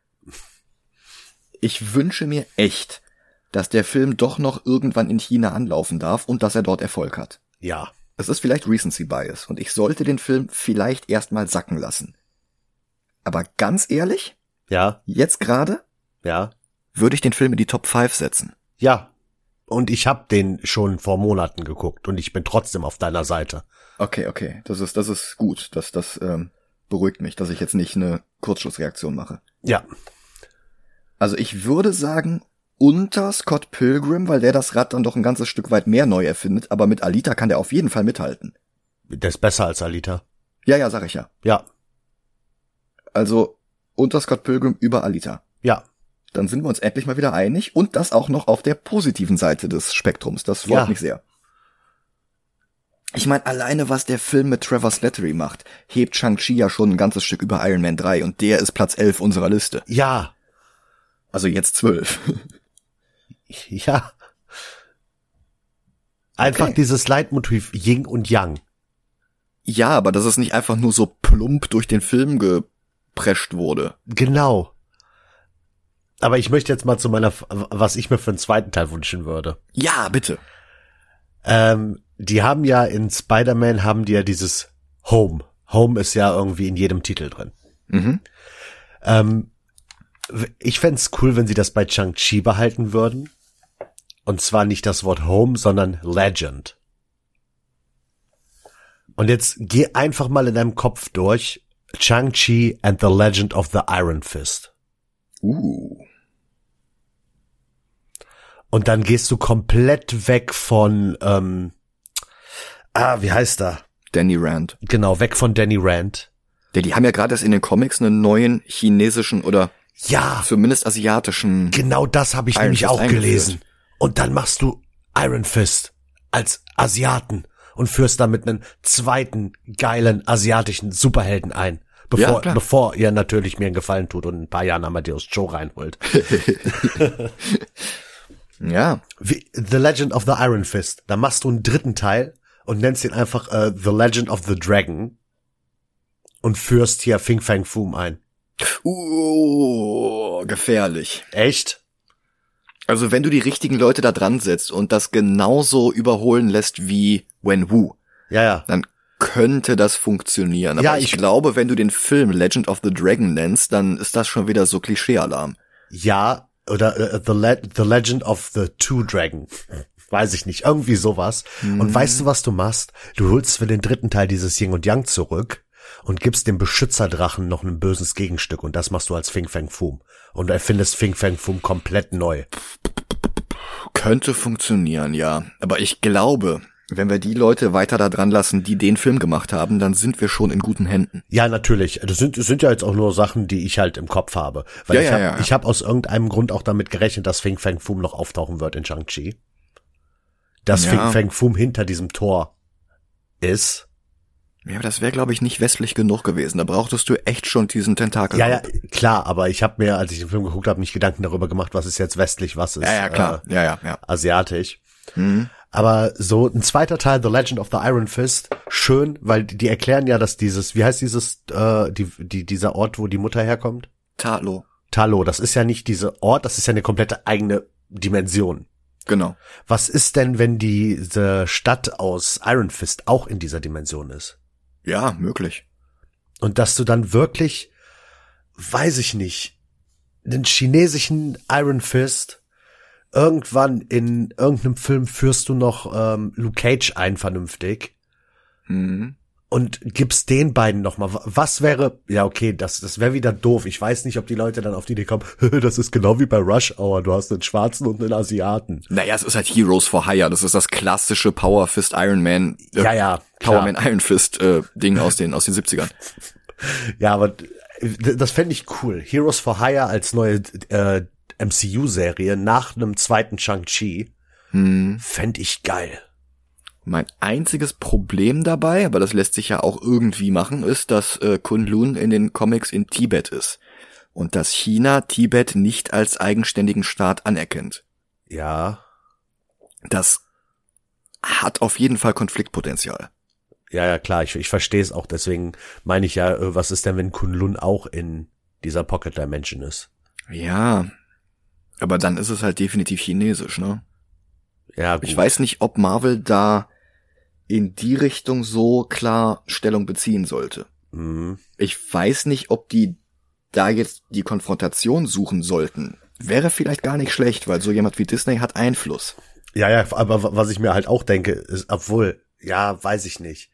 Ich wünsche mir echt, dass der Film doch noch irgendwann in China anlaufen darf und dass er dort Erfolg hat. Ja. Es ist vielleicht Recency Bias und ich sollte den Film vielleicht erstmal sacken lassen. Aber ganz ehrlich? Ja. Jetzt gerade? Ja. Würde ich den Film in die Top 5 setzen. Ja. Und ich habe den schon vor Monaten geguckt und ich bin trotzdem auf deiner Seite. Okay. Das ist gut. Das beruhigt mich, dass ich jetzt nicht eine Kurzschlussreaktion mache. Ja. Also ich würde sagen, unter Scott Pilgrim, weil der das Rad dann doch ein ganzes Stück weit mehr neu erfindet, aber mit Alita kann der auf jeden Fall mithalten. Der ist besser als Alita. Ja, sag ich ja. Ja. Also unter Scott Pilgrim über Alita. Ja. Dann sind wir uns endlich mal wieder einig und das auch noch auf der positiven Seite des Spektrums. Das freut mich sehr. Ich meine, alleine was der Film mit Trevor Slattery macht, hebt Shang-Chi ja schon ein ganzes Stück über Iron Man 3 und der ist Platz 11 unserer Liste. Ja. Also jetzt 12. Ja. Einfach dieses Leitmotiv Yin und Yang. Ja, aber dass es nicht einfach nur so plump durch den Film geprescht wurde. Genau. Aber ich möchte jetzt mal zu was ich mir für einen zweiten Teil wünschen würde. Ja, bitte. Die haben ja in Spider-Man haben die ja dieses Home. Home ist ja irgendwie in jedem Titel drin. Mhm. Ich fänd's cool, wenn sie das bei Shang-Chi behalten würden. Und zwar nicht das Wort Home, sondern Legend. Und jetzt geh einfach mal in deinem Kopf durch. Shang-Chi and the Legend of the Iron Fist. Und dann gehst du komplett weg von, wie heißt er? Danny Rand. Genau, weg von Danny Rand. Die haben ja gerade erst in den Comics einen neuen chinesischen oder zumindest asiatischen. Genau das habe ich Iron nämlich Fist auch gelesen. Und dann machst du Iron Fist als Asiaten und führst damit einen zweiten geilen asiatischen Superhelden ein. Bevor ihr natürlich mir einen Gefallen tut und ein paar Jahren Amadeus Cho reinholt. Ja. The Legend of the Iron Fist. Da machst du einen dritten Teil und nennst ihn einfach The Legend of the Dragon und führst hier Fing Fang Foom ein. Gefährlich. Echt? Also wenn du die richtigen Leute da dran setzt und das genauso überholen lässt wie Wen-Wu, Ja. dann könnte das funktionieren. Aber Ja, ich glaube, wenn du den Film Legend of the Dragon nennst, dann ist das schon wieder so Klischee-Alarm. Ja, oder The Legend of the Two Dragon. Weiß ich nicht, irgendwie sowas. Und weißt du, was du machst? Du holst für den dritten Teil dieses Yin und Yang zurück und gibst dem Beschützerdrachen noch ein böses Gegenstück und das machst du als Fin Fang Foom. Und erfindest Fin Fang Foom komplett neu. Könnte funktionieren, ja. Aber ich glaube, wenn wir die Leute weiter da dran lassen, die den Film gemacht haben, dann sind wir schon in guten Händen. Ja, natürlich. Das sind ja jetzt auch nur Sachen, die ich halt im Kopf habe. Weil ich hab aus irgendeinem Grund auch damit gerechnet, dass Fin Fang Foom noch auftauchen wird in Shang-Chi. Dass Fin Fang Foom hinter diesem Tor ist. Ja, aber das wäre, glaube ich, nicht westlich genug gewesen. Da brauchtest du echt schon diesen Tentakel. Ja, klar, aber ich habe mir, als ich den Film geguckt habe, nicht Gedanken darüber gemacht, was ist jetzt westlich, was ist klar. Ja. asiatisch. Aber so ein zweiter Teil, The Legend of the Iron Fist, schön, weil die erklären ja, dass dieses, wie heißt dieser Ort, wo die Mutter herkommt? Talo, das ist ja nicht dieser Ort, das ist ja eine komplette eigene Dimension. genau. Was ist denn, wenn diese Stadt aus Iron Fist auch in dieser Dimension ist? Ja, möglich. Und dass du dann wirklich, weiß ich nicht, den chinesischen Iron Fist irgendwann in irgendeinem Film führst du noch Luke Cage ein vernünftig und gibst den beiden nochmal, was wäre, ja okay, das wäre wieder doof. Ich weiß nicht, ob die Leute dann auf die Idee kommen, das ist genau wie bei Rush Hour, du hast einen Schwarzen und einen Asiaten. Naja, es ist halt Heroes for Hire, das ist das klassische Power Fist Iron Man, Power Man Iron Fist Ding aus den 70ern. Ja, aber das fände ich cool. Heroes for Hire als neue MCU-Serie nach einem zweiten Shang-Chi fände ich geil. Mein einziges Problem dabei, aber das lässt sich ja auch irgendwie machen, ist, dass Kunlun in den Comics in Tibet ist und dass China Tibet nicht als eigenständigen Staat anerkennt. Ja. Das hat auf jeden Fall Konfliktpotenzial. Ja, klar, ich verstehe es auch, deswegen meine ich ja, was ist denn, wenn Kunlun auch in dieser Pocket Dimension ist? Ja, aber dann ist es halt definitiv chinesisch, ne? Ja, gut. Ich weiß nicht, ob Marvel da in die Richtung so klar Stellung beziehen sollte. Ich weiß nicht, ob die da jetzt die Konfrontation suchen sollten. Wäre vielleicht gar nicht schlecht, weil so jemand wie Disney hat Einfluss. Ja, aber was ich mir halt auch denke, ist, weiß ich nicht.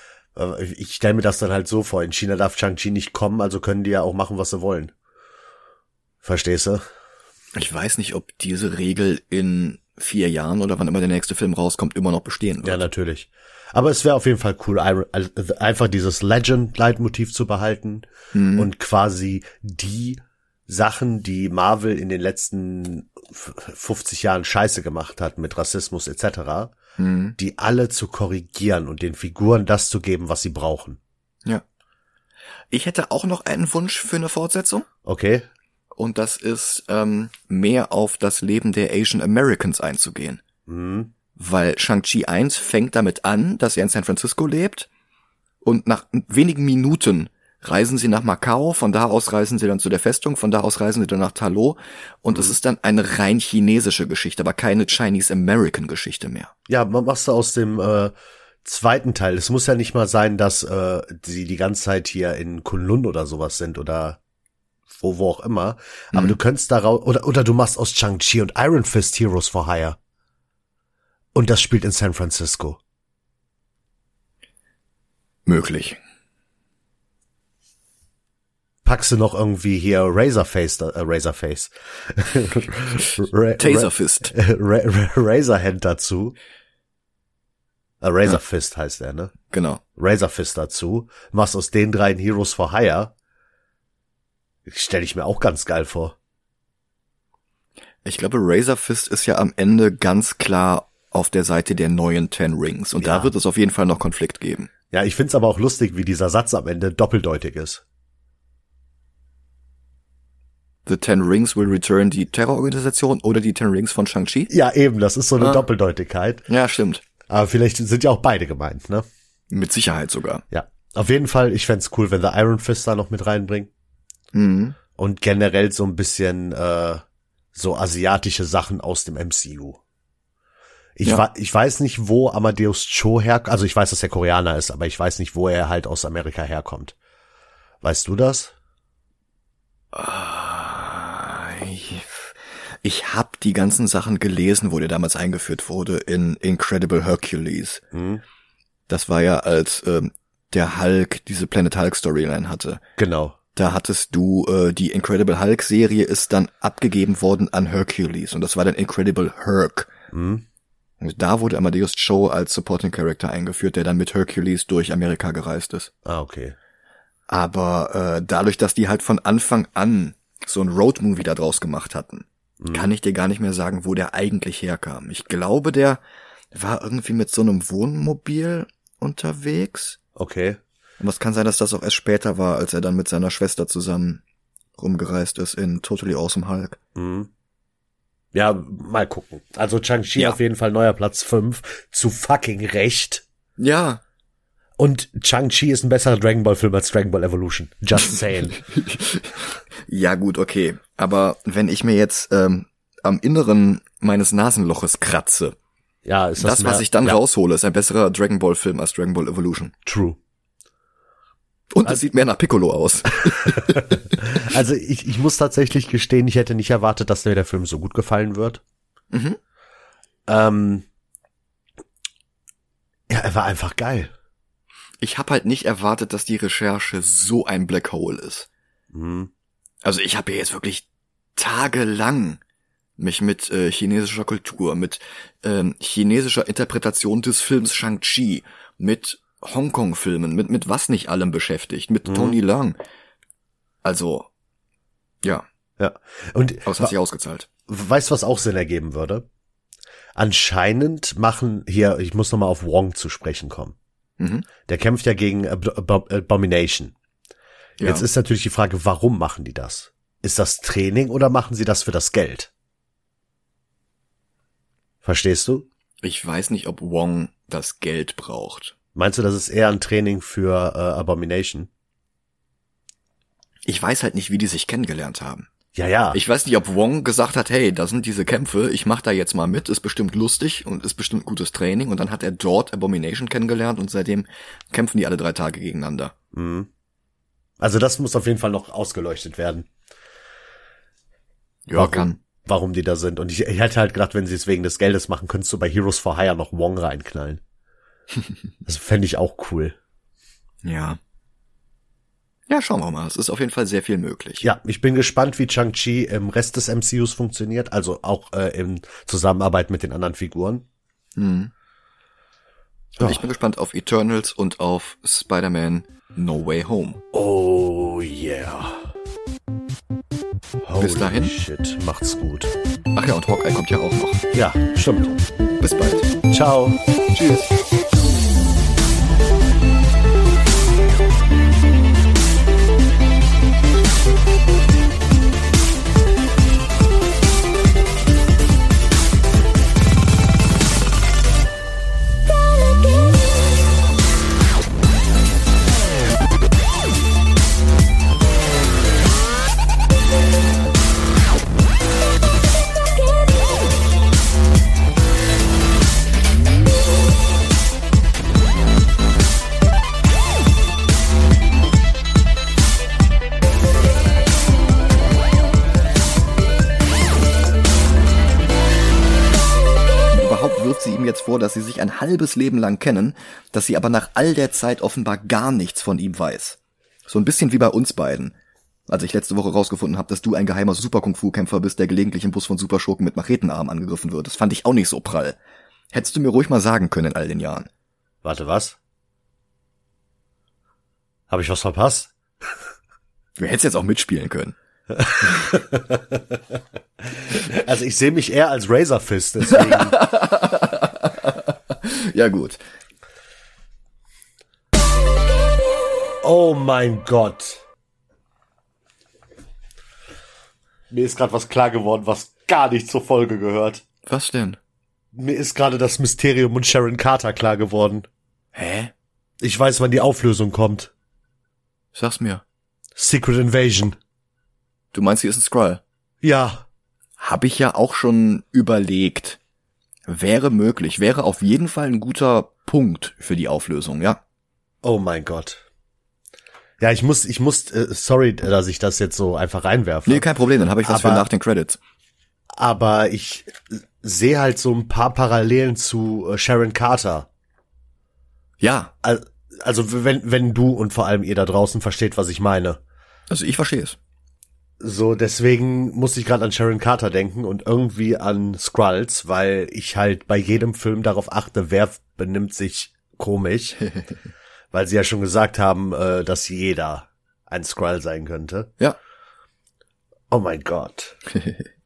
Ich stelle mir das dann halt so vor, in China darf Shang-Chi nicht kommen, also können die ja auch machen, was sie wollen. Verstehst du? Ich weiß nicht, ob diese Regel in 4 Jahren oder wann immer der nächste Film rauskommt, immer noch bestehen wird. Ja, natürlich. Aber es wäre auf jeden Fall cool, einfach dieses Legend-Leitmotiv zu behalten und quasi die Sachen, die Marvel in den letzten 50 Jahren Scheiße gemacht hat mit Rassismus etc., die alle zu korrigieren und den Figuren das zu geben, was sie brauchen. Ja. Ich hätte auch noch einen Wunsch für eine Fortsetzung. Okay. Und das ist, mehr auf das Leben der Asian Americans einzugehen. Weil Shang-Chi 1 fängt damit an, dass er in San Francisco lebt und nach wenigen Minuten reisen sie nach Macau, von da aus reisen sie dann zu der Festung, von da aus reisen sie dann nach Talo und es ist dann eine rein chinesische Geschichte, aber keine Chinese-American Geschichte mehr. Ja, man machst du aus dem zweiten Teil. Es muss ja nicht mal sein, dass sie die ganze Zeit hier in Kunlun oder sowas sind oder wo auch immer. Aber du könntest daraus, oder du machst aus Shang-Chi und Iron Fist Heroes for Hire. Und das spielt in San Francisco. Möglich. Packst du noch irgendwie hier Razorfist. Taserfist. Razorhand dazu. Razorfist heißt er, ne? Genau. Razorfist dazu. Machst aus den 3 Heroes for Hire. Stelle ich mir auch ganz geil vor. Ich glaube, Razor Fist ist ja am Ende ganz klar auf der Seite der neuen Ten Rings. Und da wird es auf jeden Fall noch Konflikt geben. Ja, ich find's aber auch lustig, wie dieser Satz am Ende doppeldeutig ist. The Ten Rings will return die Terrororganisation oder die Ten Rings von Shang-Chi? Ja, eben, das ist so eine Doppeldeutigkeit. Ja, stimmt. Aber vielleicht sind ja auch beide gemeint, ne? Mit Sicherheit sogar. Ja, auf jeden Fall, ich fänd's cool, wenn der Iron Fist da noch mit reinbringt. Und generell so ein bisschen so asiatische Sachen aus dem MCU. Ich weiß nicht, wo Amadeus Cho herkommt. Also ich weiß, dass er Koreaner ist, aber ich weiß nicht, wo er halt aus Amerika herkommt. Weißt du das? Ich habe die ganzen Sachen gelesen, wo der damals eingeführt wurde in Incredible Hercules. Das war ja, als der Hulk diese Planet Hulk Storyline hatte. Genau. Da hattest du, die Incredible Hulk Serie ist dann abgegeben worden an Hercules und das war dann Incredible Hulk. Und da wurde Amadeus Cho als Supporting Character eingeführt, der dann mit Hercules durch Amerika gereist ist. Ah, okay. Aber dadurch, dass die halt von Anfang an so ein Roadmovie da draus gemacht hatten, kann ich dir gar nicht mehr sagen, wo der eigentlich herkam. Ich glaube, der war irgendwie mit so einem Wohnmobil unterwegs. Okay. Und es kann sein, dass das auch erst später war, als er dann mit seiner Schwester zusammen rumgereist ist in Totally Awesome Hulk. Ja, mal gucken. Also Shang-Chi auf jeden Fall neuer Platz 5. Zu fucking Recht. Ja. Und Shang-Chi ist ein besserer Dragon Ball Film als Dragon Ball Evolution. Just saying. Ja gut, okay. Aber wenn ich mir jetzt am Inneren meines Nasenloches kratze, ja, ist das was ich dann raushole, ist ein besserer Dragon Ball Film als Dragon Ball Evolution. True. Und es sieht mehr nach Piccolo aus. Also ich muss tatsächlich gestehen, ich hätte nicht erwartet, dass mir der Film so gut gefallen wird. Ja, er war einfach geil. Ich habe halt nicht erwartet, dass die Recherche so ein Black Hole ist. Also ich habe ja jetzt wirklich tagelang mich mit chinesischer Kultur, mit chinesischer Interpretation des Films Shang-Chi, mit Hongkong-Filmen, mit was nicht allem beschäftigt, mit Tony Leung. Also, ja. Ja. Und aber es hat sich ausgezahlt. Weißt du, was auch Sinn ergeben würde? Anscheinend machen hier, ich muss nochmal auf Wong zu sprechen kommen. Der kämpft ja gegen Abomination. Ja. Jetzt ist natürlich die Frage, warum machen die das? Ist das Training oder machen sie das für das Geld? Verstehst du? Ich weiß nicht, ob Wong das Geld braucht. Meinst du, das ist eher ein Training für Abomination? Ich weiß halt nicht, wie die sich kennengelernt haben. Ja. Ich weiß nicht, ob Wong gesagt hat, hey, da sind diese Kämpfe, ich mach da jetzt mal mit, ist bestimmt lustig und ist bestimmt gutes Training. Und dann hat er dort Abomination kennengelernt und seitdem kämpfen die alle 3 Tage gegeneinander. Also das muss auf jeden Fall noch ausgeleuchtet werden. Ja, warum die da sind. Und ich hätte halt gedacht, wenn sie es wegen des Geldes machen, könntest du bei Heroes for Hire noch Wong reinknallen. Das fände ich auch cool. Ja. Ja, schauen wir mal. Es ist auf jeden Fall sehr viel möglich. Ja, ich bin gespannt, wie Shang-Chi im Rest des MCUs funktioniert, also auch in Zusammenarbeit mit den anderen Figuren. Und ich bin gespannt auf Eternals und auf Spider-Man No Way Home. Oh yeah. Bis dahin. Holy shit, macht's gut. Ach ja, und Hawkeye kommt ja auch noch. Ja, stimmt. Bis bald. Ciao. Tschüss. Jetzt vor, dass sie sich ein halbes Leben lang kennen, dass sie aber nach all der Zeit offenbar gar nichts von ihm weiß. So ein bisschen wie bei uns beiden. Als ich letzte Woche rausgefunden habe, dass du ein geheimer Super-Kung-Fu-Kämpfer bist, der gelegentlich im Bus von Superschurken mit Machetenarm angegriffen wird. Das fand ich auch nicht so prall. Hättest du mir ruhig mal sagen können in all den Jahren. Warte, was? Habe ich was verpasst? Du hättest jetzt auch mitspielen können. Also ich sehe mich eher als Razor Fist, deswegen. Ja gut. Oh mein Gott. Mir ist gerade was klar geworden, was gar nicht zur Folge gehört. Was denn? Mir ist gerade das Mysterium und Sharon Carter klar geworden. Hä? Ich weiß, wann die Auflösung kommt. Sag's mir. Secret Invasion. Du meinst, sie ist ein Skrull? Ja. Hab ich ja auch schon überlegt. Wäre möglich, wäre auf jeden Fall ein guter Punkt für die Auflösung, ja. Oh mein Gott. Ja, ich muss, sorry, dass ich das jetzt so einfach reinwerfe. Nee, kein Problem, dann habe ich was für nach den Credits. Aber ich sehe halt so ein paar Parallelen zu Sharon Carter. Ja. Also wenn du und vor allem ihr da draußen versteht, was ich meine. Also ich verstehe es. So, deswegen musste ich gerade an Sharon Carter denken und irgendwie an Skrulls, weil ich halt bei jedem Film darauf achte, wer benimmt sich komisch. Weil sie ja schon gesagt haben, dass jeder ein Skrull sein könnte. Ja. Oh mein Gott.